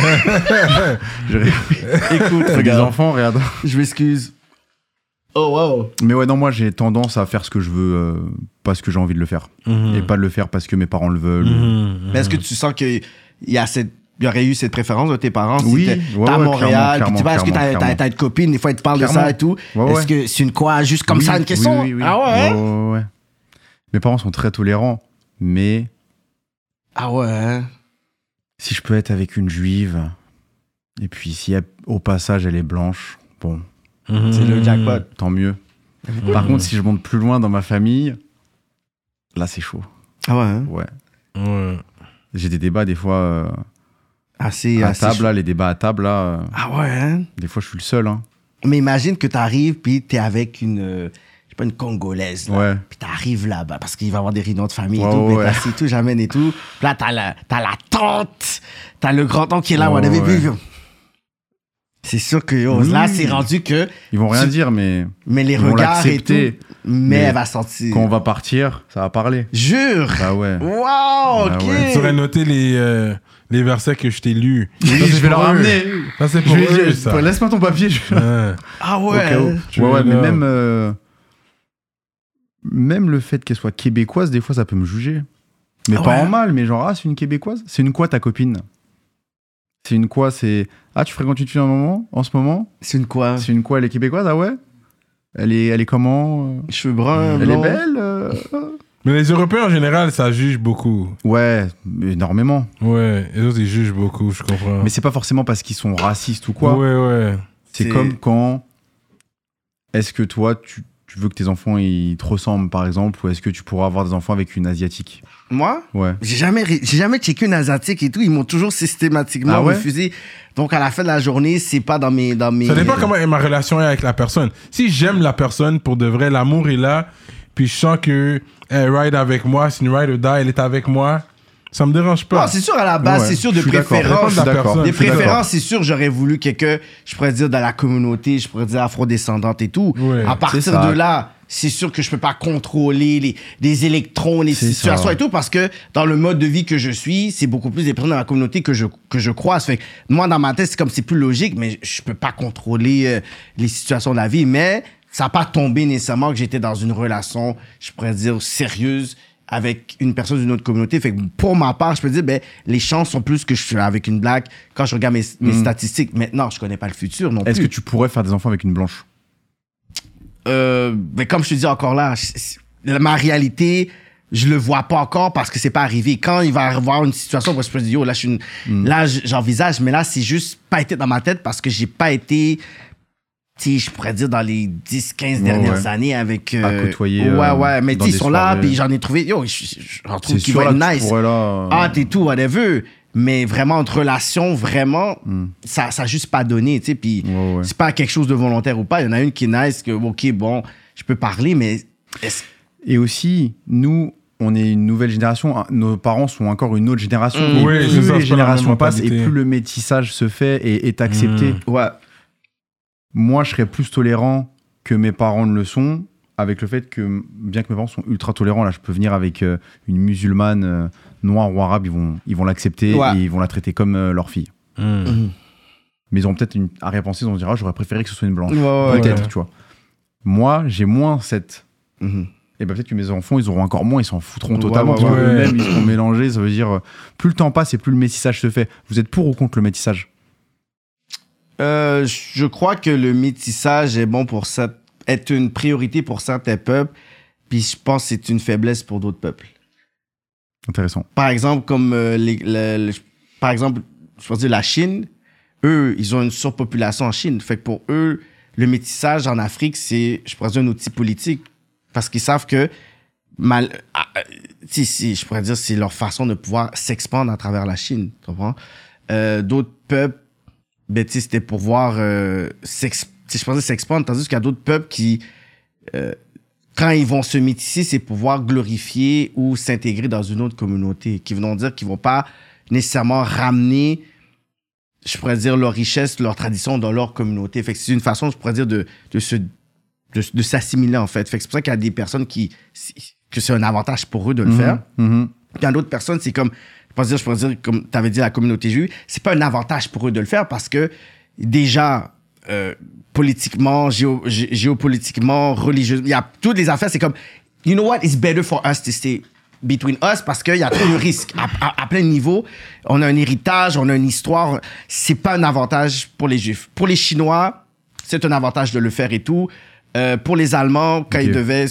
Écoute, regarde. Les enfants, regarde. Je m'excuse. Oh wow. Mais ouais, non, moi j'ai tendance à faire ce que je veux parce que j'ai envie de le faire. Et pas de le faire parce que mes parents le veulent. Mais est-ce que tu sens qu'il y aurait eu cette préférence de tes parents? Oui, si t'es à Montréal, puis tu vois, est-ce que t'as une copine, des fois, ils te parlent de ça et tout. Est-ce que c'est une quoi, juste comme ça, une question? Oui. Ah ouais? Ouais. Mes parents sont très tolérants, mais. Ah ouais? Si je peux être avec une juive, et puis si au passage elle est blanche, bon. C'est le jackpot. Tant mieux. Par contre, si je monte plus loin dans ma famille, là c'est chaud. Ah ouais? Hein? Ouais. J'ai des débats des fois. À table, chaud. là, les débats à table, là. Ah ouais, hein? Des fois, je suis le seul, hein. Mais imagine que t'arrives, puis t'es avec une Congolaise, là. Ouais. Puis t'arrives là-bas, parce qu'il va y avoir des réunions de famille et tout, puis t'as assis, tout, j'amène et tout. Puis là, t'as la tante, t'as le grand-oncle qui est là, c'est sûr que là, c'est rendu que... Ils vont rien dire, mais les regards et tout, mais elle va sentir... Quand on va partir, ça va parler. Jure! Bah ouais. Wow, ok! Ouais. Tu aurais noté les versets que je t'ai lus. Oui, je vais leur ramener. Ça, c'est pour eux, ça. Laisse-moi ton papier. Ah ouais! Ouais, mais même le fait qu'elle soit québécoise, des fois, ça peut me juger. Mais pas en mal, mais genre, c'est une québécoise? C'est une quoi, ta copine? C'est une quoi? Tu fréquentes une fille en ce moment? C'est une quoi? C'est une quoi? Elle est québécoise? Ah ouais? Elle est comment? Cheveux bruns, elle est belle? Mais les Européens, en général, ça juge beaucoup. Ouais, énormément. Ouais, les autres, ils jugent beaucoup, je comprends. Mais c'est pas forcément parce qu'ils sont racistes ou quoi. Ouais. C'est comme quand... Est-ce que toi, tu veux que tes enfants ils te ressemblent, par exemple, ou est-ce que tu pourras avoir des enfants avec une asiatique? Moi? Ouais. J'ai jamais checké une asiatique et tout. Ils m'ont toujours systématiquement refusé. Donc, à la fin de la journée, c'est pas dans mes... Ça dépend comment est ma relation avec la personne. Si j'aime la personne, pour de vrai, l'amour est là, puis je sens qu'elle ride avec moi, c'est une ride or die, elle est avec moi, ça me dérange pas. Non, c'est sûr, à la base, c'est sûr, de préférence. Des préférences, c'est sûr, j'aurais voulu quelqu'un, je pourrais dire, dans la communauté, je pourrais dire afrodescendante et tout. Ouais, à partir de là, c'est sûr que je peux pas contrôler les électrons, les situations et tout, parce que dans le mode de vie que je suis, c'est beaucoup plus des personnes dans la communauté que je croise. Fait que moi, dans ma tête, c'est comme c'est plus logique, mais je peux pas contrôler les situations de la vie. Mais ça n'a pas tombé nécessairement que j'étais dans une relation, je pourrais dire, sérieuse avec une personne d'une autre communauté. Fait que pour ma part, je peux dire, les chances sont plus que je suis avec une blague quand je regarde mes statistiques. Maintenant, je connais pas le futur non plus. Est-ce que tu pourrais faire des enfants avec une blanche? Mais comme je te dis encore là, ma réalité, je le vois pas encore parce que c'est pas arrivé. Quand il va y avoir une situation où je peux dire, là, là, j'envisage, mais là, c'est juste pas été dans ma tête parce que j'ai pas été je pourrais dire dans les 10-15 dernières années avec... à côtoyer. Mais ils sont là, puis j'en ai trouvé... j'en trouve qui vont être nice. T'es tout, whatever. Mais vraiment, entre relations, vraiment, ça n'a juste pas donné, tu sais. Puis c'est pas quelque chose de volontaire ou pas. Il y en a une qui est nice, que, OK, bon, je peux parler, mais... Et aussi, nous... On est une nouvelle génération, nos parents sont encore une autre génération. Plus les générations passent et plus le métissage se fait et est accepté. Moi, je serais plus tolérant que mes parents ne le sont, avec le fait que, bien que mes parents sont ultra tolérants, là, je peux venir avec une musulmane noire ou arabe, ils vont l'accepter et ils vont la traiter comme leur fille. Mais ils ont peut-être une arrière-pensée, ils vont se dire, j'aurais préféré que ce soit une blanche. Peut-être, tu vois. Moi, j'ai moins cette... Et ben peut-être que mes enfants, ils auront encore moins, ils s'en foutront totalement. Eux-mêmes, ils seront mélangés. Ça veut dire, plus le temps passe et plus le métissage se fait. Vous êtes pour ou contre le métissage ? Je crois que le métissage est bon pour être une priorité pour certains peuples, puis je pense que c'est une faiblesse pour d'autres peuples. Intéressant. Par exemple, comme par exemple, je pense dire la Chine, eux, ils ont une surpopulation en Chine. Fait que pour eux, le métissage en Afrique, c'est, je pourrais dire, un outil politique. Parce qu'ils savent que, je pourrais dire, c'est leur façon de pouvoir s'expandre à travers la Chine. Tu comprends? D'autres peuples, c'était pour voir s'expandre. Tandis qu'il y a d'autres peuples qui, quand ils vont se métisser, c'est pouvoir glorifier ou s'intégrer dans une autre communauté. Qui vont dire qu'ils vont pas nécessairement ramener, je pourrais dire, leur richesse, leur tradition dans leur communauté. Fait que c'est une façon, je pourrais dire, de s'assimiler, en fait. Fait que c'est pour ça qu'il y a des personnes que c'est un avantage pour eux de le faire. Il y a d'autres personnes, c'est comme, je pourrais dire, comme tu avais dit, la communauté juive, c'est pas un avantage pour eux de le faire parce que, déjà, politiquement, géopolitiquement, religieusement, il y a toutes les affaires, c'est comme, you know what, it's better for us to stay between us parce qu'il y a trop de risques à plein de niveaux. On a un héritage, on a une histoire. C'est pas un avantage pour les Juifs. Pour les Chinois, c'est un avantage de le faire et tout. Pour les Allemands, quand ils devaient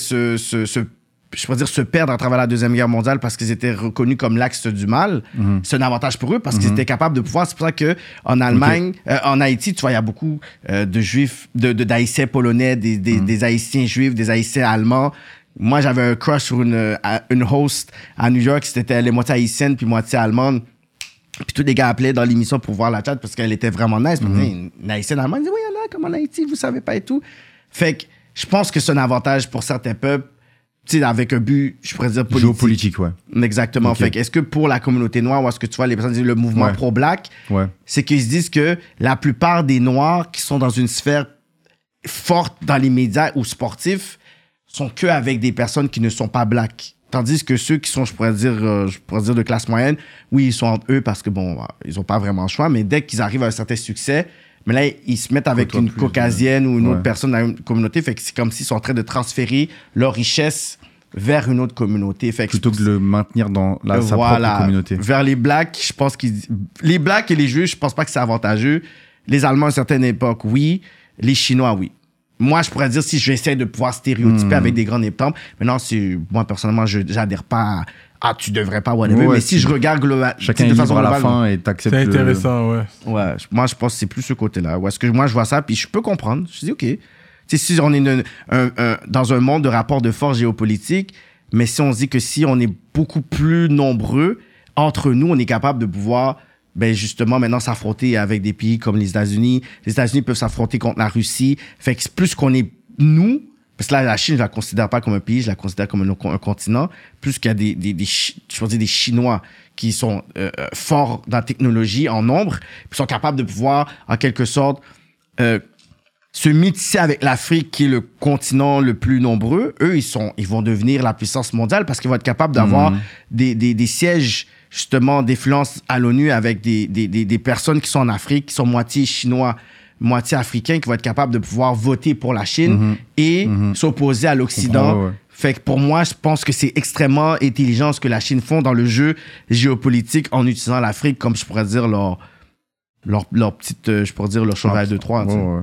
se perdre à travers la Deuxième Guerre mondiale parce qu'ils étaient reconnus comme l'axe du mal, c'est un avantage pour eux parce qu'ils étaient capables de pouvoir. C'est pour ça qu'en Allemagne, en Haïti, tu vois, il y a beaucoup de Juifs, d'Haïtiens polonais, des Haïtiens juifs, des Haïtiens allemands. Moi, j'avais un crush sur une host à New York, c'était les moitié haïtienne puis moitié allemande. Puis tous les gars appelaient dans l'émission pour voir la chat parce qu'elle était vraiment nice. Une haïtienne allemande disait, oui, il y en a comme en Haïti, vous savez pas et tout. Fait que je pense que c'est un avantage pour certains peuples, tu sais, avec un but, je pourrais dire, politique. Géopolitique, ouais. Exactement. Fait que est-ce que pour la communauté noire, ou est-ce que tu vois les personnes disent le mouvement pro-black, c'est qu'ils se disent que la plupart des Noirs qui sont dans une sphère forte dans les médias ou sportifs sont que avec des personnes qui ne sont pas black. Tandis que ceux qui sont, je pourrais dire de classe moyenne, oui, ils sont entre eux parce que, bon, ils n'ont pas vraiment le choix, mais dès qu'ils arrivent à un certain succès, mais là, ils se mettent avec une caucasienne ou une autre personne dans une communauté. Fait que c'est comme s'ils sont en train de transférer leur richesse vers une autre communauté. Fait que plutôt que de le maintenir dans sa propre communauté. Vers les Blacks, je pense les Blacks et les Juifs, je pense pas que c'est avantageux. Les Allemands, à une certaine époque, oui. Les Chinois, oui. Moi, je pourrais dire si j'essaie de pouvoir stéréotyper avec des grands exemples. Mais non, moi, personnellement, j'adhère pas à tu devrais pas, whatever. Mais si je regarde chacun est libre à la fin et t'acceptes. C'est intéressant, Ouais, moi, je pense que c'est plus ce côté-là. Est-ce que moi, je vois ça, puis je peux comprendre. Je dis, OK. Tu sais, si on est dans un monde de rapports de force géopolitique, mais si on se dit que si on est beaucoup plus nombreux, entre nous, on est capable de pouvoir, justement, maintenant s'affronter avec des pays comme les États-Unis. Les États-Unis peuvent s'affronter contre la Russie. Fait que plus qu'on est nous, parce que là, la Chine, je la considère pas comme un pays, je la considère comme un continent. Plus qu'il y a des Chinois qui sont forts dans la technologie en nombre, puis sont capables de pouvoir, en quelque sorte, se métisser avec l'Afrique, qui est le continent le plus nombreux. Eux, ils vont devenir la puissance mondiale parce qu'ils vont être capables d'avoir des sièges, justement, d'influence à l'ONU avec des personnes qui sont en Afrique, qui sont moitié chinois, moitié africains, qui vont être capables de pouvoir voter pour la Chine et s'opposer à l'Occident. Fait que pour moi, je pense que c'est extrêmement intelligent ce que la Chine font dans le jeu géopolitique en utilisant l'Afrique comme, je pourrais dire, leur petite, je pourrais dire, leur cheval de Troie.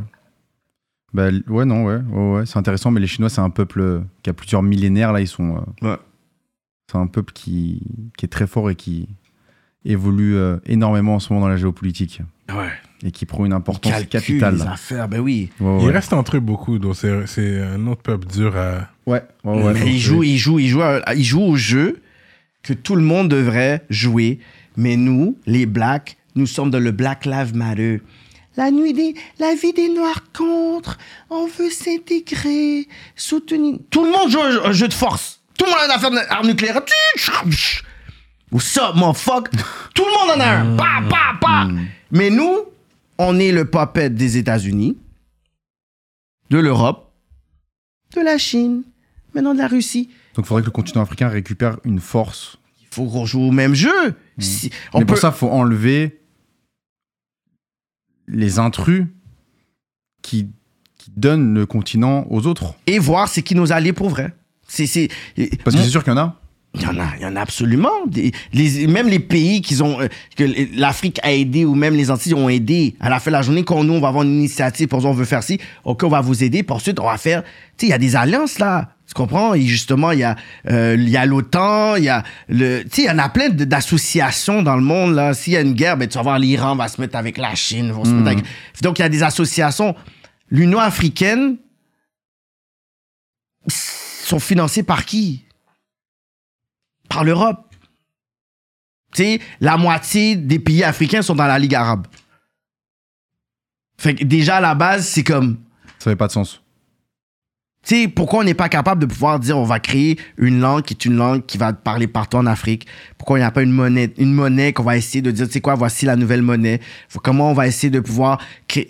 C'est intéressant, mais les Chinois, c'est un peuple qui a plusieurs millénaires, là, ils sont... C'est un peuple qui est très fort et qui évolue énormément en ce moment dans la géopolitique. Ouais. et qui prend une importance capitale. Les affaires, ben oui. Il reste entre eux beaucoup, donc c'est un autre peuple dur à... Ouais. Mais il joue au jeu que tout le monde devrait jouer, mais nous, les Blacks, nous sommes dans le Black Lives Matter. La vie des Noirs contre, on veut s'intégrer, soutenir. Tout le monde joue un jeu de force. Tout le monde a une affaire d'armes nucléaires. What's up, motherfucker? Tout le monde en a un. Pa. Mais nous, on est le puppet des États-Unis, de l'Europe, de la Chine, maintenant de la Russie. Donc il faudrait que le continent africain récupère une force. Il faut qu'on joue au même jeu. Pour ça, il faut enlever les intrus qui donnent le continent aux autres. Et voir c'est qui nos alliés pour vrai. Parce que c'est sûr qu'il y en a. Il y en a absolument. Même les pays que l'Afrique a aidé ou même les Antilles ont aidé. À la fin de la journée, quand nous, on va avoir une initiative, pour ça, on veut faire ci, OK, on va vous aider. Puis ensuite, on va faire... Tu sais, il y a des alliances, là. Tu comprends? Et justement, il y a l'OTAN, il y a tu sais, il y en a plein d'associations dans le monde, là. S'il y a une guerre, ben, tu vas voir l'Iran va se mettre avec la Chine. Se mettre avec... Donc, il y a des associations. L'Union africaine sont financées par qui? Par l'Europe. Tu sais, la moitié des pays africains sont dans la Ligue arabe. Fait que déjà, à la base, c'est comme... Ça n'avait pas de sens. Tu sais, pourquoi on n'est pas capable de pouvoir dire on va créer une langue qui est une langue qui va parler partout en Afrique? Pourquoi il n'y a pas une monnaie qu'on va essayer de dire, tu sais quoi, voici la nouvelle monnaie. Comment on va essayer de pouvoir créer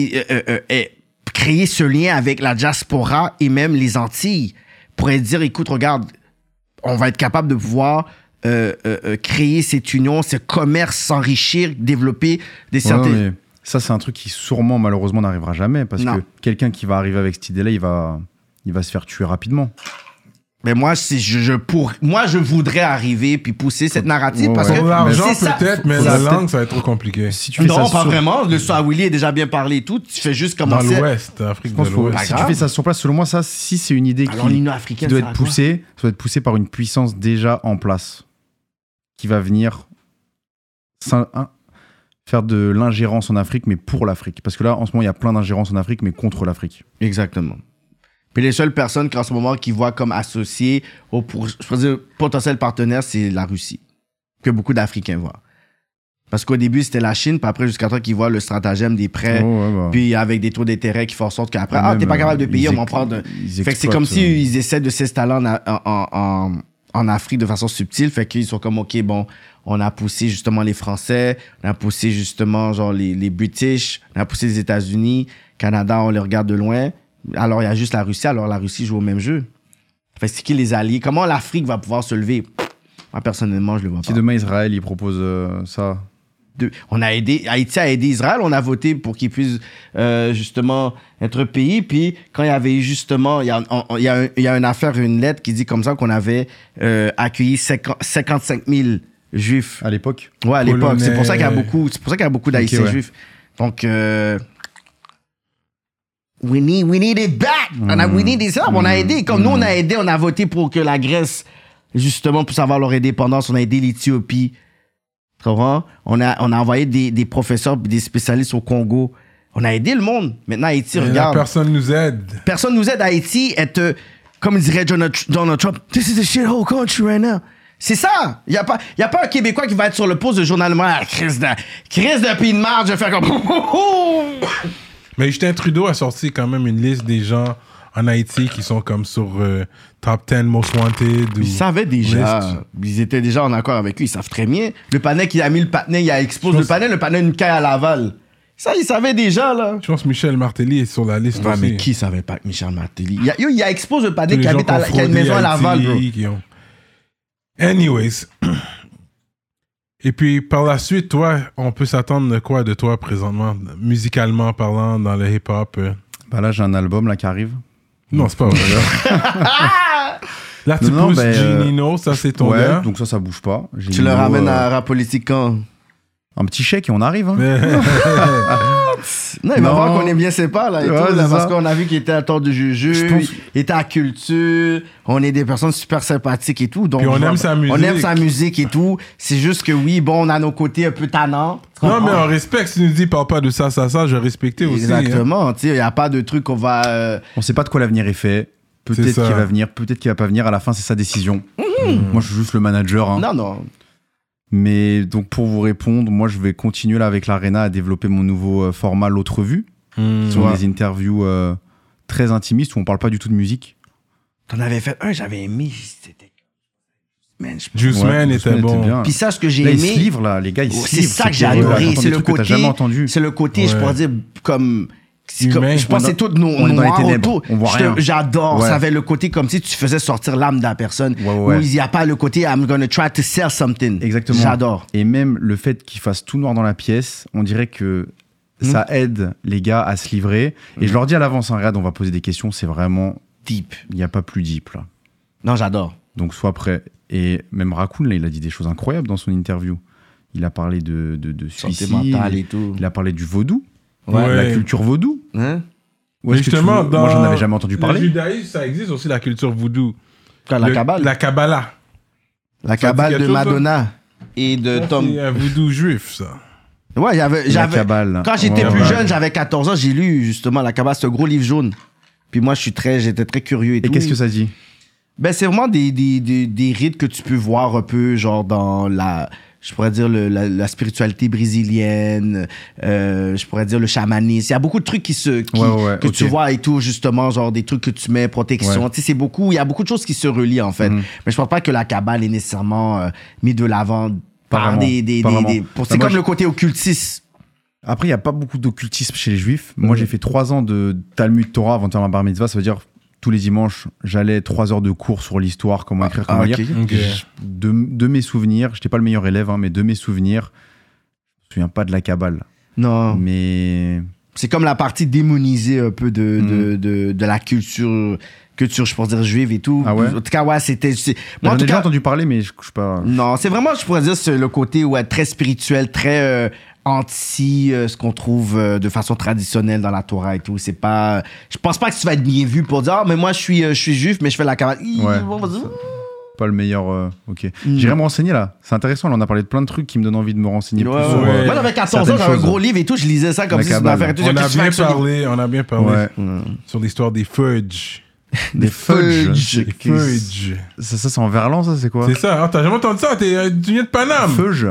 ce lien avec la diaspora et même les Antilles pour dire, écoute, regarde, on va être capable de pouvoir créer cette union, ce commerce, s'enrichir, développer des certaines... Ça, c'est un truc qui sûrement, malheureusement, n'arrivera jamais parce que quelqu'un qui va arriver avec cette idée-là, il va se faire tuer rapidement. Mais moi, je voudrais arriver puis pousser cette narrative parce que l'argent peut-être, mais la langue, ça va être trop compliqué. Si tu fais non, pas vraiment. Le Swahili est déjà bien parlé et tout. Tu fais juste commencer... Dans l'Ouest, Afrique de l'Ouest. Si tu fais ça sur place, selon moi, ça, si c'est une idée qui doit être poussée, ça doit être poussé par une puissance déjà en place qui va venir faire de l'ingérence en Afrique, mais pour l'Afrique. Parce que là, en ce moment, il y a plein d'ingérence en Afrique, mais contre l'Afrique. Exactement. Puis les seules personnes qu'en ce moment qui voient comme associées au potentiel partenaire, c'est la Russie, que beaucoup d'Africains voient. Parce qu'au début, c'était la Chine, puis après, jusqu'à temps qu'ils voient le stratagème des prêts, puis avec des taux d'intérêt qui font en sorte qu'après, t'es pas capable de payer, on m'en prend de... Fait que c'est comme s'ils essaient de s'installer en Afrique de façon subtile, fait qu'ils sont comme, OK, bon, on a poussé justement les Français, on a poussé justement genre les British, on a poussé les États-Unis, Canada, on les regarde de loin. Alors, il y a juste la Russie. Alors, la Russie joue au même jeu. Fait que c'est qui les alliés? Comment l'Afrique va pouvoir se lever? Moi, personnellement, je le vois pas. Si demain, Israël, il propose ça... On a aidé... Haïti a aidé Israël. On a voté pour qu'il puisse justement être pays. Puis, quand il y avait justement... Il y a une affaire, une lettre qui dit comme ça qu'on avait accueilli 55 000 Juifs. À l'époque? Ouais, à l'époque. C'est pour ça qu'il y a beaucoup d'Haïtiens juifs. Donc... We need it back. We need it up. On a aidé. Comme nous, on a aidé, on a voté pour que la Grèce, justement, puisse avoir leur indépendance. On a aidé l'Éthiopie. Tu comprends? On a envoyé des professeurs et des spécialistes au Congo. On a aidé le monde. Maintenant, Haïti, regarde. Personne nous aide. Personne nous aide. Haïti est, comme dirait Donald Trump, this is the shithole country right now. C'est ça. Il n'y a pas un Québécois qui va être sur le poste de journal. Crise de pays de marge. Je vais faire comme... Mais Justin Trudeau a sorti quand même une liste des gens en Haïti qui sont comme sur Top 10 Most Wanted. Ils savaient déjà. Ils étaient déjà en accord avec lui. Ils savent très bien. Le panel qui a mis le patinet, il a exposé le panel une caille à Laval. Ça, ils savaient déjà, là. Je pense que Michel Martelly est sur la liste aussi. Mais qui savait pas que Michel Martelly? Il a exposé le panel qui a une maison à Laval, bro. Anyways... Et puis, par la suite, toi, on peut s'attendre de quoi de toi présentement, musicalement parlant, dans le hip-hop? Bah là, j'ai un album là qui arrive. Non, c'est pas vrai. Là, tu pousses Ginino, ça c'est ton gars. Donc ça bouge pas. Tu le ramènes à rap politique quand? Un petit chèque et on arrive. Hein. Non, il va voir qu'on est bien séparés, là, et tout, là, parce qu'on a vu qu'il était à tort de Juju, il était à Culture, on est des personnes super sympathiques et tout. Donc, puis on aime sa musique. On aime sa musique et tout. C'est juste que oui, bon, on a nos côtés un peu tannants. Non, mais on respecte. Si tu nous dis, parle pas de ça, je vais respecter aussi. Exactement. Tu sais, il n'y a pas de truc qu'on va... On sait pas de quoi l'avenir est fait. Peut-être qu'il va venir, peut-être qu'il va pas venir. À la fin, c'est sa décision. Moi, je suis juste le manager. Hein. Non. Mais donc, pour vous répondre, moi, je vais continuer là avec l'Arena à développer mon nouveau format L'Autre Vue. Qui sont des interviews très intimistes où on parle pas du tout de musique. T'en avais fait un, j'avais aimé. C'était... Juice Man était bon. Puis ça, ce que j'ai là, aimé... Ils se livrent, là, les gars, ils se livrent. C'est ça que j'ai adoré. C'est le côté... C'est le côté, je pourrais dire, comme... Humain. Je pense que c'est tout on est dans les ténèbres. On voit rien. J'adore. Ça avait le côté comme si tu faisais sortir l'âme de la personne. Où il n'y a pas le côté I'm gonna try to sell something. Exactement. J'adore. Et même le fait qu'il fasse tout noir dans la pièce, on dirait que ça aide les gars à se livrer. Et je leur dis à l'avance, hein, regarde, on va poser des questions, c'est vraiment deep. Il n'y a pas plus deep là. Non, j'adore. Donc sois prêt. Et même Raccoon, là, il a dit des choses incroyables dans son interview. Il a parlé de suicide. Santé mentale et tout. Il a parlé du vaudou. Ouais. La culture vaudou. Hein? Justement, moi, j'en avais jamais entendu parler. Le judaïsme, ça existe aussi, la culture vaudou. La Kabbale. La Kabbalah. La Kabbale de Madonna et de Tom. C'est un vaudou juif, ça. Ouais, j'avais quand j'étais plus jeune, j'avais 14 ans, j'ai lu justement la Kabbale, c'est un gros livre jaune. Puis moi, j'étais très curieux et tout. Et qu'est-ce que ça dit? Ben, c'est vraiment des rites que tu peux voir un peu, genre dans je pourrais dire la spiritualité brésilienne, je pourrais dire le chamanisme. Il y a beaucoup de trucs que tu vois et tout, justement, genre des trucs que tu mets, protection. Ouais. Tu sais, il y a beaucoup de choses qui se relient, en fait. Mais je pense pas que la Kabbale est nécessairement mis de l'avant par c'est comme le côté occultiste. Après, il n'y a pas beaucoup d'occultisme chez les juifs. Moi, j'ai fait 3 ans de Talmud Torah avant de faire ma bar mitzvah. Ça veut dire tous les dimanches, j'allais 3 heures de cours sur l'histoire, comment écrire, comment lire. De mes souvenirs, je n'étais pas le meilleur élève, hein, mais de mes souvenirs, je me souviens pas de la Kabbale. Non. Mais... C'est comme la partie démonisée un peu de la culture, je pourrais dire, juive et tout. Ah ouais? En tout cas, ouais, c'était... Moi, j'en ai déjà entendu parler, mais je ne sais pas... Non, c'est vraiment, je pourrais dire, c'est le côté très spirituel, très... anti ce qu'on trouve de façon traditionnelle dans la Torah et tout. C'est pas... Je pense pas que tu vas être bien vu pour dire « Ah, mais moi, je suis juif, mais je fais la Kabbale. » Ouais. Pas le meilleur... Ok. J'irai me renseigner, là. C'est intéressant. Là, on a parlé de plein de trucs qui me donnent envie de me renseigner plus sur... Moi, j'avais 14 ans, j'avais un gros livre et tout. Je lisais ça comme si c'était une affaire et tout. On a bien parlé sur l'histoire des fudge. Des fudge. Ça, c'est en verlan, ça? C'est quoi? C'est ça. Ah, t'as jamais entendu ça? Tu viens de Paname. Fudge.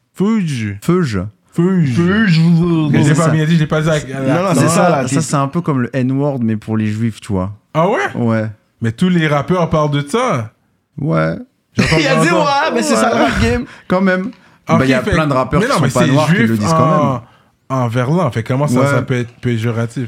Je l'ai pas bien dit, je l'ai pas dit. Non, c'est ça, là. Ça, c'est un peu comme le N-word, mais pour les juifs, tu vois. Ah ouais? Ouais. Mais tous les rappeurs parlent de ça. Ouais. Il a dit ouais, mais c'est ça le rap game. Quand même. Il y a plein de rappeurs qui sont pas noirs qui le disent quand même. En verlan, fait comment ça peut être péjoratif?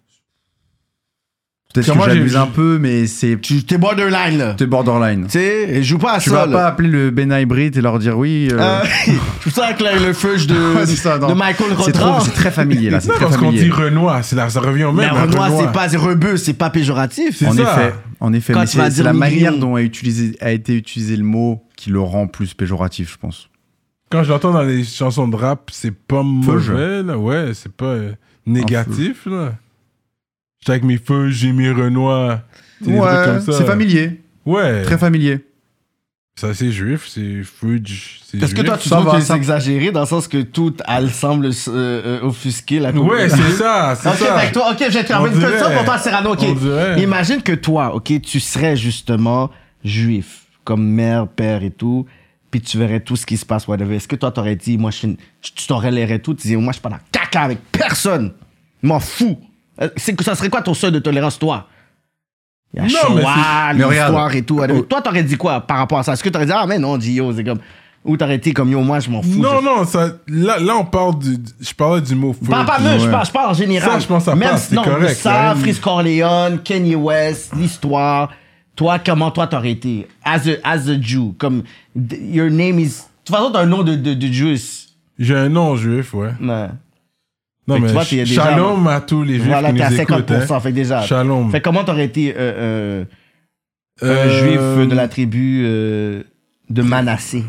Peut-être que j'abuse un peu, mais c'est... T'es borderline, là. T'es borderline. Tu sais, joue pas à ça. Tu vas pas appeler le Ben Hybrid et leur dire oui... Tout ça avec le fudge de Michael Rodran. C'est très familier, là. C'est très parce familier. qu'on dit Renoir, ça revient au même. Mais Renoir, c'est pas rebeu, c'est pas péjoratif. En effet. Mais c'est la manière dont a été utilisé le mot qui le rend plus péjoratif, je pense. Quand je l'entends dans les chansons de rap, c'est pas mauvais, là. Ouais, c'est pas négatif, là. J'étais avec mes feux, j'ai mis Renoir. Ouais, c'est familier. Ouais. Très familier. Ça, c'est juif, c'est fudge. Est-ce que toi, tu trouves que c'est exagéré dans le sens que tout, elle semble offusquer la communauté? Ouais, c'est ça, c'est ça. Avec toi, ok, j'ai trouvé une question pour toi, Cyrano. Ok, imagine que toi, ok, tu serais justement juif, comme mère, père et tout, puis tu verrais tout ce qui se passe, whatever. Est-ce que toi, t'aurais dit, moi, tu t'aurais l'airé tout, tu disais, moi, je suis pas dans caca avec personne. Je m'en fous. Ça serait quoi ton seuil de tolérance, toi? Il y a Shoah, l'histoire et tout. Toi, t'aurais dit quoi par rapport à ça? Est-ce que t'aurais dit, ah, mais non, Gio, c'est comme... Ou t'aurais été comme, yo, moi, je m'en fous. Non, là, on parle je parlais du mot fudge. Pas mieux, je parle en général. Ça, je pense que ça passe, c'est correct. Ça, Freeze Corleone, Kanye West, l'histoire. Toi, comment toi, t'aurais été? As a Jew, comme, your name is... De toute façon, t'as un nom de Juif. J'ai un nom juif, ouais. Ouais. Non, mais shalom à tous les juifs qui nous écoutent. Voilà, t'es à 50%, fait déjà. Shalom. Fait comment t'aurais été un juif de la tribu de Manassé?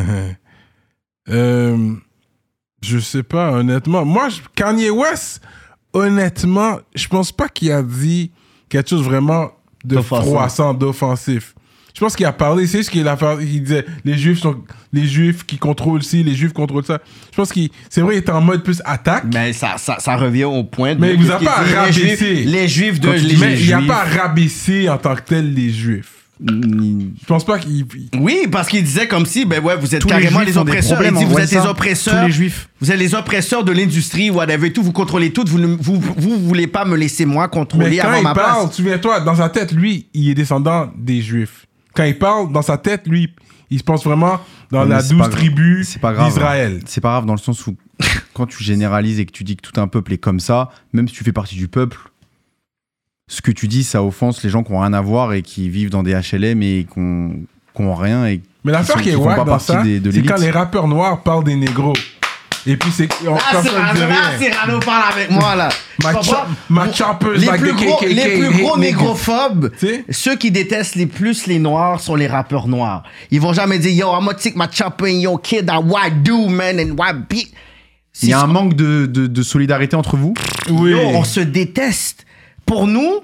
Je sais pas, honnêtement. Moi, Kanye West, honnêtement, je pense pas qu'il a dit quelque chose vraiment de froissant, d'offensif. Je pense qu'il a parlé, c'est ce qu'il a fait, il disait les juifs qui contrôlent ci, les juifs contrôlent ça. Je pense c'est vrai, il était en mode plus attaque. Mais ça revient au point de... Mais il vous a pas rabaissé. Les juifs Mais il a pas rabaissé en tant que tel les juifs. Je pense pas qu'il... Oui, parce qu'il disait comme si, ben ouais, vous êtes carrément les oppresseurs. Il dit, vous êtes les oppresseurs. Tous les juifs. Vous êtes les oppresseurs de l'industrie, whatever, tout. Vous contrôlez tout. Vous voulez pas me laisser moi contrôler avant ma place. Mais quand il parle, souviens-toi, dans sa tête, lui, il est descendant des juifs. Quand il parle, dans sa tête, lui, il se pense vraiment dans la 12 tribus d'Israël. C'est pas grave dans le sens où, quand tu généralises et que tu dis que tout un peuple est comme ça, même si tu fais partie du peuple, ce que tu dis, ça offense les gens qui n'ont rien à voir et qui vivent dans des HLM et qui n'ont rien. Mais l'affaire qui est wack dans ça, c'est quand les rappeurs noirs parlent des négros. Et puis c'est... Cyrano parle avec moi, là. My choppers les plus gros négrophobes, ceux qui détestent les plus les noirs sont les rappeurs noirs. Ils vont jamais dire, yo, I'm gonna take my chopper and yo, kid, that white dude, man, and white beat. Il y a un manque de solidarité entre vous? Oui. Yo, on se déteste. Pour nous,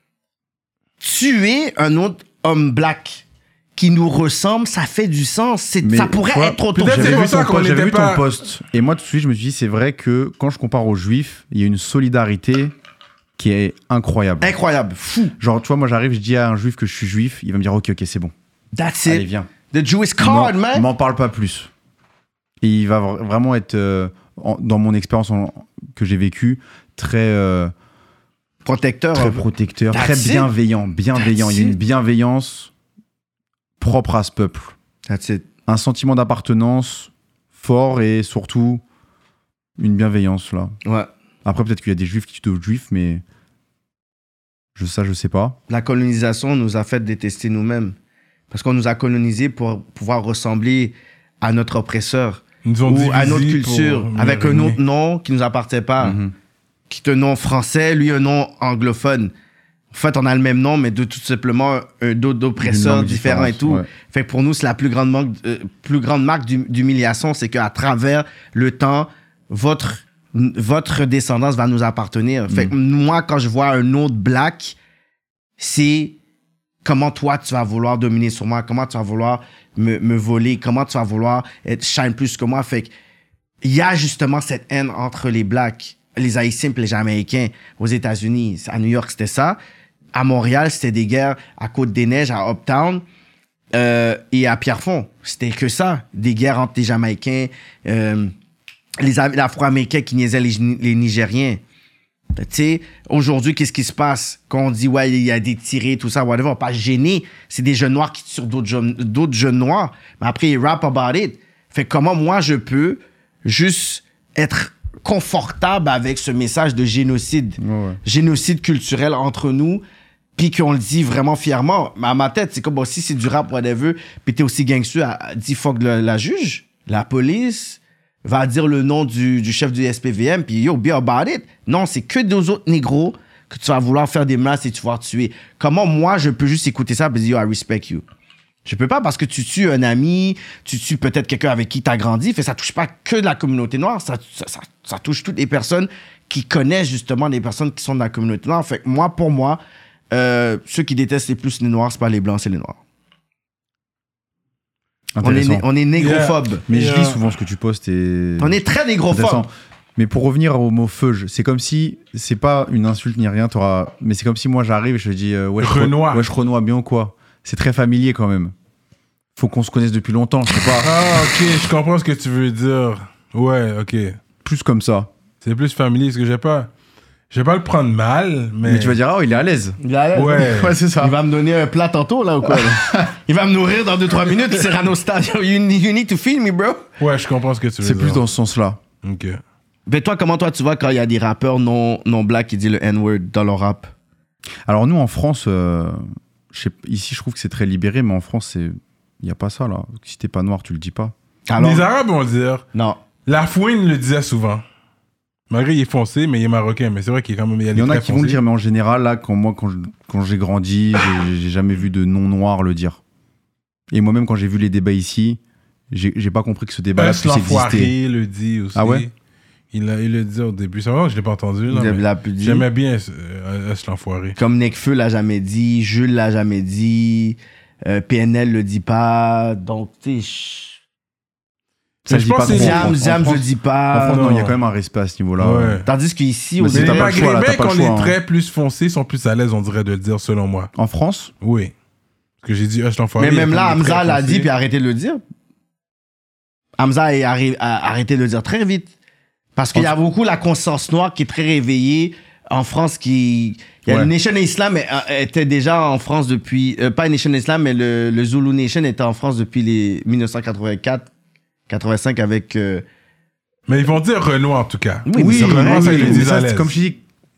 tuer un autre homme black qui nous ressemble, ça fait du sens. Ça pourrait être autre chose. J'avais vu ton post. Et moi, tout de suite, je me suis dit, c'est vrai que quand je compare aux juifs, il y a une solidarité qui est incroyable. Incroyable, fou. Genre, tu vois, moi, j'arrive, je dis à un juif que je suis juif, il va me dire, ok, c'est bon. That's Allez, it. viens. The Jewish card, man. M'en parle pas plus. Et il va vraiment être, dans mon expérience que j'ai vécue, très... protecteur. Très protecteur, très bienveillant. Il y a une bienveillance propre à ce peuple. That's it. Un sentiment d'appartenance fort et surtout une bienveillance, là. Ouais. Après, peut-être qu'il y a des juifs qui tuent d'autres juifs, mais je sais pas. La colonisation nous a fait détester nous-mêmes. Parce qu'on nous a colonisés pour pouvoir ressembler à notre oppresseur. Ou à notre culture, avec un autre nom qui ne nous appartient pas. Mm-hmm. Qui est un nom français, lui un nom anglophone. En fait, on a le même nom, mais tout simplement d'autres oppresseurs différents et tout. Ouais. Fait que pour nous, c'est la plus grande marque d'humiliation, c'est qu'à travers le temps, votre descendance va nous appartenir. Fait que moi, quand je vois un autre black, c'est comment toi, tu vas vouloir dominer sur moi, comment tu vas vouloir me voler, comment tu vas vouloir être shine plus que moi. Fait que il y a justement cette haine entre les blacks, les Haïtiens et les Jamaïcains aux États-Unis. À New York, c'était ça. À Montréal, c'était des guerres à Côte-des-Neiges, à Uptown et à Pierrefonds. C'était que ça. Des guerres entre les Jamaïcains, les Afro-Américains qui niaisaient les Nigériens. Tu sais, aujourd'hui, qu'est-ce qui se passe? Quand on dit, ouais, il y a des tirés, tout ça, whatever, on pas gêné. C'est des jeunes noirs qui tuent sur d'autres jeunes noirs. Mais après, ils rap about it. Fait comment moi, je peux juste être confortable avec ce message de génocide. Ouais. Génocide culturel entre nous, puis qu'on le dit vraiment fièrement. Mais à ma tête, c'est comme, bon, si c'est du rap, whatever, puis t'es aussi gangster, dis fuck la juge, la police va dire le nom du chef du SPVM, puis yo, be about it. Non, c'est que deux autres négros que tu vas vouloir faire des menaces et tu vas tuer. Comment moi, je peux juste écouter ça et dire, yo, I respect you. Je peux pas parce que tu tues un ami, tu tues peut-être quelqu'un avec qui tu as grandi. Fait, ça touche pas que de la communauté noire, ça touche toutes les personnes qui connaissent justement les personnes qui sont de la communauté noire. Fait que moi, pour moi, ceux qui détestent les plus les noirs, c'est pas les blancs, c'est les noirs. On est négrophobes. Yeah. Mais je lis souvent ce que tu postes et... On est très négrophobes. Mais pour revenir au mot feuge, c'est comme si, c'est pas une insulte ni rien, mais c'est comme si moi j'arrive et je te dis wesh Renoir, bien ou quoi? C'est très familier quand même. Faut qu'on se connaisse depuis longtemps, je sais pas. Ah ok, je comprends ce que tu veux dire. Ouais, ok. Plus comme ça. C'est plus familier, parce que je vais pas le prendre mal, mais tu vas dire, oh, il est à l'aise. Il est à l'aise. Ouais, c'est ça. Il va me donner un plat tantôt, là, ou quoi? Il va me nourrir dans 2-3 minutes, Cyrano style. You need to feed me, bro. Ouais, je comprends ce que tu veux dire. C'est plus dans ce sens-là. Ok. Mais toi, comment toi, tu vois quand il y a des rappeurs non black qui disent le N-word dans leur rap? Alors nous, en France, ici, je trouve que c'est très libéré, mais en France, il n'y a pas ça, là. Si t'es pas noir, tu le dis pas. Alors, les Arabes vont le dire. Non. Lafouine le disait souvent. Malgré il est foncé, mais il est marocain. Mais c'est vrai qu'il est quand même... Il y en a qui vont le dire, mais en général, là, quand j'ai grandi, j'ai jamais vu de non-noir le dire. Et moi-même, quand j'ai vu les débats ici, j'ai pas compris que ce débat-là puisse exister. L'enfoiré le dit aussi. Ah ouais? Il le disait au début. C'est vrai que je l'ai pas entendu. Là, j'aimais bien l'enfoiré. Comme Nekfeu l'a jamais dit, Jules l'a jamais dit, PNL le dit pas. Donc, tu sais... Ça je pense que Jam je dis pas. En France, il y a quand même un respect à ce niveau-là. Ouais. Tandis qu'ici, mais les Maghrébins, quand les traits plus foncés sont plus à l'aise, on dirait de le dire, selon moi. En France? Oui. Parce que j'ai dit l'enfoiré. Mais même là, Hamza l'a dit puis a arrêté de le dire. Hamza a arrêté de le dire très vite. Parce qu'il y a beaucoup la conscience noire qui est très réveillée en France. Il y a le Nation Islam était déjà en France depuis... pas Nation Islam, mais le Zulu Nation était en France depuis les 1984-85 avec... Mais ils vont dire Renoir en tout cas. Oui, Renoir, ça, ils le disent à l'aise. Comme je dis,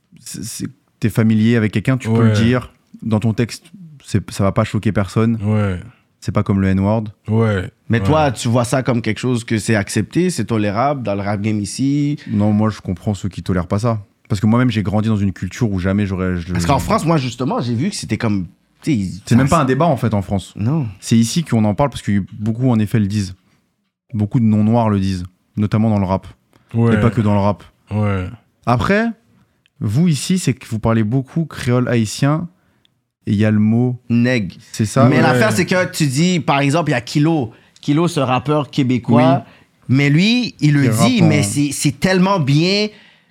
t'es familier avec quelqu'un, tu peux le dire. Dans ton texte, ça va pas choquer personne. Ouais. C'est pas comme le N-word. Ouais. Mais toi, tu vois ça comme quelque chose que c'est accepté, c'est tolérable dans le rap game ici? Non, moi, je comprends ceux qui tolèrent pas ça. Parce que moi-même, j'ai grandi dans une culture où jamais j'aurais... Parce qu'en France, moi, justement, j'ai vu que c'était comme... C'est même pas un débat, en fait, en France. Non. C'est ici qu'on en parle parce que beaucoup, en effet, le disent. Beaucoup de non-noirs le disent. Notamment dans le rap. Ouais. Et pas que dans le rap. Ouais. Après, vous, ici, c'est que vous parlez beaucoup créole haïtien et il y a le mot... Nègre. C'est ça? Mais l'affaire, c'est que tu dis, par exemple, il y a Kilo. Kilo, ce rappeur québécois. Oui. Mais lui, il le dit, mais c'est tellement bien...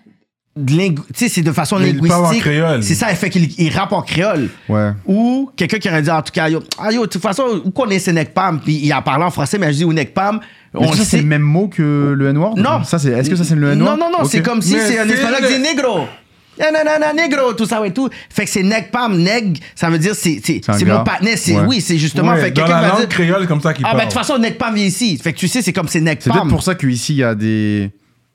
Tu sais, c'est de façon linguistique. Il parle en créole. C'est ça, il fait qu'il rappe en créole. Ouais. Ou quelqu'un qui aurait dit, en tout cas, yo, de toute façon, où connaissez Nekpam? Puis il a parlé en français, mais je dis, ou Nekpam... Ça, c'est le même mot que le N-word? Non. Est-ce que ça, c'est le N-word? Non, okay. C'est comme si c'est un espagnol qui dit négro. Négro, tout ça et tout. Fait que c'est Nekpam, nègre, ça veut dire c'est mon partenaire. Oui, c'est justement... Ouais, fait dans la langue créole, comme ça qu'il parle. Ah, ben de toute façon, Nekpam vient ici. Fait que tu sais, c'est comme c'est Nekpam. C'est peut-être pour ça qu'ici, il y a des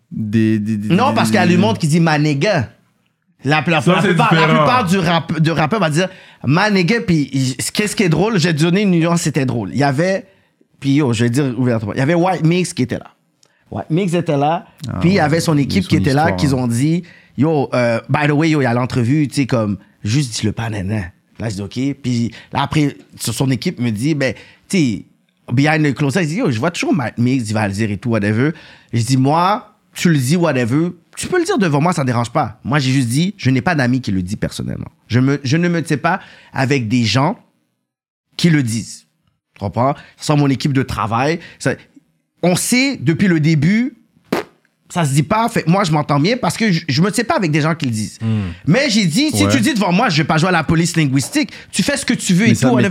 non, parce qu'il y a le monde qui dit manéga. La plupart du rappeur va dire manéga, puis qu'est-ce qui est drôle? J'ai donné une nuance, c'était drôle. Il y avait... Puis yo, je vais dire ouvertement, il y avait White Mix qui était là. White Mix était là, puis il y avait son équipe qui était là, qu'ils ont dit, yo, by the way, yo, il y a l'entrevue, tu sais, comme, juste dis-le pas, nanan. Là, je dis, OK. Puis là, après, son équipe me dit, ben, tu sais, behind the closet, il dit, yo, je vois toujours White Mix, il va le dire et tout, whatever. Je dis, moi, tu le dis, whatever, tu peux le dire devant moi, ça ne dérange pas. Moi, j'ai juste dit, je n'ai pas d'amis qui le disent personnellement. Je ne me tiens pas avec des gens qui le disent. Tu comprends? Sans mon équipe de travail. On sait, depuis le début, ça se dit pas. Fait, moi, je m'entends bien parce que je me tiens pas avec des gens qui le disent. Mais j'ai dit, si tu dis devant moi, je vais pas jouer à la police linguistique, tu fais ce que tu veux mais et ça, tout.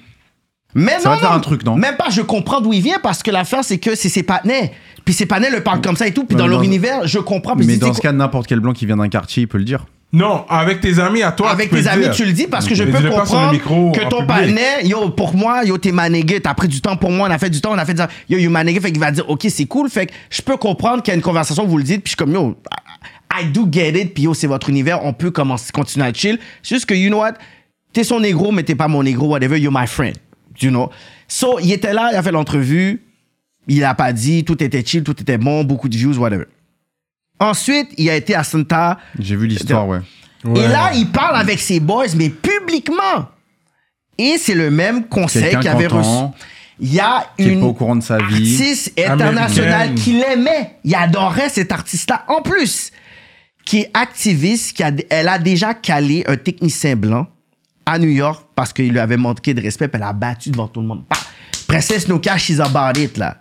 Mais ça va faire un truc, non? Même pas, je comprends d'où il vient parce que l'affaire, c'est que c'est ses partenaires. Puis ses partenaires le parlent comme ça et tout. Puis dans leur univers, je comprends. Mais dans ce cas, n'importe quel blanc qui vient d'un quartier, il peut le dire. Non, avec tes amis à toi. Avec tes amis, tu le dis parce que je peux comprendre que ton partenaire, yo, pour moi, yo, t'es manégué, t'as pris du temps pour moi, on a fait du temps, yo, you manégué, fait qu'il va dire, OK, c'est cool, fait que je peux comprendre qu'il y a une conversation, vous le dites, puis je suis comme, yo, I do get it, puis yo, c'est votre univers, on peut continuer à chill. C'est juste que, you know what, t'es son négro, mais t'es pas mon négro, whatever, you're my friend, you know. So, il était là, il a fait l'entrevue, il a pas dit, tout était chill, tout était bon, beaucoup de views, whatever. Ensuite, il a été à Santa. J'ai vu l'histoire, ouais. Et là, il parle avec ses boys, mais publiquement. Et c'est le même conseil qu'il avait reçu. Il y a une pas au courant de sa vie. Artiste internationale qui l'aimait. Il adorait cet artiste-là. En plus, qui est activiste, elle a déjà calé un technicien blanc à New York parce qu'il lui avait manqué de respect, puis elle a battu devant tout le monde. Princess Nokia, she's about it, là.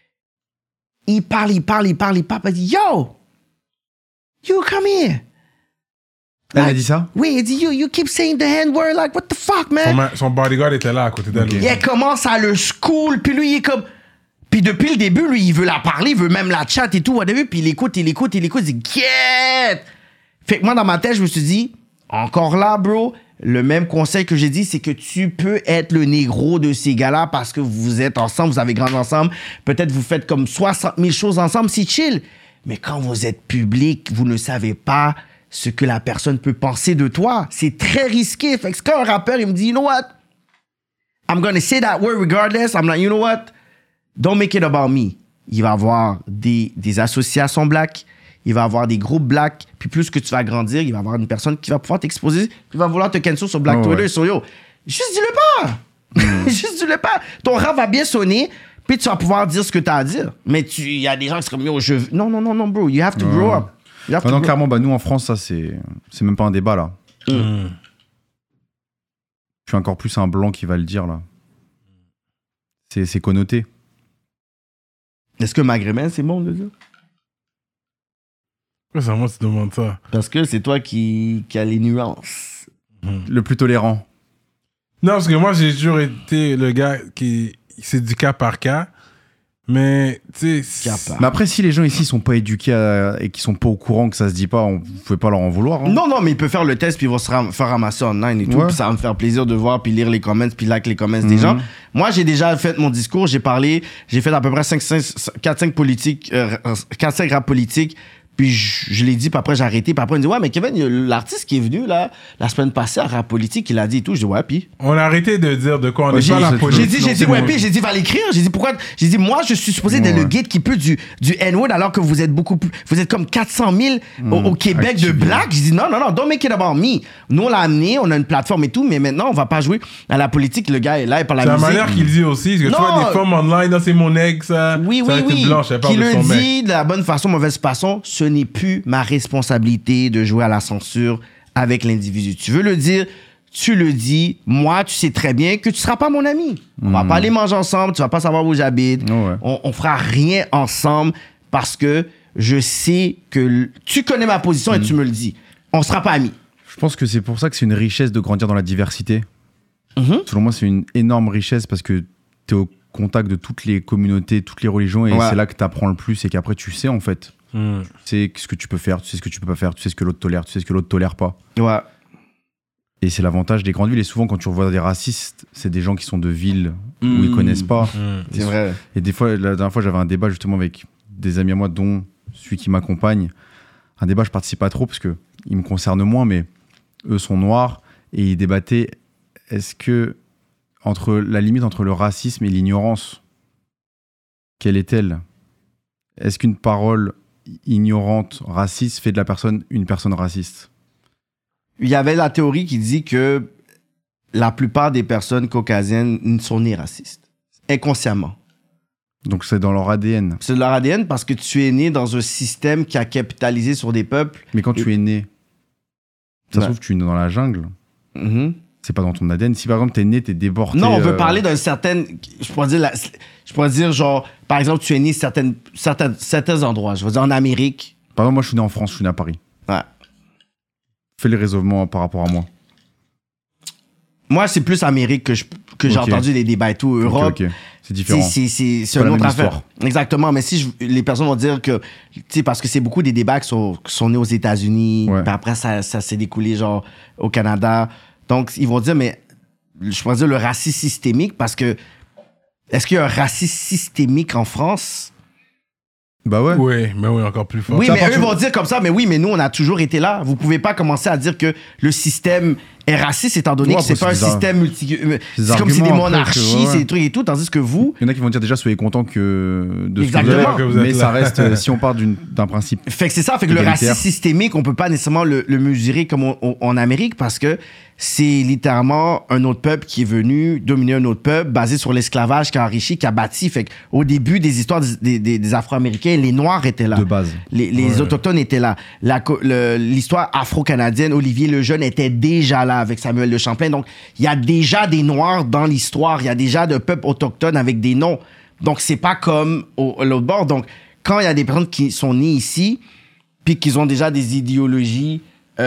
Il parle, il dit, yo! You come here. Elle a dit ça? Oui, il dit, you keep saying the N-word, like, what the fuck, man? Son bodyguard était là à côté d'elle. Okay. Elle commence à le school, puis lui, il est comme... Puis depuis le début, lui, il veut la parler, il veut même la chat et tout, whatever, puis il écoute, il dit, get! Fait que moi, dans ma tête, je me suis dit, encore là, bro, le même conseil que j'ai dit, c'est que tu peux être le négro de ces gars-là parce que vous êtes ensemble, vous avez grandi ensemble, peut-être vous faites comme 60 000 choses ensemble, c'est chill. Mais quand vous êtes public, vous ne savez pas ce que la personne peut penser de toi. C'est très risqué. Fait que quand un rappeur, il me dit, you know what? I'm gonna say that word regardless. I'm like, you know what? Don't make it about me. Il va avoir des associations black. Il va avoir des groupes black. Puis plus que tu vas grandir, il va avoir une personne qui va pouvoir t'exposer. Qui va vouloir te cancel sur Black Twitter. Ouais. Sur yo. Juste dis-le pas. Juste dis-le pas. Ton rap va bien sonner. Puis tu vas pouvoir dire ce que tu as à dire. Mais il y a des gens qui sont comme, yo, non, bro, you have to grow up. Non, clairement, nous, en France, ça, c'est même pas un débat, là. Je suis encore plus un blanc qui va le dire, là. C'est connoté. Est-ce que maghrébin, c'est bon de le dire? Pourquoi c'est à moi que tu demandes ça? Parce que c'est toi qui a les nuances. Le plus tolérant. Non, parce que moi, j'ai toujours été le gars qui... C'est du cas par cas. Mais, tu sais... Mais après, si les gens ici sont pas éduqués et qui sont pas au courant que ça se dit pas, vous pouvez pas leur en vouloir. Hein. Non, mais ils peuvent faire le test puis ils vont se faire ramasser online et tout. Puis ça va me faire plaisir de voir puis lire les comments puis like les comments des gens. Moi, j'ai déjà fait mon discours. J'ai fait à peu près 4-5 rap politiques. Puis je l'ai dit, puis après j'ai arrêté. Puis après, on me dit, ouais, mais Kevin, l'artiste qui est venu là, la semaine passée à Rap Politique, il a dit et tout. Je dis, ouais, puis. On a arrêté de dire de quoi on est pas la politique. J'ai dit, ouais, puis j'ai dit, va l'écrire. J'ai dit, pourquoi? J'ai dit, moi, je suis supposé d'être le gatekeeper du N-word alors que vous êtes vous êtes comme 400 000 au Québec de black. J'ai dit, non, don't make it about me. Nous, on l'a amené, on a une plateforme et tout, mais maintenant, on va pas jouer à la politique. Le gars est là, il parle la musique. C'est la manière qu'il dit aussi. Parce que tu vois des femmes online, là, c'est mon ex, ça. Oui. Qui le dit de la bonne façon, mauvaise façon, ce n'est plus ma responsabilité de jouer à la censure avec l'individu. Tu veux le dire, tu le dis. Moi, tu sais très bien que tu seras pas mon ami. On va pas aller manger ensemble, tu vas pas savoir où j'habite. On fera rien ensemble parce que je sais que tu connais ma position et tu me le dis. On sera pas amis. Je pense que c'est pour ça que c'est une richesse de grandir dans la diversité. Selon moi, c'est une énorme richesse parce que tu es au contact de toutes les communautés, toutes les religions et c'est là que tu apprends le plus et qu'après tu sais en fait. Tu sais ce que tu peux faire, tu sais ce que tu peux pas faire, tu sais ce que l'autre tolère, tu sais ce que l'autre tolère pas. Ouais. Et c'est l'avantage des grandes villes. Et souvent, quand tu revois des racistes, c'est des gens qui sont de villes où ils connaissent pas. C'est vrai. Et des fois, la dernière fois, j'avais un débat justement avec des amis à moi, dont celui qui m'accompagne. Un débat, je participe pas trop parce que il me concerne moins, mais eux sont noirs et ils débattaient. Est-ce que la limite entre le racisme et l'ignorance, quelle est-elle? Est-ce qu'une parole ignorante, raciste, fait de la personne une personne raciste? Il y avait la théorie qui dit que la plupart des personnes caucasiennes sont nées racistes, inconsciemment. Donc c'est dans leur ADN. C'est de leur ADN parce que tu es né dans un système qui a capitalisé sur des peuples. Mais quand tu es né, ça se trouve tu es né dans la jungle. C'est pas dans ton ADN. Si par exemple t'es né, t'es déporté... Non, on veut parler d'un certain... Je pourrais dire genre, par exemple, tu es né certains endroits. Je veux dire en Amérique. Par exemple, moi je suis né en France, je suis né à Paris. Ouais. Fais les raisonnements par rapport à moi. Moi, c'est plus Amérique que j'ai entendu des débats et tout. Europe, c'est différent. C'est une autre affaire. Exactement. Mais si les personnes vont dire que, tu sais, parce que c'est beaucoup des débats qui sont nés aux États-Unis, puis après ça s'est découlé genre au Canada. Donc ils vont dire, mais je pourrais dire le racisme systémique parce que est-ce qu'il y a un racisme systémique en France? Bah ouais. Oui, encore plus fort. Oui, mais eux vont dire comme ça, mais oui, mais nous, on a toujours été là. Vous pouvez pas commencer à dire que le système est raciste étant donné que c'est pas un système c'est comme si des monarchies, c'est des trucs et tout, tandis que vous... Il y en a qui vont dire déjà, soyez contents de ce que vous êtes, mais ça reste, si on part d'un principe... Fait que c'est ça, fait que le racisme systémique, on peut pas nécessairement le mesurer comme en Amérique parce que c'est littéralement un autre peuple qui est venu dominer un autre peuple basé sur l'esclavage qui a enrichi, qui a bâti. Fait qu'au début des histoires des Afro-Américains, les Noirs étaient là. De base. Les Autochtones étaient là. L'histoire afro-canadienne, Olivier Lejeune était déjà là avec Samuel de Champlain. Donc, il y a déjà des Noirs dans l'histoire. Il y a déjà de peuples autochtones avec des noms. Donc, c'est pas comme à l'autre bord. Donc, quand il y a des personnes qui sont nées ici, puis qu'ils ont déjà des idéologies...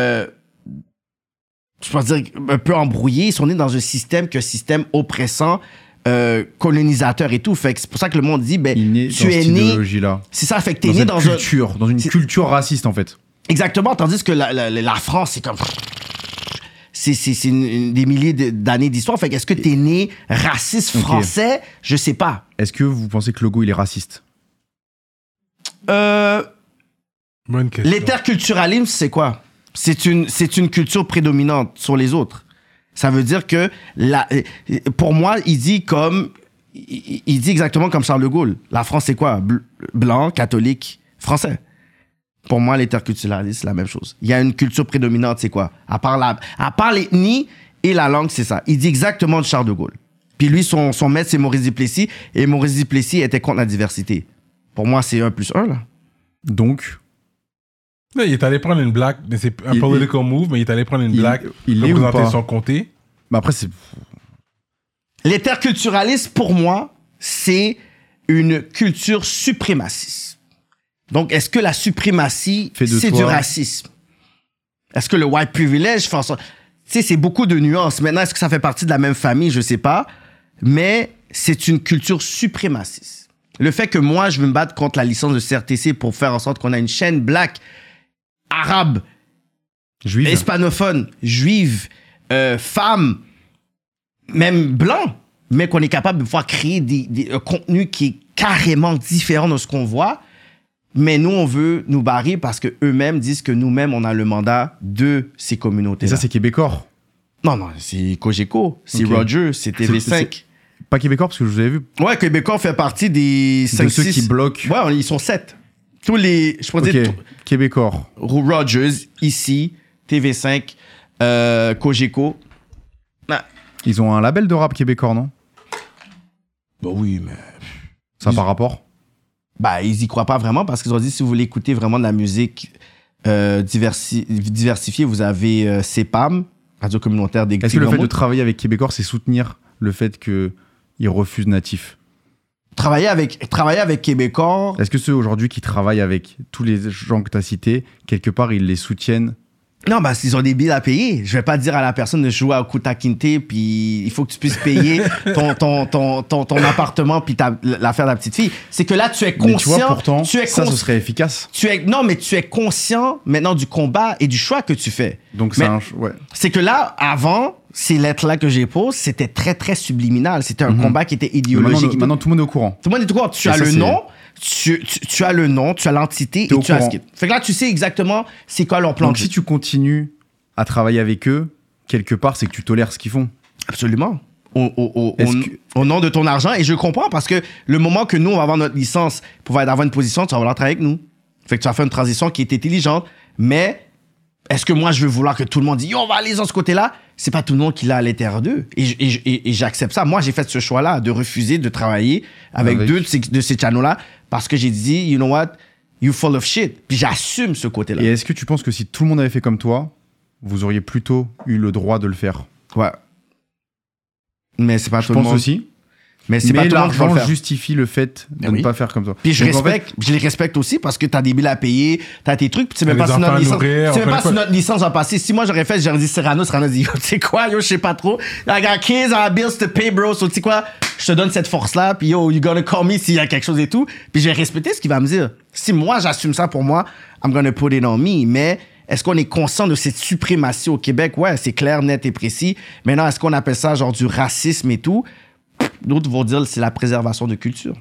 je peux dire, un peu embrouillés. Ils sont nés dans un système oppressant, colonisateur et tout. Fait que c'est pour ça que le monde dit, ben, tu es né... C'est ça, fait que t'es né dans une culture raciste, en fait. Exactement, tandis que la France, c'est comme... C'est des milliers d'années d'histoire. Fait que est-ce que t'es né raciste français? Je sais pas. Est-ce que vous pensez que le Logo, il est raciste? Bonne question. L'interculturalisme, c'est quoi? C'est une culture prédominante sur les autres. Ça veut dire que, pour moi, il dit exactement comme Charles de Gaulle. La France, c'est quoi? Blanc, catholique, français. Pour moi, l'interculturalisme, c'est la même chose. Il y a une culture prédominante, c'est quoi? À part l'ethnie et la langue, c'est ça. Il dit exactement de Charles de Gaulle. Puis lui, son maître, c'est Maurice Duplessis. Et Maurice Duplessis était contre la diversité. Pour moi, c'est 1+1, là. Donc... Non, il est allé prendre une blague, mais c'est un political move, mais il est allé prendre une blague pour représenter son comté. Mais après, c'est... L'interculturalisme, pour moi, c'est une culture suprémaciste. Donc, est-ce que la suprématie, c'est du racisme? Est-ce que le white privilege fait en sorte... Tu sais, c'est beaucoup de nuances. Maintenant, est-ce que ça fait partie de la même famille? Je sais pas. Mais c'est une culture suprémaciste. Le fait que moi, je veux me battre contre la licence de CRTC pour faire en sorte qu'on a une chaîne black, arabe, juive, hispanophone, juive, femme, même blanc, mais qu'on est capable de pouvoir créer des contenus qui est carrément différent de ce qu'on voit. Mais nous, on veut nous barrer parce qu'eux-mêmes disent que nous-mêmes, on a le mandat de ces communautés. Et ça, c'est Québécois? Non, c'est Cogeco, c'est okay. Roger, c'est TV5. Pas Québécois, parce que je vous avais vu. Ouais, Québécois fait partie des 5-6. De ceux qui bloquent. Ouais, ils sont 7. Tous les... Je pourrais dire... Québécois. Rogers, ici, TV5, Cogeco. Ah. Ils ont un label de rap québécois, non? Bah oui, mais... Ça par rapport? Bah, ils y croient pas vraiment parce qu'ils ont dit si vous voulez écouter vraiment de la musique diversifiée, vous avez CEPAM, Radio Communautaire des Est-ce que le fait de travailler avec Québécois, c'est soutenir le fait qu'ils refusent natifs? Travailler avec Québécois... Est-ce que ceux aujourd'hui qui travaillent avec tous les gens que tu as cités, quelque part, ils les soutiennent? Non, bah, ils ont des billes à payer. Je vais pas dire à la personne de jouer à Kuta Kinte, puis il faut que tu puisses payer ton appartement, puis l'affaire de la petite fille. C'est que là, tu es conscient. Mais tu vois, pourtant, ce serait efficace. Non, mais tu es conscient maintenant du combat et du choix que tu fais. Donc, ouais. C'est que là, avant, ces lettres-là que j'ai posées, c'était très, très subliminal. C'était un combat qui était idéologique. Maintenant, tout le monde est au courant. Tout le monde est au courant. Tu as le nom. Tu as le nom, tu as l'entité et tu as ce qui... Fait que là, tu sais exactement c'est quoi leur plan. Donc, si tu continues à travailler avec eux, quelque part, c'est que tu tolères ce qu'ils font. Absolument. Au nom de ton argent. Et je comprends parce que le moment que nous, on va avoir notre licence pour avoir une position, tu vas vouloir travailler avec nous. Fait que tu vas faire une transition qui est intelligente. Mais est-ce que moi, je veux vouloir que tout le monde dise « Yo, on va aller dans ce côté-là » C'est pas tout le monde qui l'a à l'intérieur d'eux. Et j'accepte ça. Moi, j'ai fait ce choix-là de refuser de travailler avec deux de ces channels-là parce que j'ai dit, you know what, you full of shit. Puis j'assume ce côté-là. Et est-ce que tu penses que si tout le monde avait fait comme toi, vous auriez plutôt eu le droit de le faire? Ouais. Mais c'est pas tout le monde. Je pense aussi. Mais c'est pas tout le monde qui va le faire. Justifie le fait de ne pas faire comme ça. Puis je les respecte aussi parce que t'as des billes à payer, t'as tes trucs, puis tu sais même pas si notre licence. Tu sais même pas si notre licence va passer. Si moi j'aurais j'aurais dit Cyrano dit, tu sais quoi, yo, je sais pas trop. I got kids, I got bills to pay, bro. So tu sais quoi, je te donne cette force-là, puis yo, you gonna call me s'il y a quelque chose et tout. Puis je vais respecter ce qu'il va me dire. Si moi j'assume ça pour moi, I'm gonna put it on me. Mais est-ce qu'on est conscient de cette suprématie au Québec? Ouais, c'est clair, net et précis. Maintenant, est-ce qu'on appelle ça genre du racisme et tout? D'autres vont dire que c'est la préservation de culture.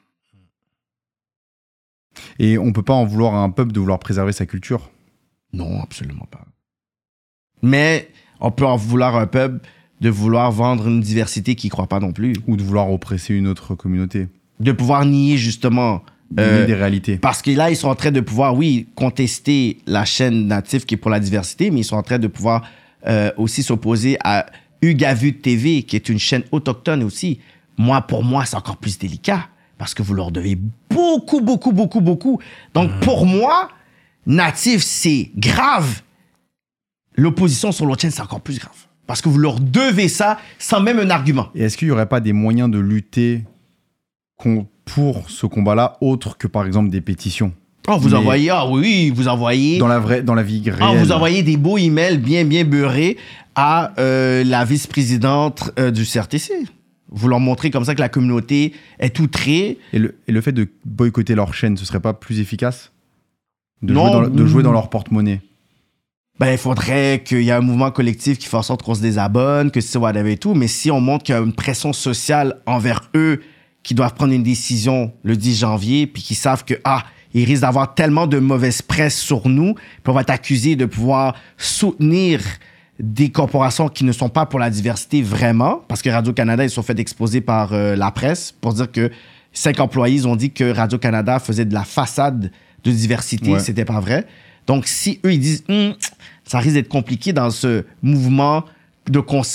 Et on peut pas en vouloir à un peuple de vouloir préserver sa culture? Non, absolument pas. Mais on peut en vouloir à un peuple de vouloir vendre une diversité qui ne croit pas non plus. Ou de vouloir oppresser une autre communauté. De pouvoir nier justement... des réalités. Parce que là, ils sont en train de pouvoir, oui, contester la chaîne native qui est pour la diversité, mais ils sont en train de pouvoir aussi s'opposer à Ugavu TV, qui est une chaîne autochtone aussi. Pour moi, c'est encore plus délicat parce que vous leur devez beaucoup, beaucoup, beaucoup, beaucoup. Donc, pour moi, natif, c'est grave. L'opposition sur l'autre chaîne, c'est encore plus grave. Parce que vous leur devez ça sans même un argument. Et est-ce qu'il n'y aurait pas des moyens de lutter pour ce combat-là, autre que par exemple des pétitions? Vous envoyez, vous envoyez... Dans la vie réelle. Vous envoyez des beaux emails bien beurrés à la vice-présidente du CRTC. Vous leur montrez comme ça que la communauté est outrée. Et le fait de boycotter leur chaîne, ce serait pas plus efficace de jouer dans leur porte-monnaie? Il faudrait qu'il y ait un mouvement collectif qui fasse en sorte qu'on se désabonne, que c'est whatever et tout. Mais si on montre qu'il y a une pression sociale envers eux qui doivent prendre une décision le 10 janvier, puis qui savent que, ils risquent d'avoir tellement de mauvaise presse sur nous, puis on va être accusé de pouvoir soutenir des corporations qui ne sont pas pour la diversité vraiment, parce que Radio-Canada, ils sont fait exposer par la presse pour dire que 5 employés ils ont dit que Radio-Canada faisait de la façade de diversité, c'était pas vrai. Donc, si eux, ils disent, ça risque d'être compliqué dans ce mouvement de conscience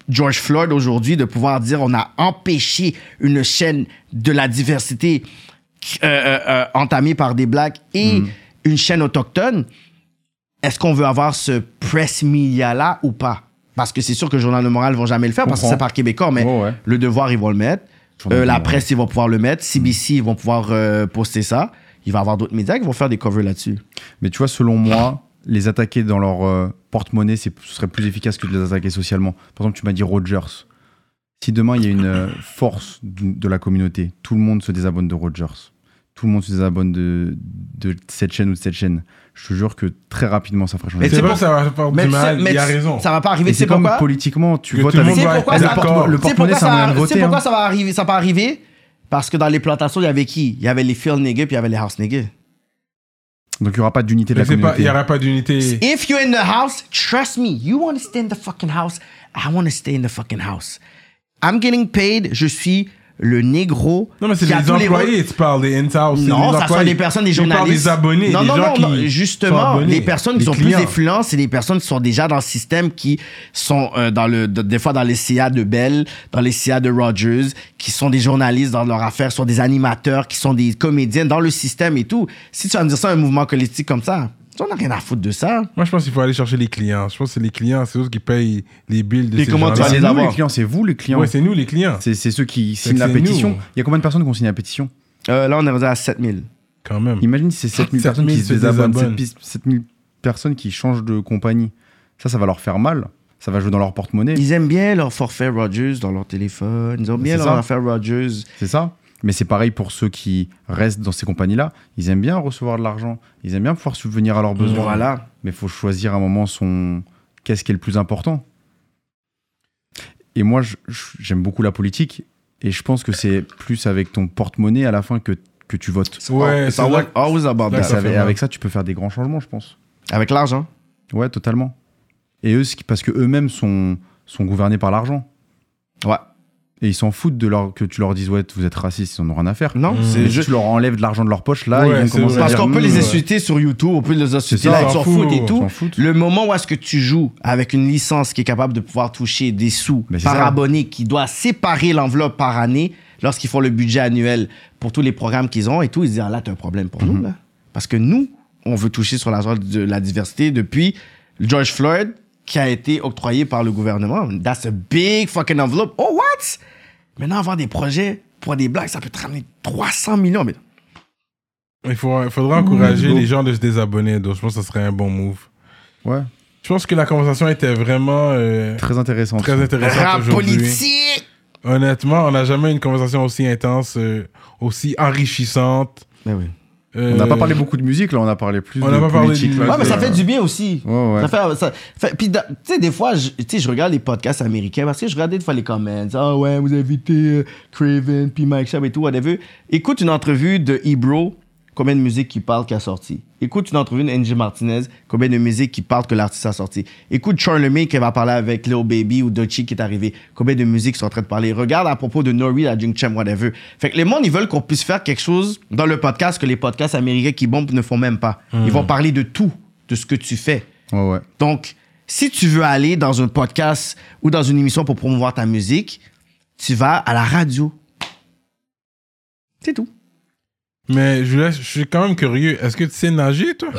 George Floyd aujourd'hui, de pouvoir dire on a empêché une chaîne de la diversité entamée par des Blacks et une chaîne autochtone, est-ce qu'on veut avoir ce press media-là ou pas? Parce que c'est sûr que le Journal de Montréal ne vont jamais le faire parce que c'est par Québécois, mais Le Devoir, ils vont le mettre. La presse, ils vont pouvoir le mettre. CBC, ils vont pouvoir poster ça. Il va y avoir d'autres médias qui vont faire des covers là-dessus. Mais tu vois, selon moi, les attaquer dans leur porte-monnaie, ce serait plus efficace que de les attaquer socialement. Par exemple, tu m'as dit Rogers. Si demain, il y a une force de la communauté, tout le monde se désabonne de Rogers. Tout le monde se désabonne de cette chaîne ou de cette chaîne. Je te jure que très rapidement, ça ferait changer. C'est pas ça va faire du mal, il a raison. Ça va pas arriver, c'est comme politiquement, tu votes avec... Le porte-monnaie, c'est un moyen de voter. C'est pourquoi ça va arriver? Ça va pas arriver? Parce que dans les plantations, il y avait qui? Il y avait les field niggas puis il y avait les house niggas. Donc il n'y aura pas d'unité de la communauté. Il n'y aura pas d'unité. If you're in the house, trust me, you want to stay in the fucking house, I want to stay in the fucking house. I'm getting paid, je suis le négro. Non, mais c'est les employés, tu parles des in-house. Non, ça sont des personnes, des journalistes. Tu parles des abonnés, non, des gens qui justement, les personnes qui sont plus influentes, c'est des personnes qui sont déjà dans le système, qui sont des fois dans les CA de Bell, dans les CA de Rogers, qui sont des journalistes dans leur affaire, sont des animateurs, qui sont des comédiens dans le système et tout. Si tu vas me dire ça, un mouvement collectif comme ça, on n'a rien à foutre de ça. Moi, je pense qu'il faut aller chercher les clients. Je pense que c'est les clients, c'est eux qui payent les bills de ces gens. Et comment tu vas les avoir? Les clients, c'est vous les clients. Ouais, c'est nous les clients. C'est ceux qui signent la pétition. Nous. Il y a combien de personnes qui ont signé la pétition? Là, on est rendu à 7000. Quand même. Imagine si c'est 7000 personnes qui se désabonnent. 7000 personnes qui changent de compagnie. Ça va leur faire mal. Ça va jouer dans leur porte-monnaie. Ils aiment bien leur forfait Rogers dans leur téléphone. Ils aiment bien leur affaire Rogers. C'est ça. Mais c'est pareil pour ceux qui restent dans ces compagnies-là. Ils aiment bien recevoir de l'argent. Ils aiment bien pouvoir subvenir à leurs besoins. Voilà. Mais il faut choisir à un moment qu'est-ce qui est le plus important. Et moi, j'aime beaucoup la politique. Et je pense que c'est plus avec ton porte-monnaie à la fin que tu votes. Ouais, c'est vrai. Avec ça, tu peux faire des grands changements, je pense. Avec l'argent? Ouais, totalement. Et eux, parce qu'eux-mêmes sont gouvernés par l'argent. Ouais. Et ils s'en foutent que tu leur dises ouais, vous êtes raciste, ils en ont rien à faire. Non, c'est juste tu leur enlèves de l'argent de leur poche là, ils vont commencer à parce dire, qu'on peut les insulter sur YouTube, on peut les insulter là, ils s'en foutent et tout. Le moment où est-ce que tu joues avec une licence qui est capable de pouvoir toucher des sous par abonné, qui doit séparer l'enveloppe par année lorsqu'ils font le budget annuel pour tous les programmes qu'ils ont et tout, ils disent là, t'as un problème pour nous là. Parce que nous, on veut toucher sur l'argent de la diversité depuis George Floyd, qui a été octroyé par le gouvernement. That's a big fucking envelope. Oh, what? Maintenant, avoir des projets pour des Blacks, ça peut te ramener 300 millions. Mais... Il faudra encourager les gens de se désabonner. Donc, je pense que ce serait un bon move. Ouais. Je pense que la conversation était vraiment... très intéressante. Très intéressante rap aujourd'hui. Politique! Honnêtement, on n'a jamais eu une conversation aussi intense, aussi enrichissante. Ben oui. On n'a pas parlé beaucoup de musique, là, on a parlé plus de politique. Ouais, mais ça fait du bien aussi. Ouais. Puis, tu sais, des fois, je regarde les podcasts américains parce que je regardais des fois les comments. Ah ouais, vous invitez Craven, puis Mike Schaub et tout, whatever. Écoute une entrevue de Ebro, combien de musique qui parle qu'il a sorti. Écoute une entrevue d'Angie Martinez, combien de musique qui parle que l'artiste a sorti. Écoute Charlemagne qui va parler avec Lil Baby ou Doechii qui est arrivé, combien de musique sont en train de parler. Regarde à propos de Nori, la Jung Chem, whatever. Fait que les mondes, ils veulent qu'on puisse faire quelque chose dans le podcast que les podcasts américains qui bombent ne font même pas. Ils vont parler de tout, de ce que tu fais. Ouais. Donc, si tu veux aller dans un podcast ou dans une émission pour promouvoir ta musique, tu vas à la radio. C'est tout. Mais je suis quand même curieux. Est-ce que tu sais nager, toi?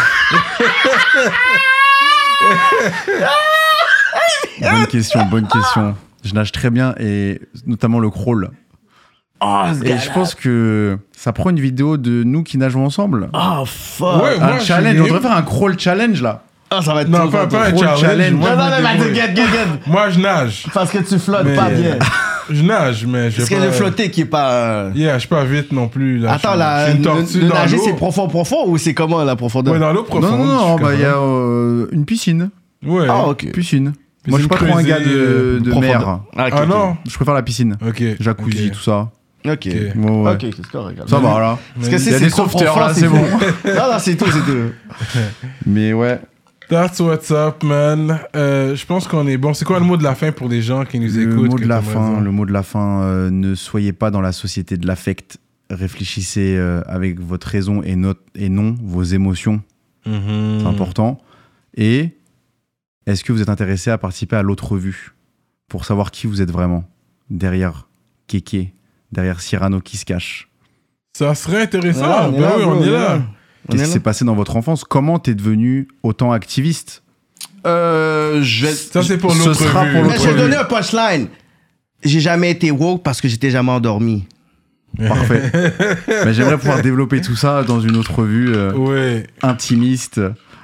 Bonne question. Je nage très bien, et notamment le crawl. Oh, et je pense que ça prend une vidéo de nous qui nageons ensemble. Oh, fuck. Ouais, un challenge. On devrait faire un crawl challenge, là. Ah, ça va être non, pas un challenge. Moi, je nage. Parce que tu flottes pas bien. Je nage, mais je parce que le flotter qui est pas... Yeah, je suis pas vite non plus. Là. Attends, le nager, c'est profond ou c'est comment la profondeur? Ouais, dans l'eau profonde. Non, il y a une piscine. Ouais. Ah, ok. Piscine. Moi, je suis pas trop un gars de mer. Ah non? Je préfère la piscine. Ok. Jacuzzi, tout ça. Ok. Ouais. Ok, c'est correct. Ça va, là. Parce que il y a des sauveteurs, là, c'est bon. Non, c'est tout. Mais ouais. That's what's up, man. Je pense qu'on est bon. C'est quoi le mot de la fin pour les gens qui nous écoutent? Le mot de la fin, ne soyez pas dans la société de l'affect. Réfléchissez avec votre raison et non vos émotions. C'est important. Et est-ce que vous êtes intéressé à participer à l'autre revue? pour savoir qui vous êtes vraiment derrière Kéké, derrière Cyrano qui se cache. Ça serait intéressant. On est là. Qu'est-ce qui s'est passé dans votre enfance? Comment t'es devenu autant activiste? Ça, c'est pour l'autre vue. Mais je vais donner un punchline. J'ai jamais été woke parce que j'étais jamais endormi. Parfait. Mais j'aimerais pouvoir développer tout ça dans une autre vue intimiste.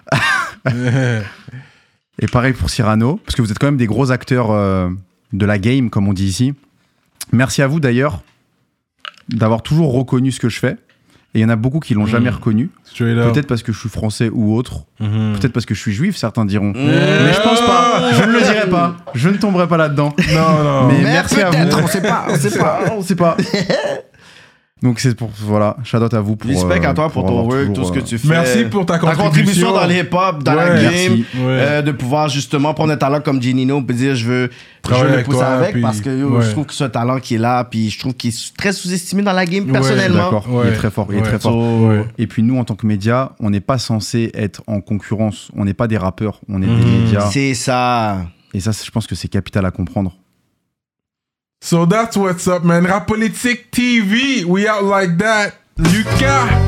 Et pareil pour Cyrano, parce que vous êtes quand même des gros acteurs de la game, comme on dit ici. Merci à vous d'ailleurs d'avoir toujours reconnu ce que je fais. Et il y en a beaucoup qui l'ont jamais reconnu. Peut-être parce que je suis français ou autre. Peut-être parce que je suis juif, certains diront. Mais je pense pas. Je ne le dirai pas. Je ne tomberai pas là-dedans. Non. Mais merci à vous. On sait pas. Donc c'est pour, voilà, shout out à vous pour... Respect à toi pour ton work, tout ce que tu fais. Merci pour ta contribution dans le hip-hop, dans la game, Ouais. De pouvoir justement prendre un talent comme Ginino et dire je veux le pousser avec parce que je trouve que c'est un talent qui est là, puis je trouve qu'il est très sous-estimé dans la game personnellement. D'accord, il est très fort, il est très fort. Et puis nous, en tant que médias, on n'est pas censé être en concurrence, on n'est pas des rappeurs, on est des médias. C'est ça. Et ça, je pense que c'est capital à comprendre. So that's what's up, man. Rap Politique TV, we out like that. Lucas.